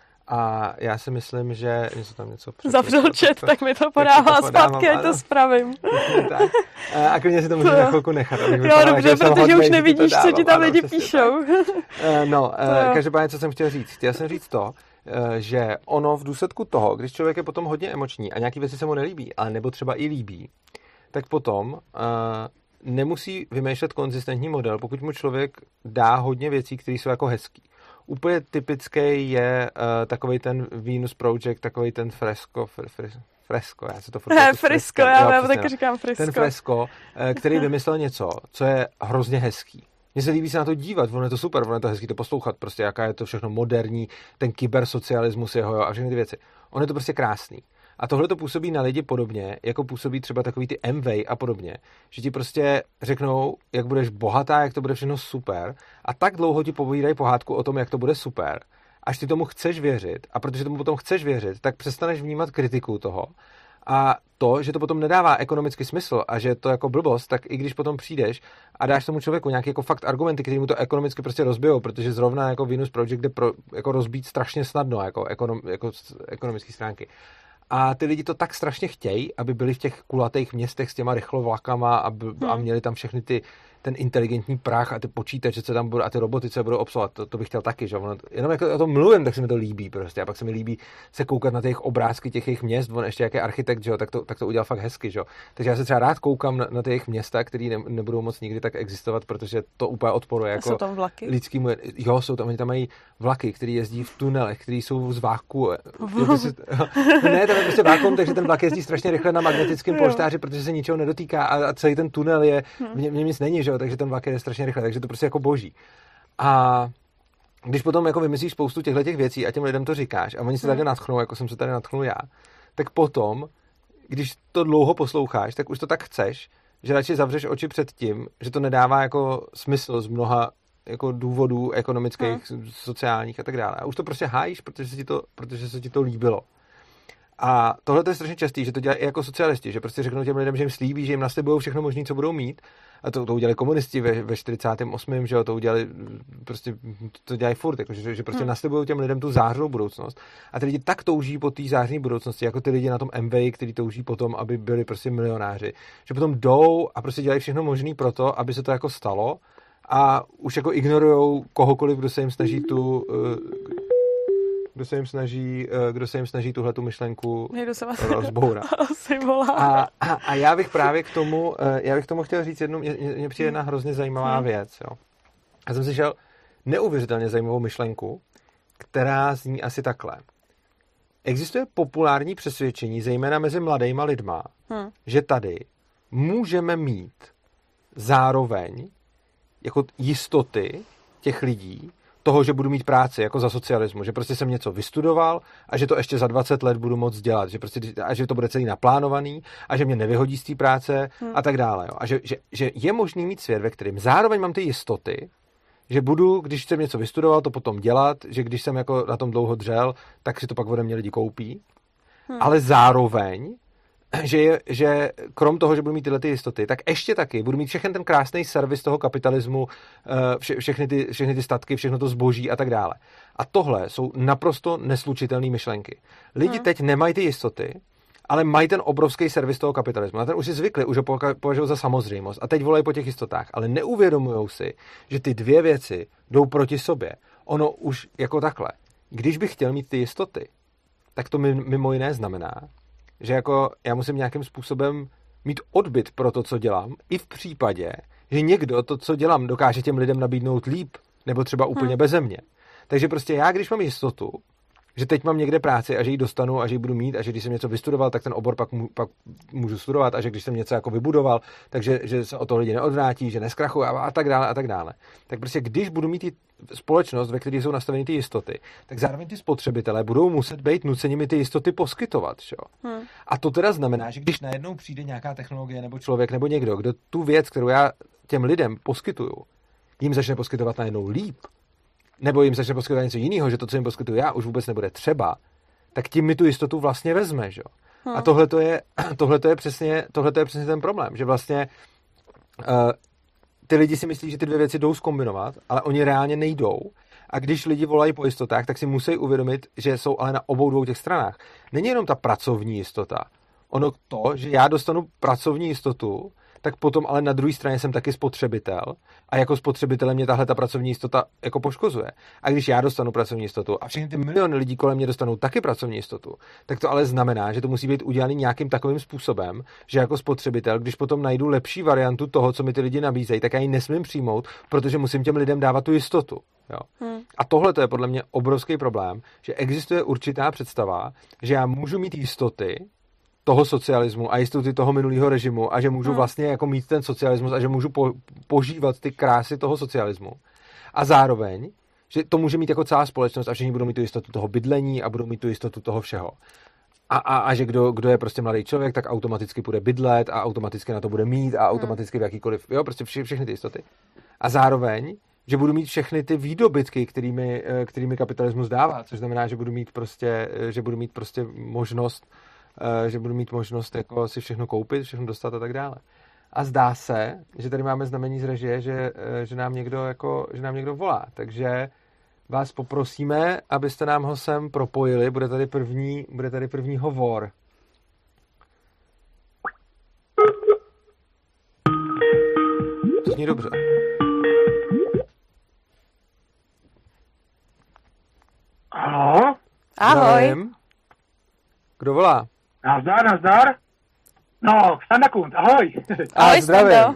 A já si myslím, že něco tam něco... Zavřel chat, tak mi to podává zpátky, ať to spravím. Tak. A klidně si to můžu na chvilku nechat. Jo, dobře, protože už nevidíš, co ti tam lidi píšou. No, každopádně, co jsem chtěl říct. Chtěl jsem říct to, že ono v důsledku toho, když člověk je potom hodně emoční a nějaký věci se mu nelíbí, ale nebo třeba i líbí, tak potom uh, nemusí vymýšlet konzistentní model, pokud mu člověk dá hodně věcí, které jsou jako hezký. Úplně typický je uh, takovej ten Venus Project, takovej ten fresko, fr, fr, fresko, já se to furt... Ne, fresko, já jo, taky říkám fresko. Ten fresko, uh, který vymyslel něco, co je hrozně hezký. Mně se líbí se na to dívat, ono je to super, ono je to hezký to poslouchat, prostě jaká je to všechno moderní, ten kybersocialismus jeho jo, a všechny ty věci. On je to prostě krásný. A tohle to působí na lidi podobně, jako působí třeba takový ty Amway a podobně, že ti prostě řeknou, jak budeš bohatá, jak to bude všechno super a tak dlouho ti povídají pohádku o tom, jak to bude super, až ty tomu chceš věřit a protože tomu potom chceš věřit, tak přestaneš vnímat kritiku toho a to, že to potom nedává ekonomický smysl a že je to jako blbost, tak i když potom přijdeš a dáš tomu člověku nějaký jako fakt argumenty, který mu to ekonomicky prostě rozbijou, protože zrovna jako Venus Project jde pro, jako rozbít strašně snadno jako, ekonom, jako ekonomické stránky. A ty lidi to tak strašně chtějí, aby byli v těch kulatých městech s těma rychlovlakama a, b- hmm. a měli tam všechny ty, ten inteligentní prach a ty počítače, co tam budou a ty roboty, co budou obsluhovat. To, to bych chtěl taky, že ono, jenom jako o tom mluvím, tak se mi to líbí prostě. A pak se mi líbí se koukat na těch obrázky těch jejich měst, on ještě jaký architekt, že jo, tak to, tak to udělal fakt hezky, že jo. Takže já se třeba rád koukám na, na ty jejich města, které ne, nebudou moc nikdy tak existovat, protože to úplně odporuje jako jsou tam vlaky? Lidskýmu. Jo, jsou tam, oni tam mají vlaky, které jezdí v tunelech, které jsou z váku. Ne, tam je prostě vákuum, takže ten vlak jezdí strašně rychle na magnetickém polštáři, protože se ničeho nedotýká a, a celý ten tunel je, v něm nic není, že jo, takže ten vlak je strašně rychle, takže to prostě jako boží. A když potom jako vymyslíš spoustu těchto těch věcí a těm lidem to říkáš a oni se tady nadchnou, jako jsem se tady nadchnul já, tak potom, když to dlouho posloucháš, tak už to tak chceš, že radši zavřeš oči před tím, že to nedává jako smysl z mnoha jako důvodů ekonomických, hmm. sociálních a tak dále. A už to prostě hájíš, protože se ti to, protože se ti to líbilo. A tohle je strašně častý, že to dělají i jako socialisti, že prostě řeknou těm lidem, že jim slíbí, že jim naslibují všechno možné, co budou mít. A to, to udělali komunisti ve, ve čtyřicátém osmém že jo, to udělali, prostě to dělají furt, jako, že, že prostě hmm. naslibují těm lidem tu zářnou budoucnost. A ty lidi tak touží po té zářné budoucnosti, jako ty lidi na tom Amway, kteří touží potom, aby byli prostě milionáři. Že potom jdou a prostě dělají všechno možné pro to, aby se to jako stalo a už jako ignorujou kohokoliv, kdo se jim snaží tu... Uh, kdo se jim snaží, kdo se jim snaží tuhletu myšlenku rozbourat. A, a, a já bych právě k tomu, já bych k tomu chtěl říct jednu, mě přijde jedna hrozně zajímavá věc. Jo. Já jsem slyšel neuvěřitelně zajímavou myšlenku, která zní asi takhle. Existuje populární přesvědčení, zejména mezi mladýma lidma, hmm. že tady můžeme mít zároveň jako jistoty těch lidí, toho, že budu mít práci, jako za socialismu, že prostě jsem něco vystudoval a že to ještě za dvacet let budu moct dělat, že prostě, a že to bude celý naplánovaný a že mě nevyhodí z té práce hmm. a tak dále. Jo. A že, že, že je možný mít svět, ve kterém zároveň mám ty jistoty, že budu, když jsem něco vystudoval, to potom dělat, že když jsem jako na tom dlouho dřel, tak si to pak ode mě lidi koupí, hmm. ale zároveň Že, je, že krom toho, že budu mít tyhle ty jistoty, tak ještě taky budu mít všechny ten krásný servis toho kapitalismu, vše, všechny, ty, všechny ty statky, všechno to zboží a tak dále. A tohle jsou naprosto neslučitelné myšlenky. Lidi hmm. teď nemají ty jistoty, ale mají ten obrovský servis toho kapitalismu. Na ten už si zvykli, už ho považují za samozřejmost. A teď volají po těch jistotách, ale neuvědomují si, že ty dvě věci jdou proti sobě. Ono už jako takhle. Když bych chtěl mít ty jistoty, tak to mimo jiné znamená, že jako já musím nějakým způsobem mít odbyt pro to, co dělám, i v případě, že někdo to, co dělám, dokáže těm lidem nabídnout líp, nebo třeba úplně hmm. beze mě. Takže prostě já, když mám jistotu, že teď mám někde práci a že ji dostanu a že ji budu mít a že když jsem něco vystudoval, tak ten obor pak, mů, pak můžu studovat a že když jsem něco jako vybudoval, takže že se o to lidi neodvrátí, že neskrachují a, a tak dále a tak dále. Tak prostě když budu mít společnost, ve které jsou nastaveny ty jistoty, tak zároveň ty spotřebitelé budou muset být nuceni mi ty jistoty poskytovat. Jo? Hmm. A to teda znamená, že když najednou přijde nějaká technologie nebo člověk nebo někdo, kdo tu věc, kterou já těm lidem poskytuju, jim začne poskytovat najednou líp, nebo jim začne poskytovat něco jiného, že to, co jim poskytuju já, už vůbec nebude třeba, tak tím mi tu jistotu vlastně vezme, že? Hmm. A tohle to je, tohle to je přesně, tohle to je přesně ten problém, že vlastně uh, ty lidi si myslí, že ty dvě věci jdou zkombinovat, ale oni reálně nejdou. A když lidi volají po jistotách, tak si musí uvědomit, že jsou ale na obou dvou těch stranách. Není jenom ta pracovní jistota. Ono to, že já dostanu pracovní jistotu, tak potom ale na druhé straně jsem taky spotřebitel a jako spotřebitele mě tahle ta pracovní jistota jako poškozuje. A když já dostanu pracovní jistotu a všechny ty miliony lidí kolem mě dostanou taky pracovní jistotu, tak to ale znamená, že to musí být udělané nějakým takovým způsobem, že jako spotřebitel, když potom najdu lepší variantu toho, co mi ty lidi nabízejí, tak já ji nesmím přijmout, protože musím těm lidem dávat tu jistotu. Jo. Hmm. A tohle to je podle mě obrovský problém, že existuje určitá představa, že já můžu mít jistoty toho socialismu a jistoty toho minulého režimu a že můžu hmm. vlastně jako mít ten socialismus a že můžu po, požívat ty krásy toho socialismu. A zároveň, že to může mít jako celá společnost a všichni budou mít tu jistotu toho bydlení a budou mít tu jistotu toho všeho. A, a, a že kdo, kdo je prostě mladý člověk, tak automaticky bude bydlet a automaticky na to bude mít a automaticky v jakýkoliv, jo, prostě vše, všechny ty jistoty. A zároveň, že budu mít všechny ty výdobytky, kterými, kterými kapitalismus dává, což znamená, že budu mít prostě, že budu mít prostě možnost že budu mít možnost jako si všechno koupit, všechno dostat a tak dále. A zdá se, že tady máme znamení z režie, že, že, nám někdo jako, že nám někdo volá. Takže vás poprosíme, abyste nám ho sem propojili. Bude tady první, bude tady první hovor. To zní dobře. Ahoj. Ahoj. Kdo volá? Nazdar, nazdar. No, Standa Kund, ahoj. Ahoj, zdravím.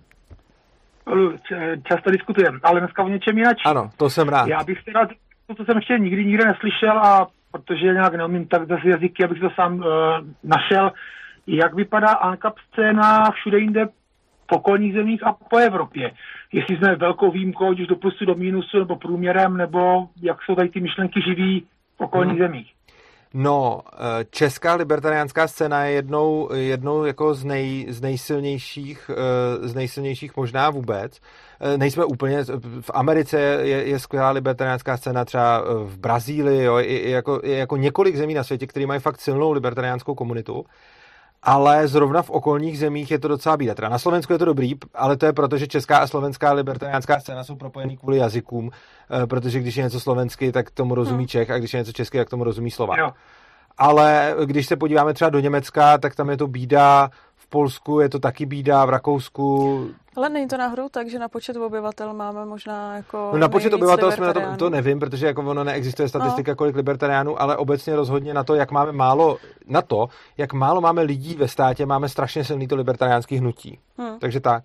Často diskutujeme, ale dneska o něčem jinak. Ano, to jsem rád. Já bych teda, to, co jsem ještě nikdy nikde neslyšel, a protože nějak neumím tak zase jazyky, abych to sám uh, našel, jak vypadá ANCAP scéna všude jinde v okolních zemích a po Evropě. Jestli jsme velkou výjimkou, když do plusu, do mínusu, nebo průměrem, nebo jak jsou tady ty myšlenky živý v okolních hmm. zemích. No, česká libertariánská scéna je jednou, jednou jako z, nej, z nejsilnějších, z nejsilnějších možná vůbec. Nejsme úplně, v Americe je, je skvělá libertariánská scéna, třeba v Brazílii, jo, je, jako, je jako několik zemí na světě, které mají fakt silnou libertariánskou komunitu. Ale zrovna v okolních zemích je to docela bída. Teda na Slovensku je to dobrý, ale to je proto, že česká a slovenská libertariánská scéna jsou propojený kvůli jazykům, protože když je něco slovensky, tak tomu rozumí hmm. Čech, a když je něco česky, tak tomu rozumí Slovák. Jo. Ale když se podíváme třeba do Německa, tak tam je to bída, v Polsku je to taky bída, v Rakousku. Ale není to náhodou tak, že na počet obyvatel máme možná jako no na počet obyvatel jsme na to, to nevím, protože jako ono neexistuje statistika, no. kolik libertariánů, ale obecně rozhodně na to, jak máme málo, na to, jak málo máme lidí ve státě, máme strašně silný to libertariánský hnutí. Hmm. Takže tak.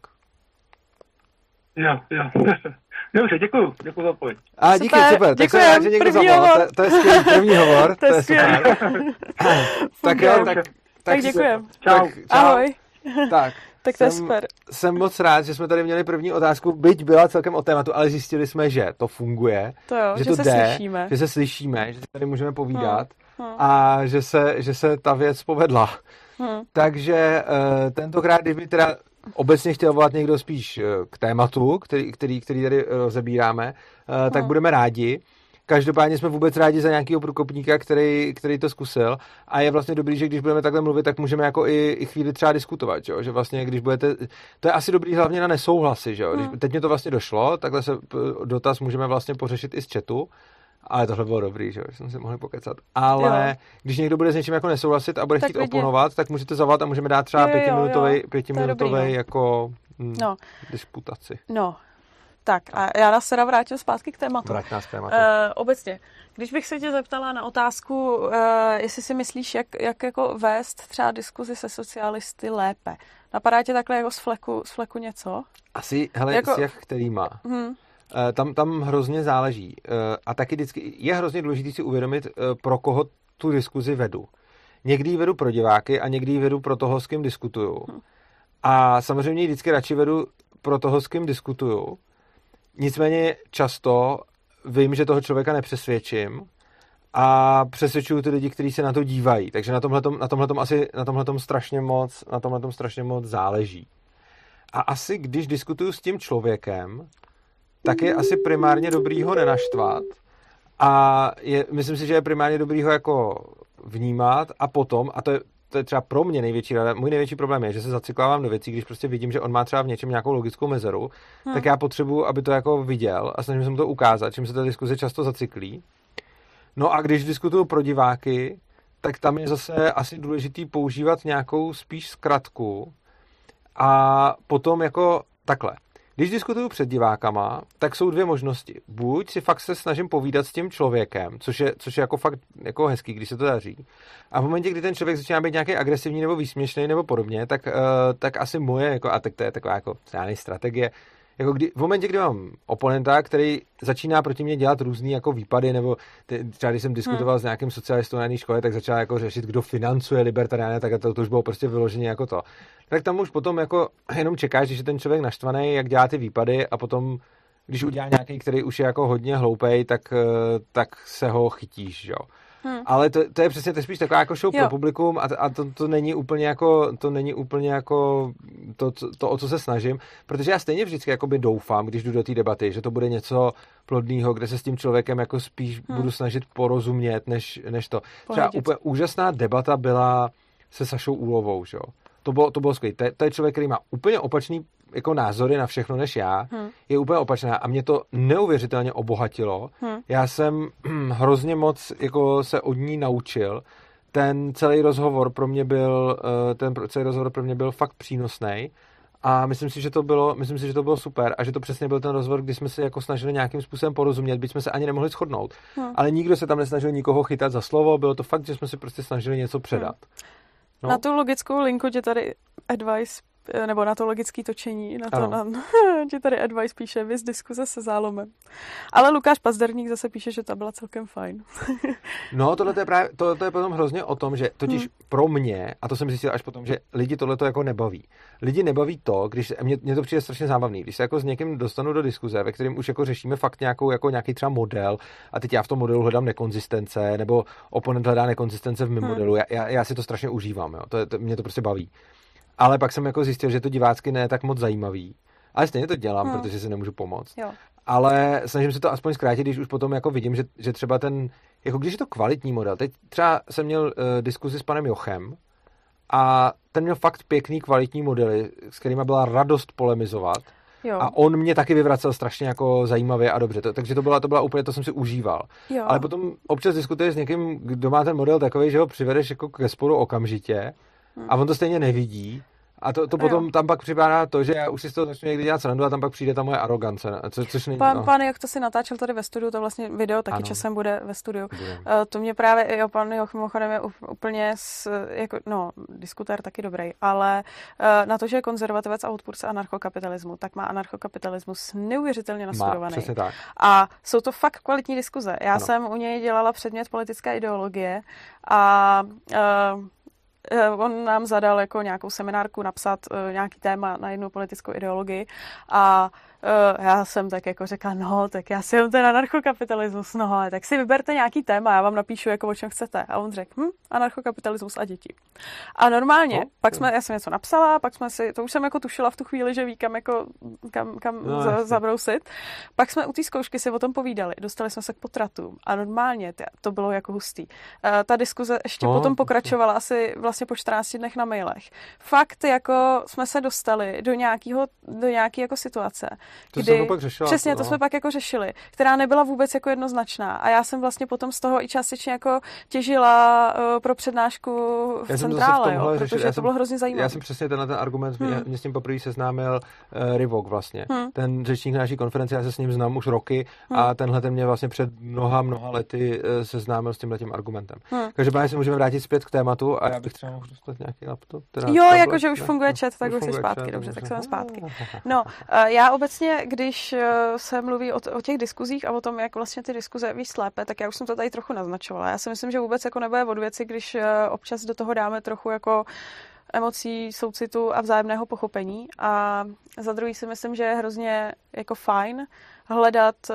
Jo, jo. Dobře, děkuju. Děkuju za odpověď. A díky, super. super. Tak jsem rád, že někdo zavolal. To, to je skvělý první hovor. To je super. Tak jo, tak, tak, tak děkujem. Čau. Tak, čau. Ahoj. Tak. Tak to je super. Jsem moc rád, že jsme tady měli první otázku, byť byla celkem o tématu, ale zjistili jsme, že to funguje. To jo, že, že to se jde, slyšíme. Že se slyšíme, že tady můžeme povídat hmm. Hmm. a že se, že se ta věc povedla. Hmm. Takže uh, tentokrát, kdyby teda obecně chtěl volat někdo spíš k tématu, který, který, který tady rozebíráme, uh, tak hmm. budeme rádi. Každopádně jsme vůbec rádi za nějakého průkopníka, který, který to zkusil a je vlastně dobrý, že když budeme takhle mluvit, tak můžeme jako i, i chvíli třeba diskutovat, že, že vlastně když budete, to je asi dobrý hlavně na nesouhlasy, že když, teď mě to vlastně došlo, takhle se dotaz můžeme vlastně pořešit i z chatu, ale tohle bylo dobrý, že jsme si mohli pokecat, ale jo. Když někdo bude s něčím jako nesouhlasit a bude tak chtít vidě. oponovat, tak můžete zavolat a můžeme dát třeba pětiminutový, pětiminutový jako hm, no. disputaci. No. Tak a já nás teda vrátím zpátky k tématu. Vrať nás k tématu. Uh, obecně, když bych se tě zeptala na otázku, uh, jestli si myslíš, jak, jak jako vést třeba diskuzi se socialisty lépe. Napadá tě takhle jako z fleku, z fleku něco? Asi, hele, jako... z jak kterýma. Hmm. Uh, tam, tam hrozně záleží. Uh, a taky vždycky je hrozně důležité si uvědomit, uh, pro koho tu diskuzi vedu. Někdy ji vedu pro diváky a někdy ji vedu pro toho, s kým diskutuju. Hmm. A samozřejmě vždycky radši vedu pro toho, s kým diskutuju. Nicméně často vím, že toho člověka nepřesvědčím a přesvědčuju ty lidi, kteří se na to dívají. Takže na tomhletom, na tomhletom asi na tomhletom strašně moc, na tomhletom strašně moc záleží. A asi když diskutuju s tím člověkem, tak je asi primárně dobrý ho nenaštvat a je, myslím si, že je primárně dobrý ho jako vnímat a potom, a to je to je třeba pro mě největší rada. Můj největší problém je, že se zacyklávám do věcí, když prostě vidím, že on má třeba v něčem nějakou logickou mezeru, hmm. tak já potřebuji, aby to jako viděl a snažím se mu to ukázat, čím se ta diskuze často zacyklí. No a když diskutuju pro diváky, tak tam je zase asi důležitý používat nějakou spíš zkratku a potom jako takhle. Když diskutuju před divákama, tak jsou dvě možnosti. Buď si fakt se snažím povídat s tím člověkem, což je, což je jako fakt jako hezký, když se to daří. A v momentě, kdy ten člověk začíná být nějaký agresivní nebo výsměšný nebo podobně, tak, uh, tak asi moje, jako, a tak to je taková jako strategie, jako kdy, v momentě, kdy mám oponenta, který začíná proti mě dělat různý jako výpady, nebo ty, třeba když jsem diskutoval hmm. s nějakým socialistou na jedné škole, tak začal jako řešit, kdo financuje libertariány, tak to, to už bylo prostě vyloženě jako to. Tak tam už potom jako jenom čekáš, když je ten člověk naštvaný, jak dělá ty výpady a potom, když udělá nějaký, který už je jako hodně hloupej, tak, tak se ho chytíš, jo. Hmm. Ale to, to je přesně to je spíš taková jako show jo. pro publikum a, a to, to není úplně jako to není úplně jako to, to, to, o co se snažím, protože já stejně vždycky jakoby doufám, když jdu do té debaty, že to bude něco plodného, kde se s tím člověkem jako spíš hmm. budu snažit porozumět, než, než to. Třeba úplně úžasná debata byla se Sašou Úlovou, že jo. To bylo, to bylo skvělé. To, to je člověk, který má úplně opačný jako názory na všechno než já, hmm. je úplně opačná a mě to neuvěřitelně obohatilo. Hmm. Já jsem hrozně moc jako se od ní naučil. Ten celý rozhovor pro mě byl, ten celý rozhovor pro mě byl fakt přínosný a myslím si, že to bylo, myslím si, že to bylo super a že to přesně byl ten rozhovor, kdy jsme se jako snažili nějakým způsobem porozumět, byť jsme se ani nemohli shodnout. Hmm. Ale nikdo se tam nesnažil nikoho chytat za slovo, bylo to fakt, že jsme si prostě snažili něco předat. Hmm. No. Na tu logickou linku tě tady advice, nebo na to logické točení, na to na, tě tady advice píše, vys diskuze se Zálomem. Ale Lukáš Pazderník zase píše, že ta byla celkem fajn. No, tohle je právě, tohle je potom hrozně o tom, že totiž hmm. pro mě, a to jsem zjistil až potom, že lidi tohle to jako nebaví. Lidi nebaví to, když, mě, mě to přijde strašně zábavný, když se jako s někým dostanu do diskuze, ve kterém už jako řešíme fakt nějakou, jako nějaký třeba model a teď já v tom modelu hledám nekonzistence, nebo oponent hledá nekonzistence v mém hmm. modelu, já, já, já si to strašně užívám, jo. To, to, mě to prostě baví. Ale pak jsem jako zjistil, že to divácky ne je tak moc zajímavý. Ale stejně to dělám, hmm. protože si nemůžu pomoct. Jo. Ale snažím se to aspoň zkrátit, když už potom jako vidím, že, že třeba ten, jako když je to kvalitní model. Teď třeba jsem měl uh, diskuzi s panem Jochem a ten měl fakt pěkný kvalitní modely, s kterými byla radost polemizovat. Jo. A on mě taky vyvracel strašně jako zajímavě a dobře. To, takže to byla, to byla úplně, to jsem si užíval. Jo. Ale potom občas diskutuješ s někým, kdo má ten model takový, že ho přivedeš jako ke sporu okamžitě. A on to stejně nevidí. A to, to potom jo. tam pak připadá to, že já už si z toho začnu někdy dělat srandu a tam pak přijde ta moje arogance. Co, což není, Pán, no. pán, jak to si natáčel tady ve studiu, to vlastně video taky ano. časem bude ve studiu. Uh, to mě právě, jo, pan Joch mimochodem je úplně, s, jako, no, diskutér taky dobrý, ale uh, na to, že je konzervativec a odpůrce anarchokapitalismu, tak má anarchokapitalismus neuvěřitelně nastudovaný. Má, přesně tak. A jsou to fakt kvalitní diskuze. Já ano. jsem u něj dělala předmět politické ideologie a uh, on nám zadal jako nějakou seminárku napsat uh, nějaký téma na jednu politickou ideologii a uh, já jsem tak jako řekla, no, tak já si jen ten anarchokapitalismus, no, ale tak si vyberte nějaký téma, já vám napíšu, jako o čem chcete. A on řekl, hm, anarchokapitalismus a děti. A normálně, no, pak jsme, já jsem něco napsala, pak jsme si, to už jsem jako tušila v tu chvíli, že ví, kam, jako, kam, kam no, za, zabrousit. Pak jsme u té zkoušky si o tom povídali, dostali jsme se k potratům a normálně to bylo jako hustý. Uh, ta diskuze ještě no, potom pokračovala asi vlastně po čtrnácti dnech na mailech. Fakt, jako jsme se dostali do nějakého, do nějaké jako situace, To kdy, pak řešila, přesně, no. to jsme pak jako řešili, která nebyla vůbec jako jednoznačná. A já jsem vlastně potom z toho i částečně jako těžila uh, pro přednášku v centrále, jo, protože řešil, to jsem, bylo hrozně zajímavé. Já jsem přesně tenhle ten argument, hmm. mě, mě s tím poprvé seznámil uh, Rivok vlastně. Hmm. Ten řečník naší konference, já se s ním znám už roky hmm. a tenhle ten mě vlastně před mnoha, mnoha lety uh, seznámil s tímhletím argumentem. Hmm. Každopádně se můžeme vrátit zpět k tématu a já bych třeba mohl dostat nějaký laptop. Teda jo, jakože už funguje chat, tak už jsi zpátky, chat, dobře, tak jsem zpátky. No, uh, já obecně, když uh, se mluví o, t- o těch diskuzích a o tom, jak vlastně ty diskuze víš slépe, tak já už jsem to tady trochu naznačovala. Já si myslím, že vůbec jako nebude od věci, když uh, občas do toho dáme trochu jako emocí, soucitu a vzájemného pochopení. A za druhý si myslím, že je hrozně jako fajn hledat uh,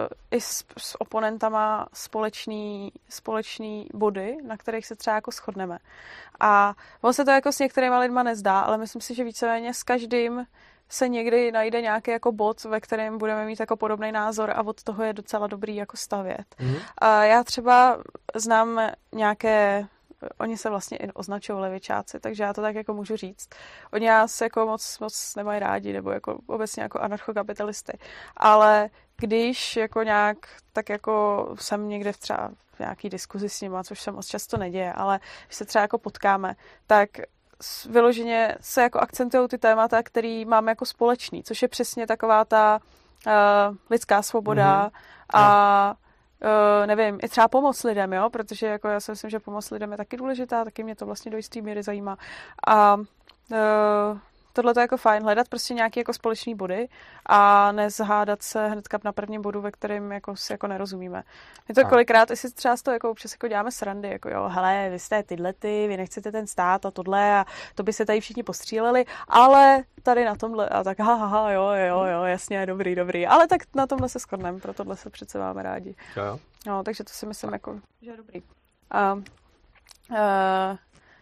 i s, s oponentama společný, společný body, na kterých se třeba jako shodneme. A on se to jako s některýma lidma nezdá, ale myslím si, že víceméně s každým se někdy najde nějaký jako bod, ve kterém budeme mít jako podobný názor a od toho je docela dobrý jako stavět. Mm. A já třeba znám nějaké, oni se vlastně i označují levičáci, takže já to tak jako můžu říct. Oni nás jako moc, moc nemají rádi, nebo jako obecně jako anarchokapitalisty. Ale když jako nějak, tak jako jsem někde v třeba v nějaký diskuzi s nima, což se moc často neděje, ale když se třeba jako potkáme, tak vyloženě se jako akcentují ty témata, který máme jako společný, což je přesně taková ta uh, lidská svoboda mm-hmm. a uh, nevím, i třeba pomoc lidem, jo, protože jako já si myslím, že pomoc lidem je taky důležitá, taky mě to vlastně do jistý míry zajímá. A uh, tohle to je jako fajn, hledat prostě nějaký jako společný body a nezhádat se hnedka na prvním bodu, ve kterém jako si jako nerozumíme. My to kolikrát, jestli třeba z toho jako občas jako děláme srandy, jako jo, hele, vy jste tyhle ty, vy nechcete ten stát a tohle a to by se tady všichni postříleli, ale tady na tomhle a tak ha, ha, ha jo, jo, jo, jasně, dobrý, dobrý, ale tak na tomhle se shodneme, pro tohle se přece máme rádi. Jo. No, takže to si myslím jako, že je dobrý. A, uh,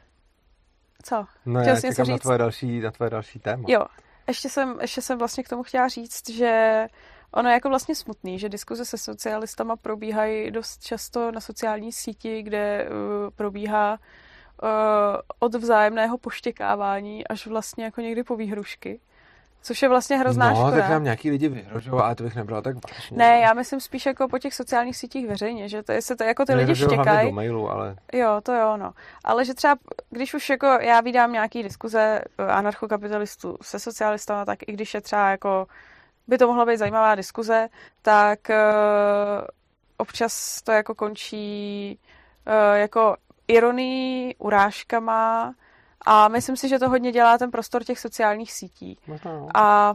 Co? No Chtěl já čekám na tvoje, další, na tvoje další téma. Jo, ještě jsem, ještě jsem vlastně k tomu chtěla říct, že ono je jako vlastně smutný, že diskuze se socialistama probíhají dost často na sociální síti, kde uh, probíhá uh, od vzájemného poštěkávání až vlastně jako někdy po výhrušky. Což je vlastně hrozná no, škoda. No, tak nám nějaký lidi vyhrožují, ale to bych nebral tak vážně. Ne, já myslím spíš jako po těch sociálních sítích veřejně, že to, jestli to jako ty lidi štěkají. do mailu, ale... Jo, to jo, no. Ale že třeba, když už jako já vídám nějaký diskuze anarchokapitalistů se socialistama, tak i když je třeba jako, by to mohla být zajímavá diskuze, tak uh, občas to jako končí uh, jako ironií, urážkama. A myslím si, že to hodně dělá ten prostor těch sociálních sítí. A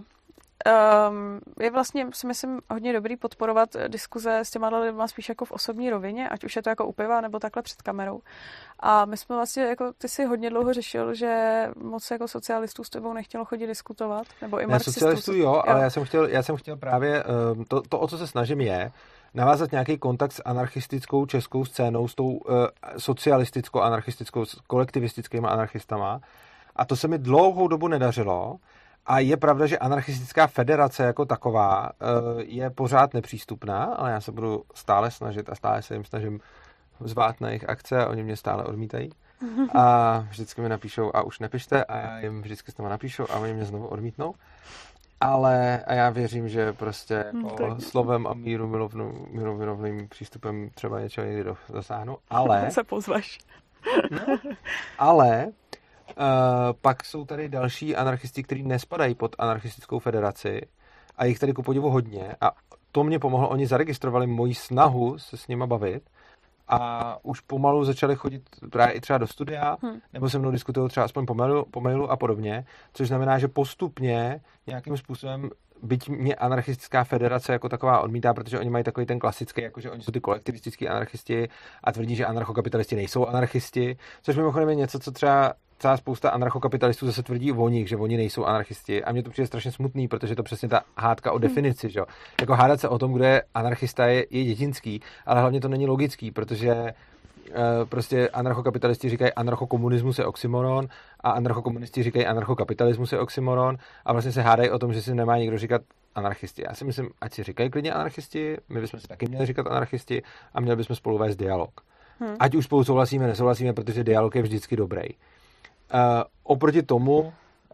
um, je vlastně, si myslím, hodně dobrý podporovat diskuze s těma lidma spíš jako v osobní rovině, ať už je to jako u piva, nebo takhle před kamerou. A my jsme vlastně, jako ty si hodně dlouho řešil, že moc jako socialistů s tebou nechtělo chodit diskutovat, nebo i marxistů. Socialistů jo, jo, ale já jsem chtěl, já jsem chtěl právě, um, to, to, o co se snažím je, navázat nějaký kontakt s anarchistickou českou scénou, s tou uh, socialistickou, anarchistickou, s kolektivistickými anarchistama. A to se mi dlouhou dobu nedařilo. A je pravda, že anarchistická federace jako taková uh, je pořád nepřístupná, ale já se budu stále snažit a stále se jim snažím zvát na jejich akce a oni mě stále odmítají. A vždycky mi napíšou a už nepište a já jim vždycky znovu napíšu a oni mě znovu odmítnou. Ale a já věřím, že prostě jako hmm, slovem a míru milovnou, míru milovným přístupem třeba něčeho někdy dosáhnu, ale... se pozveš. No, ale uh, pak jsou tady další anarchisti, kteří nespadají pod anarchistickou federaci a jich tady ku podivu hodně a to mě pomohlo, oni zaregistrovali moji snahu se s nima bavit a už pomalu začali chodit právě i třeba do studia, hmm. nebo se mnou diskutují třeba aspoň po mailu, po mailu a podobně, což znamená, že postupně nějakým způsobem, byť mě anarchistická federace jako taková odmítá, protože oni mají takový ten klasický, jakože oni jsou ty kolektivistický anarchisti a tvrdí, že anarchokapitalisti nejsou anarchisti, což mimochodem je něco, co třeba celá spousta anarchokapitalistů zase tvrdí o nich, že oni nejsou anarchisti a mně to přijde strašně smutný, protože je to přesně ta hádka o definici, že jo. Jako hádat se o tom, kdo je anarchista, je, je dětinský, ale hlavně to není logický, protože e, prostě anarchokapitalisti říkají anarchokomunismus je oxymoron a anarchokomunisti říkají anarchokapitalismus je oxymoron a vlastně se hádají o tom, že si nemá nikdo říkat anarchisti. Já si myslím, ať si říkají klidně anarchisti, my bychom si taky měli říkat anarchisti a měli bychom spolu vést dialog. Hmm. Ať už spolu souhlasíme, nesouhlasíme, protože dialog je vždycky dobrý. Uh, oproti tomu, uh,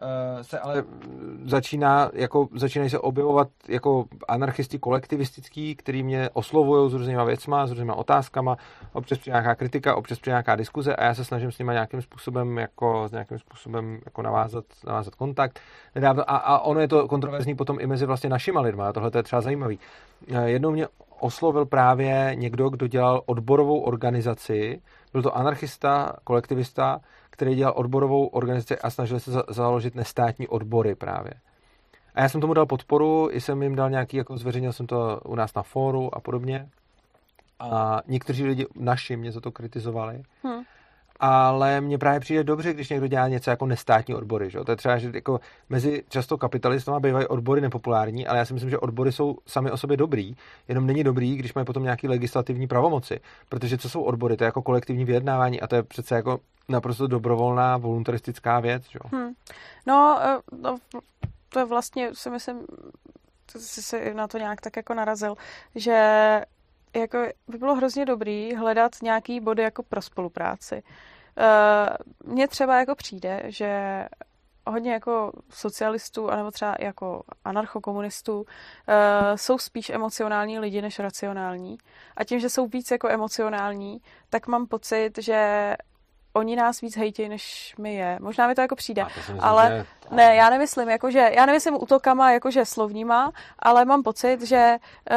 se ale začíná, jako, začínají se objevovat jako anarchisti kolektivistický, který mě oslovují s různýma věcma, s různýma otázkama, občas přijde nějaká kritika, občas přijde nějaká diskuze a já se snažím s nimi nějakým způsobem jako, s nějakým způsobem jako navázat, navázat kontakt. Nedávno, a, a ono je to kontroverzní potom i mezi vlastně našima lidma, tohle to je třeba zajímavý. Jednou mě oslovil právě někdo, kdo dělal odborovou organizaci, byl to anarchista, kolektivista, který dělal odborovou organizaci a snažil se za- založit nestátní odbory právě. A já jsem tomu dal podporu, i jsem jim dal nějaký, jako zveřejnil jsem to u nás na fóru a podobně. A někteří lidi naši mě za to kritizovali. Hmm. Ale mně právě přijde dobře, když někdo dělá něco jako nestátní odbory. Že? To je třeba, že jako mezi často kapitalistama bývají odbory nepopulární, ale já si myslím, že odbory jsou sami o sobě dobrý, jenom není dobrý, když mají potom nějaký legislativní pravomoci. Protože co jsou odbory? To je jako kolektivní vyjednávání a to je přece jako naprosto dobrovolná, voluntaristická věc. Že? Hmm. No, no, to je vlastně, si myslím, jsi se na to nějak tak jako narazil, že jako by bylo hrozně dobrý hledat nějaký body jako pro spolupráci. Mně třeba jako přijde, že hodně jako socialistů, anebo třeba jako anarchokomunistů jsou spíš emocionální lidi než racionální. A tím, že jsou víc jako emocionální, tak mám pocit, že oni nás víc hejtějí, než my je. Možná mi to jako přijde, myslím, ale že... ne, já nemyslím, jakože, já nemyslím útokama, jakože slovníma, ale mám pocit, že uh,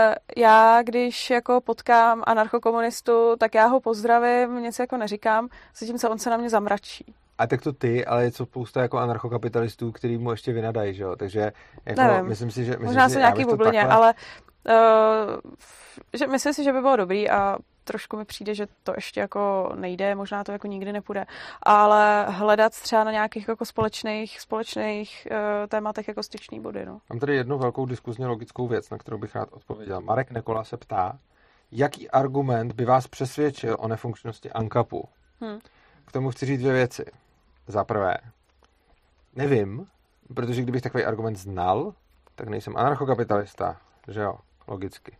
já, když jako potkám anarchokomunistu, tak já ho pozdravím, něco jako neříkám, zatímco on se na mě zamračí. A tak to ty, ale je to spousta jako anarchokapitalistů, který mu ještě vynadají, že jo? Takže jako, nevím. myslím si, že... Myslím Možná si, jsou nějaký bublině, takhle... ale uh, že myslím si, že by bylo dobrý a trošku mi přijde, že to ještě jako nejde, možná to jako nikdy nepůjde, ale hledat třeba na nějakých jako společných, společných uh, tématech jako styční body. No. Mám tady jednu velkou diskuzně logickou věc, na kterou bych rád odpověděl. Marek Nekola se ptá, jaký argument by vás přesvědčil o nefunkčnosti ANCAPu? Hmm. K tomu chci říct dvě věci. Za prvé, nevím, protože kdybych takový argument znal, tak nejsem anarchokapitalista, že jo, logicky.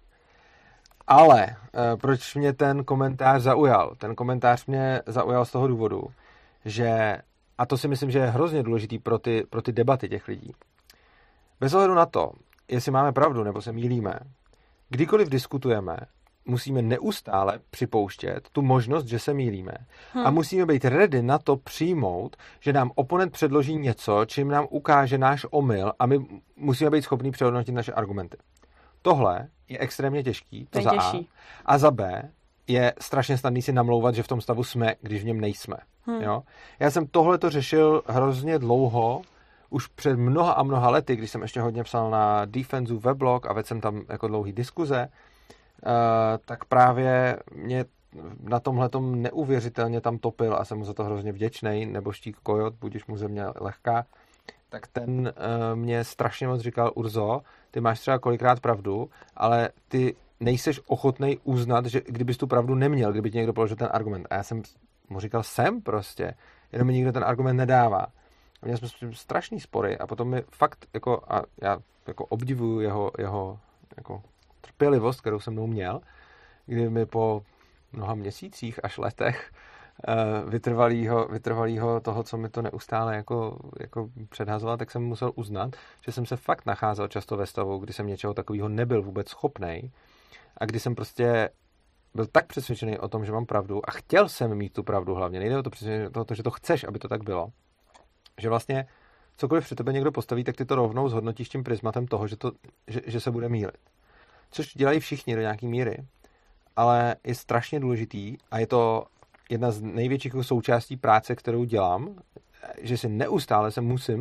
Ale e, proč mě ten komentář zaujal? Ten komentář mě zaujal z toho důvodu, že, a to si myslím, že je hrozně důležitý pro ty, pro ty debaty těch lidí. Bez ohledu na to, jestli máme pravdu nebo se mýlíme, kdykoliv diskutujeme, musíme neustále připouštět tu možnost, že se mýlíme. Hmm. A musíme být ready na to přijmout, že nám oponent předloží něco, čím nám ukáže náš omyl a my musíme být schopni přehodnotit naše argumenty. Tohle je extrémně těžký, to za A. A za B je strašně snadný si namlouvat, že v tom stavu jsme, když v něm nejsme. Hmm. Jo? Já jsem tohleto řešil hrozně dlouho, už před mnoha a mnoha lety, když jsem ještě hodně psal na Defensu weblog a vedl jsem tam jako dlouhý diskuze, Uh, tak právě mě na tomhletom neuvěřitelně tam topil a jsem mu za to hrozně vděčnej, nebo Štík Kojot, budiž mu země lehká, tak ten uh, mě strašně moc říkal, Urzo, ty máš třeba kolikrát pravdu, ale ty nejseš ochotnej uznat, že kdybys tu pravdu neměl, kdyby ti někdo položil ten argument. A já jsem mu říkal, jsem prostě, jenom mi nikdo ten argument nedává. A měli jsme s tím strašný spory a potom mi fakt, jako, a já jako obdivuju jeho, jeho jako trpělivost, kterou jsem mnou měl, kdy mi po mnoha měsících až letech vytrvalýho, vytrvalýho toho, co mi to neustále jako, jako předhazoval, tak jsem musel uznat, že jsem se fakt nacházel často ve stavu, kdy jsem něčeho takového nebyl vůbec schopnej a kdy jsem prostě byl tak přesvědčený o tom, že mám pravdu a chtěl jsem mít tu pravdu hlavně. Nejde o to přesvědčení, to, že to chceš, aby to tak bylo. Že vlastně cokoliv před tebe někdo postaví, tak ty to rovnou zhodnotíš tím prismatem toho, že, to, že, že se bude mýlit. Což dělají všichni do nějaký míry, ale je strašně důležitý a je to jedna z největších součástí práce, kterou dělám, že si neustále se musím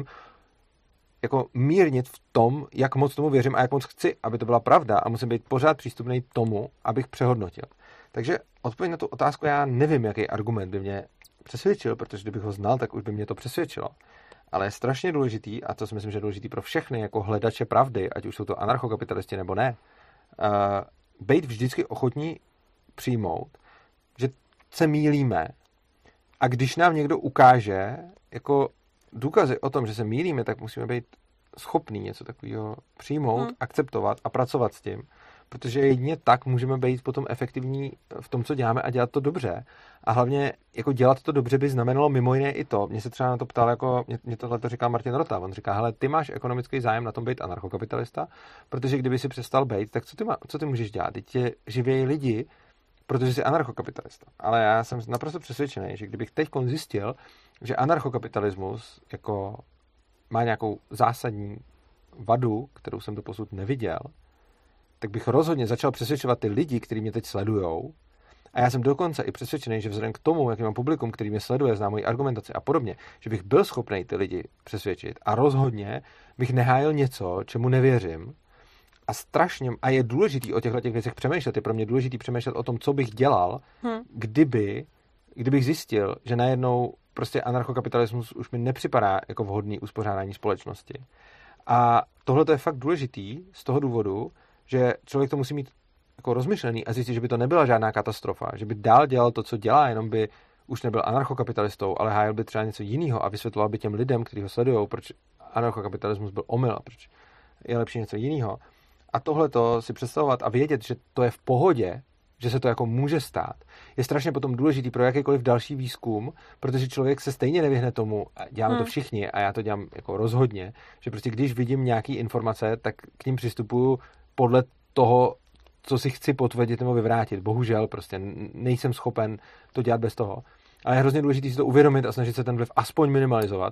jako mírnit v tom, jak moc tomu věřím a jak moc chci, aby to byla pravda a musím být pořád přístupný tomu, abych přehodnotil. Takže odpověď na tu otázku, já nevím, jaký argument by mě přesvědčil, protože kdybych ho znal, tak už by mě to přesvědčilo. Ale je strašně důležitý, a to si myslím, že je důležitý pro všechny jako hledače pravdy, ať už jsou to anarchokapitalisti nebo ne, uh, být vždycky ochotní přijmout, že se mýlíme a když nám někdo ukáže jako důkazy o tom, že se mýlíme, tak musíme být schopní něco takového přijmout, hmm. akceptovat a pracovat s tím, protože jedině tak můžeme být potom efektivní v tom, co děláme a dělat to dobře. A hlavně jako dělat to dobře by znamenalo mimo jiné i to. Mě se třeba na to ptal, jako mě, mě tohle to říká Martin Rota. On říká, hele, ty máš ekonomický zájem na tom být anarchokapitalista, protože kdyby si přestal být, tak co ty, má, co ty můžeš dělat? Teď tě živějí lidi, protože jsi anarchokapitalista. Ale já jsem naprosto přesvědčený, že kdybych teď zjistil, že anarchokapitalismus jako má nějakou zásadní vadu, kterou jsem doposud neviděl, tak bych rozhodně začal přesvědčovat ty lidi, kteří mě teď sledujou. A já jsem dokonce i přesvědčený, že vzhledem k tomu, jaký mám publikum, který mě sleduje, zná moji argumentaci a podobně, že bych byl schopný ty lidi přesvědčit a rozhodně bych nehájil něco, čemu nevěřím. A strašně, a je důležitý o těchto těch věcech přemýšlet, je pro mě důležitý přemýšlet o tom, co bych dělal, hmm. kdyby, kdybych zjistil, že najednou prostě anarchokapitalismus už mi nepřipadá jako vhodný uspořádání společnosti. A tohle to je fakt důležitý z toho důvodu, že člověk to musí mít jako rozmyšlený a zjistit, že by to nebyla žádná katastrofa, že by dál dělal to, co dělá, jenom by už nebyl anarchokapitalistou, ale hájil by třeba něco jiného a vysvětloval by těm lidem, kteří ho sledují, proč anarchokapitalismus byl omyl a proč je lepší něco jiného. A tohle to si představovat a vědět, že to je v pohodě, že se to jako může stát, je strašně potom důležitý pro jakýkoliv další výzkum, protože člověk se stejně nevyhne tomu, a děláme hmm. to všichni a já to dělám jako rozhodně, že prostě když vidím nějaký informace, tak k ním přistupuju podle toho, co si chci potvrdit nebo vyvrátit. Bohužel prostě nejsem schopen to dělat bez toho. Ale je hrozně důležité si to uvědomit a snažit se ten vliv aspoň minimalizovat.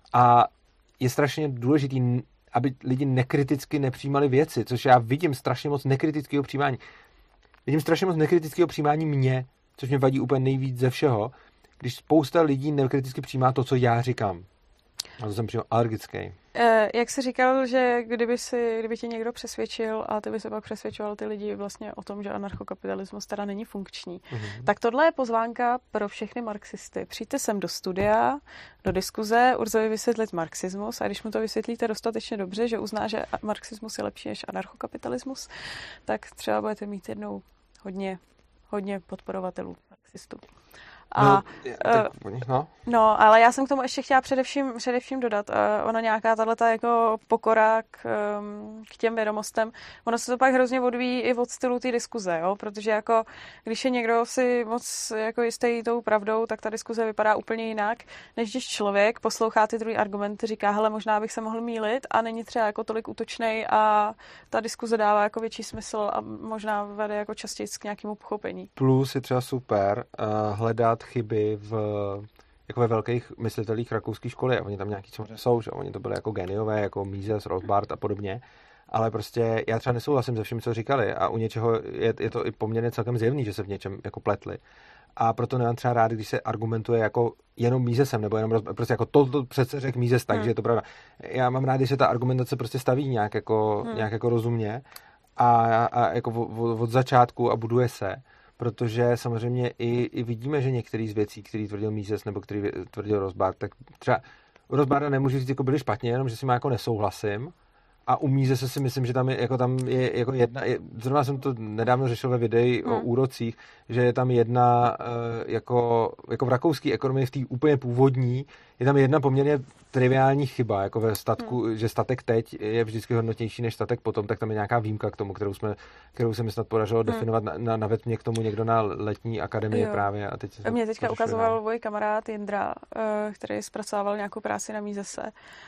A je strašně důležitý, aby lidi nekriticky nepřijímali věci, což já vidím strašně moc nekritického přijímání. Vidím strašně moc nekritického přijímání mě, což mě vadí úplně nejvíc ze všeho, když spousta lidí nekriticky přijímá to, co já říkám. A to jsem přímo alergický. Eh, jak jsi říkal, že kdyby, si, kdyby tě někdo přesvědčil a ty by se pak přesvědčoval ty lidi vlastně o tom, že anarchokapitalismus teda není funkční, mm-hmm. tak tohle je pozvánka pro všechny marxisty. Přijďte sem do studia, do diskuze, Urzovi vysvětlit marxismus a když mu to vysvětlíte dostatečně dobře, že uzná, že marxismus je lepší než anarchokapitalismus, tak třeba budete mít jednou hodně, hodně podporovatelů marxistů. A, no, tak, no. no, ale já jsem k tomu ještě chtěla především, především dodat, uh, ona nějaká tato jako pokora k, um, k těm vědomostem, ono se to pak hrozně odvíjí i od stylu té diskuze, jo? Protože jako, když je někdo si moc jako jistý tou pravdou, tak ta diskuze vypadá úplně jinak, než když člověk poslouchá ty druhý argumenty, říká, hele, možná bych se mohl mýlit a není třeba jako tolik útočnej a ta diskuze dává jako větší smysl a možná vede jako častěji k nějakému pochopení. Plus je třeba super uh, hledat chyby v, jako ve velkých myslitelích rakouské školy. A oni tam nějaký samozřejmě jsou, že oni to byli jako geniové, jako Mises, Rothbard a podobně. Ale prostě já třeba nesouhlasím se vším, co říkali. A u něčeho je, je to i poměrně celkem zjevný, že se v něčem jako pletli. A proto nemám třeba rád, když se argumentuje jako jenom Misesem, nebo jenom prostě jako to, to přece řekl Mises, takže hmm. je to pravda. Já mám rád, když se ta argumentace prostě staví nějak jako, hmm. nějak jako rozumně a, a jako od, od začátku a buduje se. Protože samozřejmě i, i vidíme, že některé z věcí, které tvrdil Mises nebo který tvrdil Rothbard, tak třeba u Rothbarda nemůžu říct, jako byly špatně, jenom že si má jako nesouhlasím. A u Misese si myslím, že tam je, jako tam je jako jedna, je, zrovna jsem to nedávno řešil ve videi hmm. o úrocích, že je tam jedna, jako, jako v rakouské ekonomii, v té úplně původní, je tam jedna poměrně triviální chyba, jako ve statku, hmm. že statek teď je vždycky hodnotnější než statek potom, tak tam je nějaká výjimka k tomu, kterou, jsme, kterou se mi snad podařilo hmm. definovat, na, na, navedl mě k tomu někdo na letní akademii jo. právě. A teď mě teďka ukazoval můj kamarád Jindra, který zpracovával nějakou práci na Misese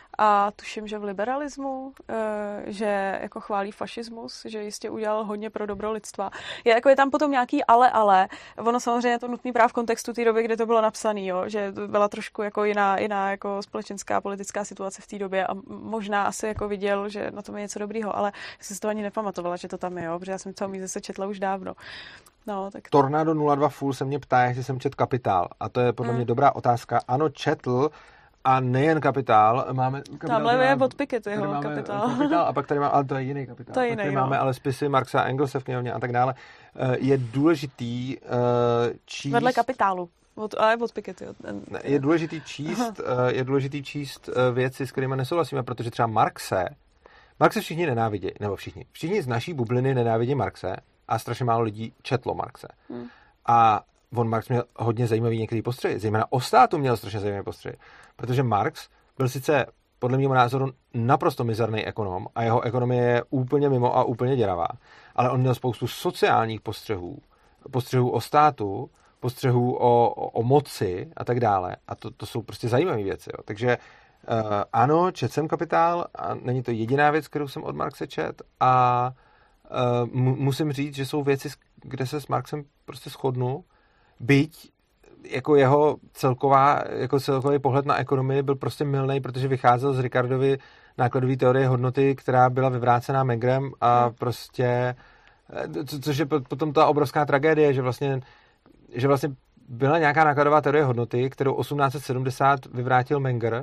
a tuším, že v liberalismu, že jako chválí fašismus, že jistě udělal hodně pro dobro lidstva. Je, jako je tam potom nějaký ale, ale. Ono samozřejmě je to nutný práv v kontextu té doby, kde to bylo napsané, že to byla trošku jako jiná, jiná jako společenská politická situace v té době a možná asi jako viděl, že na tom je něco dobrýho, ale já jsem si to ani nepamatovala, že to tam je, jo, protože já jsem to se četla už dávno. No, tak... Tornado nula dva Full se mě ptá, jestli jsem četl Kapitál. A to je podle mm. mě dobrá otázka. Ano, četl. A nejen Kapitál, máme... Kapitál, tamhle je od Pikettyho Kapitál. kapitál. A pak tady máme, ale to je jiný Kapitál. To je jiný, tady jo. Máme ale spisy Marxa a Engelse v knihovně a tak dále. Je důležitý uh, číst... Vedle Kapitálu. Od, ale od Pikettyho. Je důležitý číst, uh, je důležitý číst uh, věci, s kterými nesouhlasíme, protože třeba Marxe, Marxe všichni nenávidí, nebo všichni. Všichni z naší bubliny nenávidí Marxe a strašně málo lidí četlo Marxe. Hmm. A on Marx měl hodně zajímavý některý postřehy, zejména o státu měl strašně zajímavý postřehy, protože Marx byl sice podle mého názoru naprosto mizerný ekonom a jeho ekonomie je úplně mimo a úplně děravá, ale on měl spoustu sociálních postřehů, postřehů o státu, postřehů o, o, o moci a tak dále. A to, to jsou prostě zajímavé věci. Jo. Takže uh, ano, četl jsem Kapitál a není to jediná věc, kterou jsem od Marxe čet a uh, mu, musím říct, že jsou věci, kde se s Marxem prostě shodnu, byť jako jeho celková, jako celkový pohled na ekonomii byl prostě mylnej, protože vycházel z Ricardovy nákladové teorie hodnoty, která byla vyvrácená Mengerem a prostě, co, což je potom ta obrovská tragédie, že vlastně, že vlastně byla nějaká nákladová teorie hodnoty, kterou osmnáct set sedmdesát vyvrátil Menger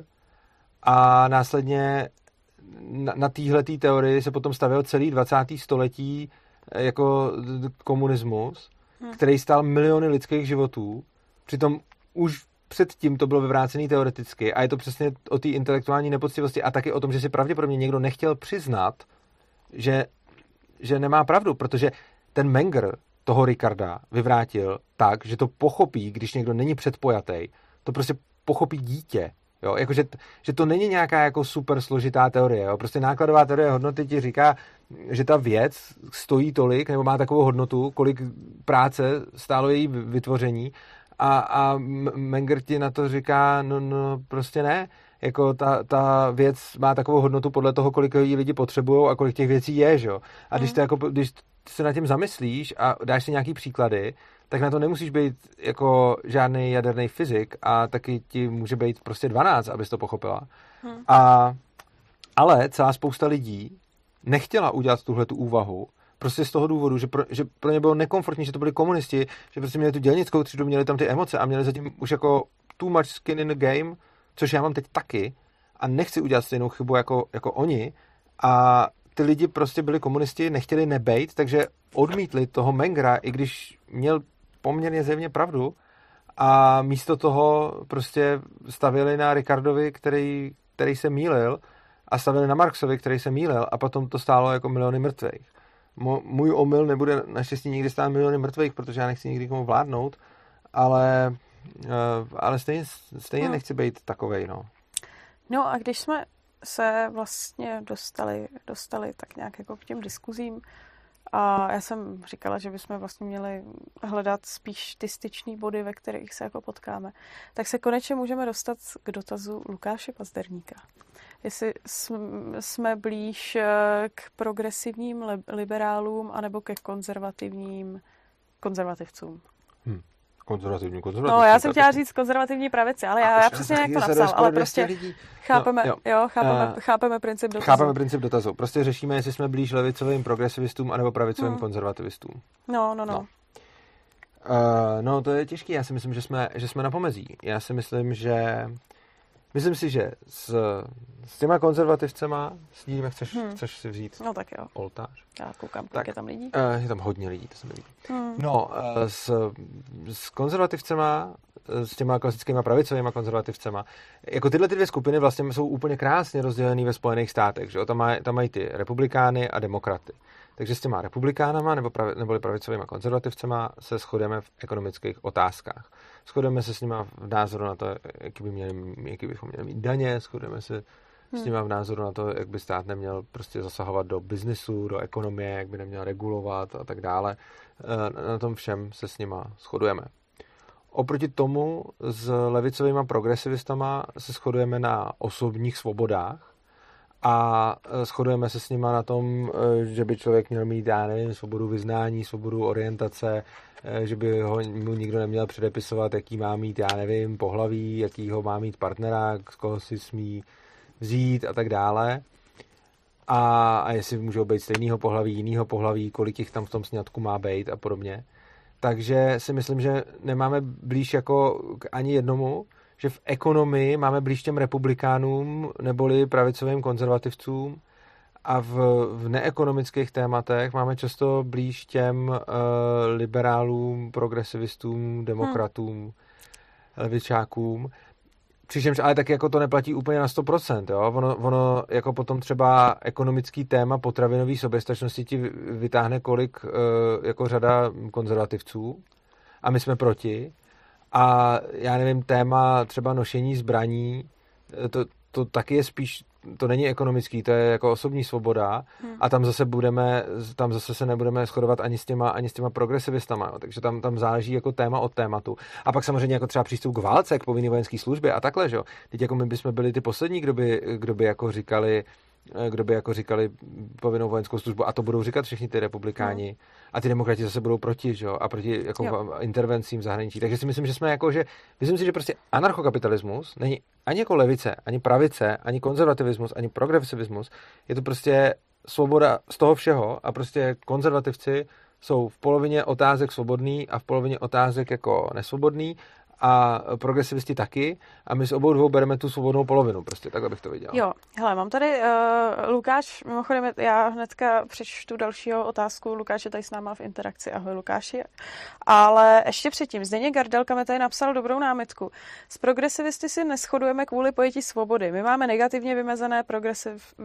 a následně na, na téhletý teorii se potom stavěl celý dvacátý století jako komunismus, hmm. který stál miliony lidských životů. Přitom už předtím to bylo vyvrácený teoreticky a je to přesně o té intelektuální nepoctivosti a taky o tom, že si pravděpodobně někdo nechtěl přiznat, že, že nemá pravdu, protože ten Menger toho Ricarda vyvrátil tak, že to pochopí, když někdo není předpojatý, to prostě pochopí dítě. Jo? Jako, že, že to není nějaká jako super složitá teorie. Jo? Prostě nákladová teorie hodnoty ti říká, že ta věc stojí tolik, nebo má takovou hodnotu, kolik práce stálo její vytvoření. A, a Menger ti na to říká, no, no prostě ne. Jako ta, ta věc má takovou hodnotu podle toho, kolik jí lidi potřebují a kolik těch věcí je, že jo. A když, to jako, když se nad tím zamyslíš a dáš si nějaký příklady, tak na to nemusíš být jako žádný jaderný fyzik a taky ti může být prostě dvanáct, abys to pochopila. Hmm. A, ale celá spousta lidí nechtěla udělat tuhletu úvahu, prostě z toho důvodu, že pro, že pro ně bylo nekomfortní, že to byli komunisti, že prostě měli tu dělnickou třídu, měli tam ty emoce a měli zatím už jako too much skin in the game, což já mám teď taky a nechci udělat stejnou chybu jako, jako oni a ty lidi prostě byli komunisti, nechtěli nebejt, takže odmítli toho Mengera, i když měl poměrně zjevně pravdu a místo toho prostě stavili na Ricardovi, který, který se mýlil a stavili na Marxovi, který se mýlil a potom to stálo jako miliony mrtvých. Můj omyl nebude naštěstí nikdy stát miliony mrtvých, protože já nechci nikdy komu vládnout, ale, ale stejně, stejně hmm. nechci být takovej, no. No a když jsme se vlastně dostali, dostali tak nějak jako k těm diskuzím a já jsem říkala, že bychom vlastně měli hledat spíš ty styčný body, ve kterých se jako potkáme, tak se konečně můžeme dostat k dotazu Lukáše Pazderníka. Jestli jsme blíž k progresivním liberálům anebo ke konzervativním konzervativcům. Hmm. Konzervativní, konzervativní. No, já jsem chtěla říct konzervativní pravici, ale já, já přesně jak to napsal, ale prostě lidí. chápeme, no, jo. Jo, chápeme, uh, chápeme princip dotazu. Chápeme princip dotazu. Prostě řešíme, jestli jsme blíž levicovým progresivistům anebo pravicovým hmm. konzervativistům. No, no, no. No. Uh, no, to je těžké. Já si myslím, že jsme, že jsme na pomezí. Já si myslím, že Myslím si, že s, s těma konzervativcema, s ním chceš, hmm. chceš si vzít no, tak jo. oltář. Já koukám, tak je tam lidí. Uh, je tam hodně lidí, to se mi líbí. Hmm. No, uh, s, s konzervativcema, s těma klasickýma pravicovýma konzervativcema, jako tyhle ty dvě skupiny vlastně jsou úplně krásně rozdělený ve Spojených státech, že jo? Tam, maj, tam mají ty republikány a demokraty. Takže s těma republikánama nebo pravi, neboli pravicovýma konzervativcema se shodeme v ekonomických otázkách. Shodeme se s nima v názoru na to, jaký, by měli, jaký bychom měli mít daně, shodeme se hmm. s nima v názoru na to, jak by stát neměl prostě zasahovat do biznisu, do ekonomie, jak by neměl regulovat a tak dále. Na tom všem se s nima shodujeme. Oproti tomu s levicovýma progresivistama se shodujeme na osobních svobodách a shodujeme se s nima na tom, že by člověk měl mít, já nevím, svobodu vyznání, svobodu orientace, že by ho mu nikdo neměl předepisovat, jaký má mít, já nevím, pohlaví, jaký ho má mít partnera, z koho si smí vzít a tak dále. A, a jestli můžou být stejného pohlaví, jiného pohlaví, kolik jich tam v tom sňatku má být a podobně. Takže si myslím, že nemáme blíž jako k ani jednomu, že v ekonomii máme blíž těm republikánům neboli pravicovým konzervativcům a v, v neekonomických tématech máme často blíž těm uh, liberálům, progresivistům, demokratům, hmm. levičákům. Přičemž ale taky jako to neplatí úplně na sto procent. Jo? Ono, ono jako potom třeba ekonomický téma potravinové soběstačnosti ti vytáhne kolik uh, jako řada konzervativců a my jsme proti. A já nevím, téma třeba nošení zbraní, to, to taky je spíš, to není ekonomický, to je jako osobní svoboda hmm. a tam zase budeme, tam zase se nebudeme shodovat ani s těma, ani s těma progresivistama, jo. Takže tam, tam záleží jako téma od tématu. A pak samozřejmě jako třeba přístup k válce, k povinné vojenské službě a takhle, že jo. Teď jako my bychom byli ty poslední, kdo by, kdo by jako říkali, kdo by jako říkali povinnou vojenskou službu a to budou říkat všichni ty republikáni no. a ty demokrati zase budou proti, že jo, a proti jako jo. intervencím v zahraničí. Takže si myslím, že jsme jako, že myslím si, že prostě anarchokapitalismus není ani jako levice, ani pravice, ani konzervativismus, ani progresivismus. Je to prostě svoboda z toho všeho a prostě konzervativci jsou v polovině otázek svobodný a v polovině otázek jako nesvobodný a progresivisti taky a my s obou dvou bereme tu svobodnou polovinu, prostě takhle bych to viděl. Jo, hele, mám tady uh, Lukáš, mimochodem já hnedka přečtu dalšího otázku, Lukáš je tady s náma v interakci, ahoj Lukáši, ale ještě předtím, Zdeněk Gardelka mi tady napsal dobrou námitku. S progresivisty si neshodujeme kvůli pojetí svobody, my máme negativně vymezené progresiv,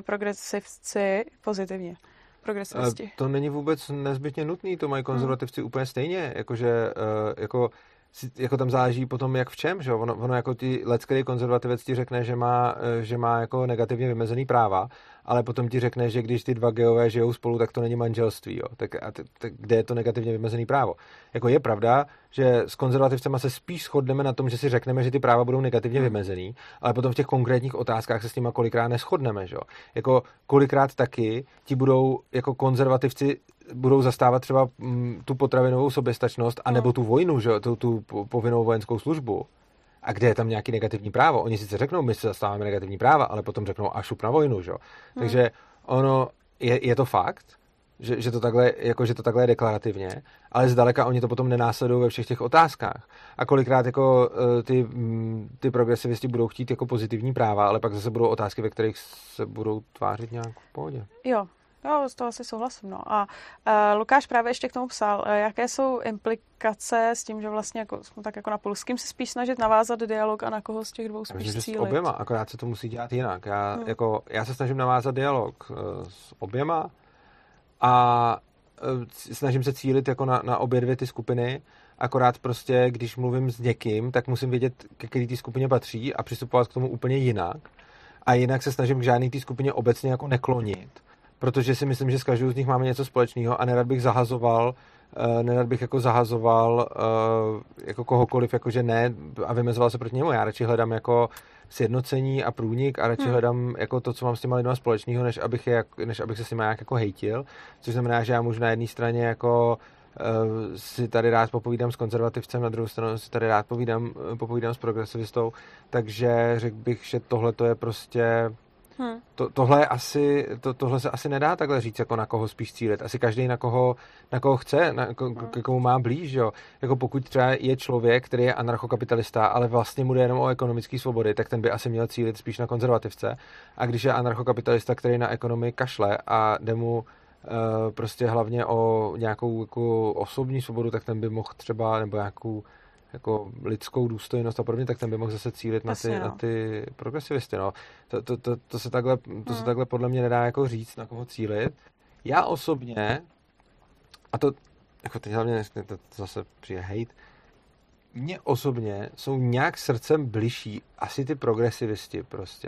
progresivci pozitivně. Progresivisti. To není vůbec nezbytně nutný, to mají konzervativci hmm. úplně stejně, jakože uh, jako jako tam záleží potom jak v čem, že ono, ono jako ty lecký konzervativec ti řekne, že má, že má jako negativně vymezený práva, ale potom ti řekne, že když ty dva geové žijou spolu, tak to není manželství, jo. Tak, a t, tak kde je to negativně vymezený právo? Jako je pravda, že s konzervativcema se spíš shodneme na tom, že si řekneme, že ty práva budou negativně vymezený, ale potom v těch konkrétních otázkách se s nima kolikrát neshodneme, že jo. Jako kolikrát taky ti budou jako konzervativci budou zastávat třeba m, tu potravinovou soběstačnost anebo tu vojnu, že jo, tu, tu povinnou vojenskou službu. A kde je tam nějaký negativní právo? Oni sice řeknou, my se zastáváme negativní práva, ale potom řeknou a šup na vojnu, že jo. Hmm. Takže ono, je, je to fakt, že, že, to takhle, jako, že to takhle je deklarativně, ale zdaleka oni to potom nenásledují ve všech těch otázkách. A kolikrát jako ty, ty progresivisti budou chtít jako pozitivní práva, ale pak zase budou otázky, ve kterých se budou tvářit nějak v pohodě. Jo. Jo, z toho asi souhlasím. No. A uh, Lukáš právě ještě k tomu psal, uh, jaké jsou implikace s tím, že vlastně jako, jsme tak jako na půl, s kým se spíš snažit navázat dialog a na koho z těch dvou spíš myslím, cílit. S oběma, akorát se to musí dělat jinak. Já, hmm. jako, já se snažím navázat dialog uh, s oběma a uh, snažím se cílit jako na, na obě dvě ty skupiny, akorát prostě, když mluvím s někým, tak musím vědět, ke který té skupině patří a přistupovat k tomu úplně jinak. A jinak se snažím k žádný té skupině obecně jako neklonit. Protože si myslím, že s každou z nich máme něco společného a nerad bych zahazoval, uh, nerad bych jako zahazoval uh, jako kohokoliv, jakože ne a vymezoval se proti němu. Já radši hledám jako sjednocení a průnik a radši hmm. hledám jako to, co mám s těma lidma společného, než abych, je, než abych se s nimi nějak jako hejtil. Což znamená, že já můžu na jedné straně jako uh, si tady rád popovídám s konzervativcem, na druhou stranu si tady rád povídám, popovídám s progresivistou, takže řekl bych, že tohle to je prostě Hmm. To, tohle, asi, to, tohle se asi nedá takhle říct, jako na koho spíš cílit. Asi každý na koho, na koho chce, na, k, k komu má blíž. Jo. Jako pokud třeba je člověk, který je anarchokapitalista, ale vlastně mu jde jenom o ekonomické svobody, tak ten by asi měl cílit spíš na konzervativce. A když je anarchokapitalista, který na ekonomii kašle a jde mu uh, prostě hlavně o nějakou jako osobní svobodu, tak ten by mohl třeba, nebo nějakou jako lidskou důstojnost a podobně, tak ten by mohl zase cílit na ty, no. na ty progresivisty. No. To, to, to, to, se takhle, to hmm. se takhle podle mě nedá jako říct, na koho cílit. Já osobně, a to, jako teď hlavně to, to zase přijde hejt, mně osobně jsou nějak srdcem bližší asi ty progresivisti prostě.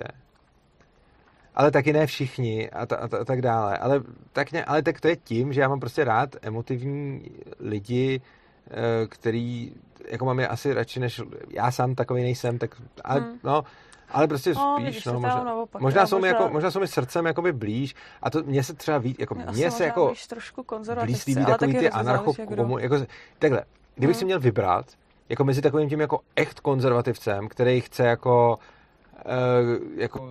Ale taky ne všichni a, ta, a, ta, a tak dále. Ale tak, ne, ale tak to je tím, že já mám prostě rád emotivní lidi, který jako mám je asi radši, než já sám takový nejsem, tak ale, hmm. no, ale prostě no, spíš, vidíš, no, možná, naopak, možná, jsou mi jako, možná jsou mi srdcem jakoby blíž a to mně se třeba víc, jako mně se jako blíž líbí takový ty anarcho, jako, takhle, kdybych hmm. si měl vybrat, jako mezi takovým tím jako echt konzervativcem, který chce jako uh, jako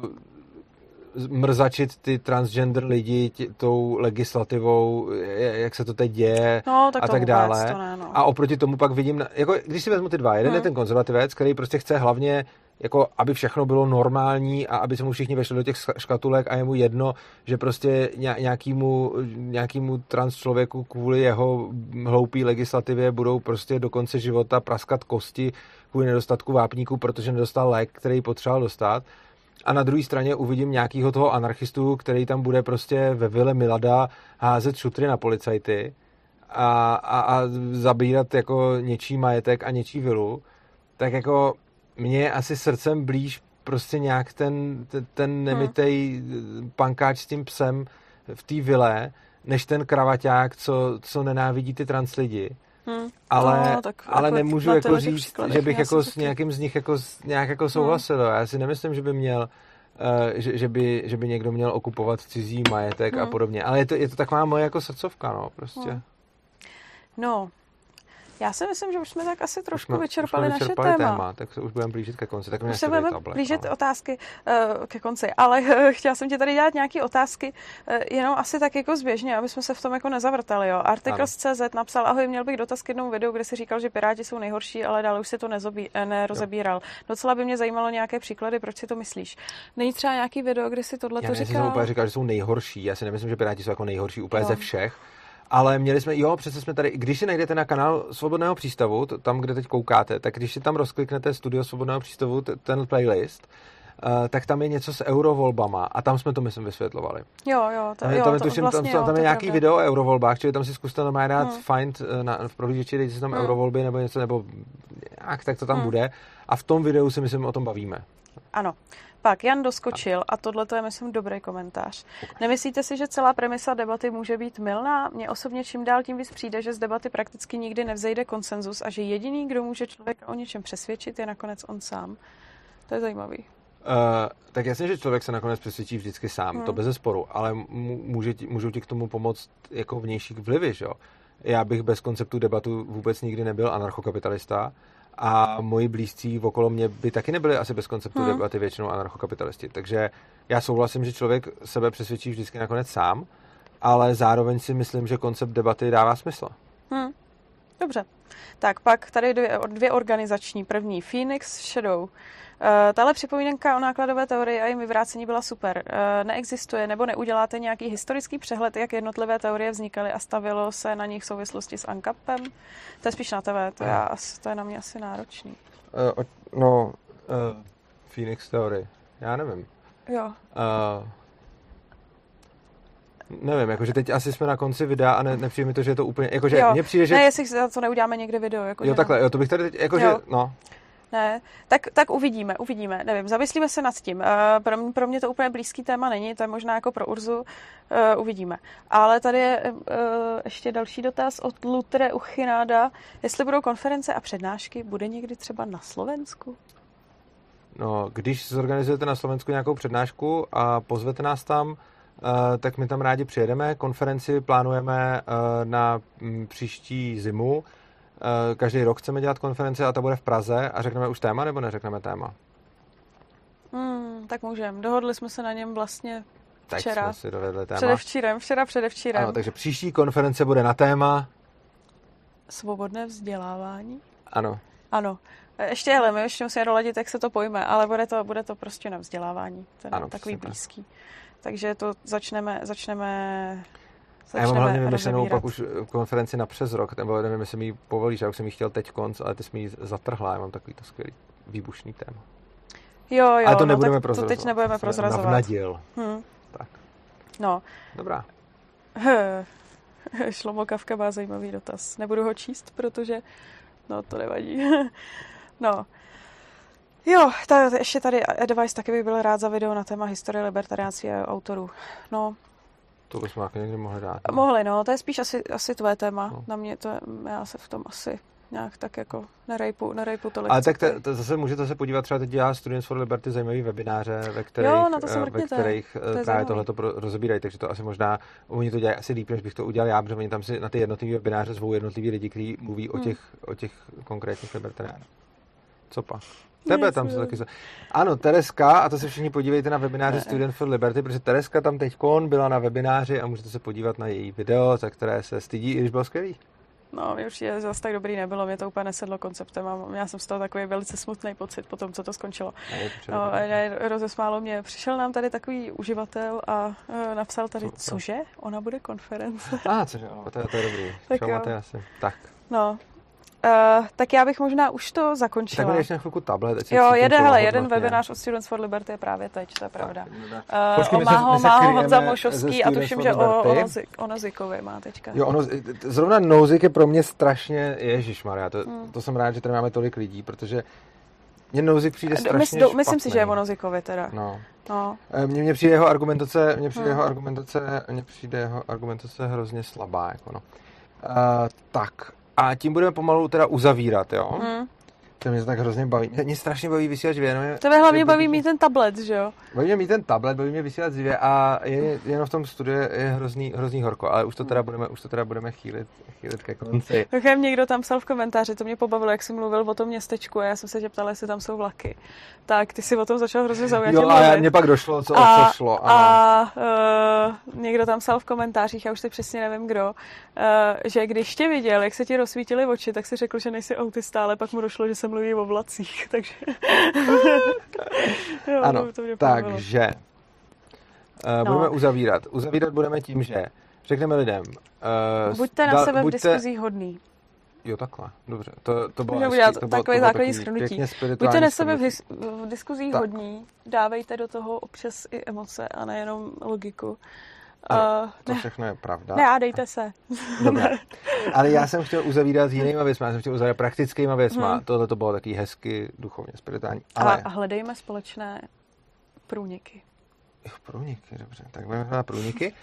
mrzačit ty transgender lidi tě, tou legislativou, jak se to teď děje no, tak a tak dále. To ne, no. A oproti tomu pak vidím, jako když si vezmu ty dva, jeden hmm. je ten konzervativec, který prostě chce hlavně, jako aby všechno bylo normální a aby se mu všichni vešli do těch škatulek a je mu jedno, že prostě nějakýmu, nějakýmu trans člověku kvůli jeho hloupý legislativě budou prostě do konce života praskat kosti kvůli nedostatku vápníků, protože nedostal lék, který potřeboval dostat. A na druhé straně uvidím nějakýho toho anarchistu, který tam bude prostě ve vile Milada házet šutry na policajty a, a, a zabírat jako něčí majetek a něčí vilu, tak jako mě je asi srdcem blíž prostě nějak ten, ten, ten nemitej hmm. pankáč s tím psem v té vile, než ten kravaťák, co, co nenávidí ty trans lidi. Hmm. Ale, no, ale jako nemůžu jako říct, že bych jako s nějakým z nich jako, nějak jako souhlasil. Hmm. Já si nemyslím, že by měl Uh, že, že, by, že by někdo měl okupovat cizí majetek hmm. a podobně. Ale je to, je to taková moje jako srdcovka, no, prostě. Hmm. No, já si myslím, že už jsme tak asi trošku už jsme, vyčerpali, už jsme vyčerpali naše téma. téma. Tak se už budeme blížit ke konci. Tak už se budeme tablet, blížit ale. otázky uh, ke konci, ale uh, chtěla jsem ti tady dělat nějaké otázky, uh, jenom asi tak jako zběžně, aby jsme se v tom jako nezavrtali. Jo. Artikls tečka cé zet napsal, ahoj, měl bych dotaz k jednomu videu, kde si říkal, že Piráti jsou nejhorší, ale dále už si to nezobí, nerozebíral. Docela by mě zajímalo nějaké příklady, proč si to myslíš. Není třeba nějaký video, kde si tohle to říkal? Já jsem úplně říkal, že jsou nejhorší. Já si nemyslím, že Piráti jsou jako nejhorší úplně jo. ze všech. Ale měli jsme, jo, přece jsme tady, když si najdete na kanál Svobodného přístavu, to, tam, kde teď koukáte, tak když si tam rozkliknete Studio Svobodného přístavu, t- ten playlist, uh, tak tam je něco s eurovolbama a tam jsme to, myslím, vysvětlovali. Jo, jo, to, tam, jo, tam, to tuším, vlastně tam, jo, tam je nějaký pravda. video o eurovolbách, čili tam si zkuste normálně dát hmm. find na, v prohlížeči, dejte si tam hmm. eurovolby nebo něco, nebo jak, tak to tam hmm. bude. A v tom videu si, myslím, o tom bavíme. Ano. Pak Jan doskočil a tohle to je, myslím, dobrý komentář. Okay. Nemyslíte si, že celá premisa debaty může být mylná? Mně osobně čím dál tím víc přijde, že z debaty prakticky nikdy nevzejde konsenzus a že jediný, kdo může člověka o něčem přesvědčit, je nakonec on sám. To je zajímavý. Uh, tak jasně, že člověk se nakonec přesvědčí vždycky sám, hmm. to bez zesporu, ale může ti, můžou ti k tomu pomoct jako vnější vlivy, že jo? Já bych bez konceptu debatu vůbec nikdy nebyl anarchokapitalista a moji blízcí okolo mě by taky nebyli asi bez konceptu hmm. debaty většinou anarchokapitalisti. Takže já souhlasím, že člověk sebe přesvědčí vždycky nakonec sám, ale zároveň si myslím, že koncept debaty dává smysl. Hmm. Dobře. Tak pak tady dvě, dvě organizační. První Phoenix Shadow. Uh, tahle připomínka o nákladové teorii a jejím vyvrácení byla super. Uh, neexistuje nebo neuděláte nějaký historický přehled, jak jednotlivé teorie vznikaly a stavilo se na nich v souvislosti s ANCAPem? To je spíš na tebe, to, já, to je na mě asi náročný. Uh, no, uh, Phoenix teorie, já nevím. Jo. Uh, nevím, jakože teď asi jsme na konci videa a ne, nepřijde mi to, že je to úplně, jakože mně přijde, že... Ne, jestli za to neuděláme někde video. Jako jo, takhle, jo, to bych tady teď, jakože, no... Ne, tak, tak uvidíme, uvidíme, nevím, zamyslíme se nad tím. Uh, pro, mě, pro mě to úplně blízký téma není, to je možná jako pro Urzu, uh, uvidíme. Ale tady je uh, ještě další dotaz od Lutre Uchináda. Jestli budou konference a přednášky, bude někdy třeba na Slovensku? No, když zorganizujete na Slovensku nějakou přednášku a pozvete nás tam, uh, tak my tam rádi přijedeme. Konferenci plánujeme uh, na m, příští zimu. Každý rok chceme dělat konferenci a ta bude v Praze a řekneme už téma nebo neřekneme téma? Hmm, tak můžeme. Dohodli jsme se na něm vlastně včera. Tak jsme si dovedli téma. Předevčírem, včera předevčírem. Ano, takže příští konference bude na téma... Svobodné vzdělávání? Ano. Ano. Ještě, hele, my ještě musíme doladit, jak se to pojme, ale bude to, bude to prostě na vzdělávání. To je ano, takový blízký. Takže to začneme... začneme A já mám hlavně vymyšlenou pak už konferenci na přes rok, nebo nevím, jestli mi ji povolíš, já už jsem ji chtěl teď konc, ale ty jsi mi ji zatrhla, já mám takový to skvělý výbušný téma. Jo, jo, ale to no, nebudeme tak prozrazovat. To teď nebudeme prozrazovat. Navnadil. Hmm. Tak. No. Dobrá. Šlomo Kavka má zajímavý dotaz. Nebudu ho číst, protože, no to nevadí. No. Jo, tady, ještě tady Advice taky bych byl rád za video na téma historie libertariánství a autorů. No. To bychom taky někdy mohli dát. No. Mohli, no, to je spíš asi, asi tvoje téma. No. Na mě to je, já se v tom asi nějak tak jako nerejpu, nerejpu tolik. Ale tak to, to zase můžete se podívat, třeba teď dělá Students for Liberty zajímavý webináře, ve kterých, jo, no to ve kterých to právě tohleto rozebírají, takže to asi možná, oni to dělají asi líp, než bych to udělal já, protože oni tam si na ty jednotlivý webináře zvou jednotlivý lidi, kteří mluví hmm. o, těch, o těch konkrétních libertariánech. Co pak? Tebe tam se taky... Ano, Tereska, a to se všichni podívejte na webináři Student for Liberty, protože Tereska tam teďkon byla na webináři a můžete se podívat na její video, za které se stydí, i když byl skvělý. No, mě určitě zase tak dobrý nebylo, mě to úplně nesedlo konceptem a já jsem z toho takový velice smutný pocit po tom, co to skončilo. No, a rozesmálo mě. Přišel nám tady takový uživatel a uh, napsal tady, co, cože? Ona bude konference. A, ah, cože, to, je, to je dobrý. Tak, asi. tak. No. Uh, tak já bych možná už to zakončila. Tak ještě na chvilku tablet. Jo, jede, hele, jeden webinář od Students for Liberty je právě teď, to je pravda. Tak, uh, Počkej, o Máho, Máho Honza Mošovský a tuším, že o, o, Nozik, o Nozikovi má teďka. Jo, ono, zrovna Nozik je pro mě strašně, ježišmarja, to, hmm. to jsem rád, že tady máme tolik lidí, protože Mně Nozik přijde strašně Mys, špatný. Myslím si, že je o Nozikovi teda. No. No. Mně, mně přijde jeho argumentace, mně přijde hmm. jeho argumentace, mně přijde jeho argumentace hrozně slabá, jako no. Uh, tak. A tím budeme pomalu teda uzavírat, jo? Hmm. To mě tak hrozně baví. Mě strašně baví vysílat živě. No, to mě hlavně baví mít ten tablet, že jo? Baví mě mít ten tablet, baví mě vysílat živě a je, jenom v tom studiu je hrozný, hrozný horko, ale už to teda budeme, už to teda budeme chýlit, chýlit ke konci. Takovém někdo tam psal v komentáři, to mě pobavilo, jak jsi mluvil o tom městečku a já jsem se tě ptala, jestli tam jsou vlaky. Tak ty si o tom začal hrozně zaujatě mluvit. Jo, a mě pak došlo, co, a, co šlo. Ano. A uh, někdo tam psal v komentářích, já už teď přesně nevím kdo, uh, že když tě viděl, jak se ti rozsvítily oči, tak si řekl, že nejsi autista, ale pak mu došlo, že se mluví o vlacích, takže... jo, ano, to mě takže uh, budeme no. uzavírat. Uzavírat budeme tím, že řekneme lidem... Uh, buďte na da, sebe buďte... v diskuzích hodný. Jo, takhle, dobře. To, to bylo hezký, to bylo, takový základní shrnutí. Buďte na sebe v, his, v diskuzích tak. hodní, dávejte do toho občas i emoce a nejenom logiku. Ano, uh, to ne, všechno je pravda. Neádejte se. Dobré. Ale já jsem chtěl uzavírat jinýma věcma, já jsem chtěl uzavírat praktickýma věcma. Hmm. Tohle to bylo taky hezky, duchovně, spirituální. Ale... A hledejme společné průniky. Jo, průniky, dobře. Tak budeme hledat průniky.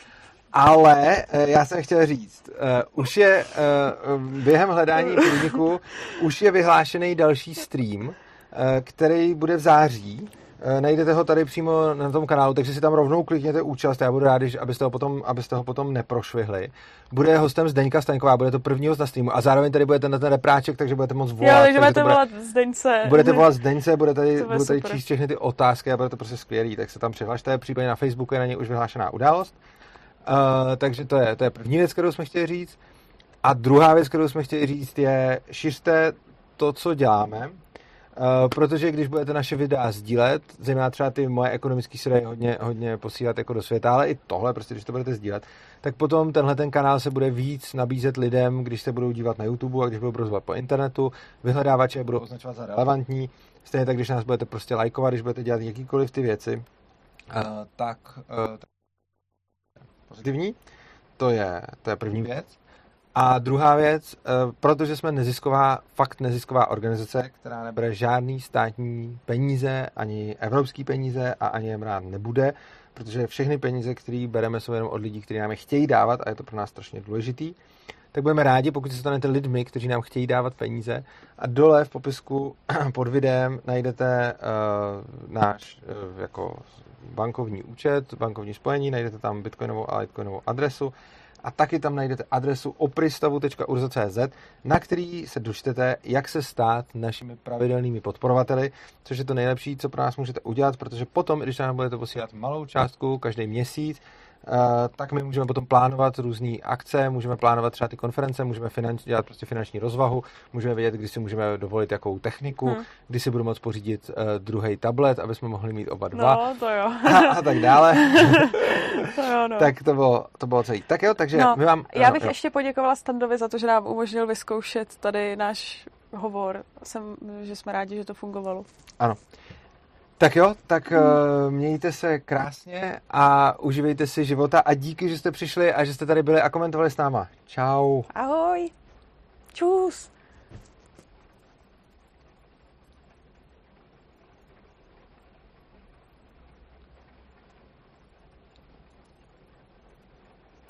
Ale já jsem chtěl říct, uh, už je uh, během hledání průniku už je vyhlášený další stream, uh, který bude v září. Uh, najdete ho tady přímo na tom kanálu, takže si tam rovnou klikněte účast. Já budu rád, abyste ho potom, abyste ho potom neprošvihli. Bude hostem Zdeňka Staňková, bude to první host na streamu a zároveň tady bude ten, ten repráček, takže budete moc volat. Jo, takže budete bude, volat Zdeňce. Budete volat Zdeňce, bude tady, bude tady číst všechny ty otázky a bude to prostě skvělý, tak se tam přihlašte. Případně na Facebooku je na něj už vyhlášená událost. Uh, takže to je, to je první věc, kterou jsme chtěli říct. A druhá věc, kterou jsme chtěli říct, je šiřte to, co děláme, uh, protože když budete naše videa sdílet, zejména třeba ty moje ekonomické se dají hodně, hodně posílat jako do světa, ale i tohle, prostě když to budete sdílet, tak potom tenhle ten kanál se bude víc nabízet lidem, když se budou dívat na YouTube a když budou browsovat po internetu, vyhledávače budou označovat za relevantní, stejně tak, když nás budete prostě lajkovat, když budete dělat jakýkoliv ty věci, uh, tak... Uh, pozitivní, to je, to je první věc. A druhá věc, protože jsme nezisková, fakt nezisková organizace, která nebere žádný státní peníze, ani evropský peníze a ani je brát nebude, protože všechny peníze, které bereme, jsou jenom od lidí, kteří nám je chtějí dávat a je to pro nás strašně důležitý, tak budeme rádi, pokud se stanete lidmi, kteří nám chtějí dávat peníze. A dole v popisku pod videem najdete uh, náš uh, jako bankovní účet, bankovní spojení, najdete tam bitcoinovou a litecoinovou adresu a taky tam najdete adresu opristavu tečka urza tečka cé zet, na který se dočtete, jak se stát našimi pravidelnými podporovateli, což je to nejlepší, co pro nás můžete udělat, protože potom, když nám budete posílat malou částku každý měsíc, Uh, tak my můžeme potom plánovat různé akce, můžeme plánovat třeba ty konference, můžeme finanč, dělat prostě finanční rozvahu, můžeme vědět, kdy si můžeme dovolit jakou techniku, hmm. kdy si budu moct pořídit uh, druhý tablet, aby jsme mohli mít oba dva. No, to jo. a, a tak dále. to jo, no. Tak to bylo, to bylo celý. Tak jo, takže no, my vám... Já bych no, ještě poděkovala Standovi za to, že nám umožnil vyzkoušet tady náš hovor. Jsem, že jsme rádi, že to fungovalo. Ano. Tak jo, tak uh, mějte se krásně a užívejte si života a díky, že jste přišli a že jste tady byli a komentovali s náma. Čau. Ahoj. Čus.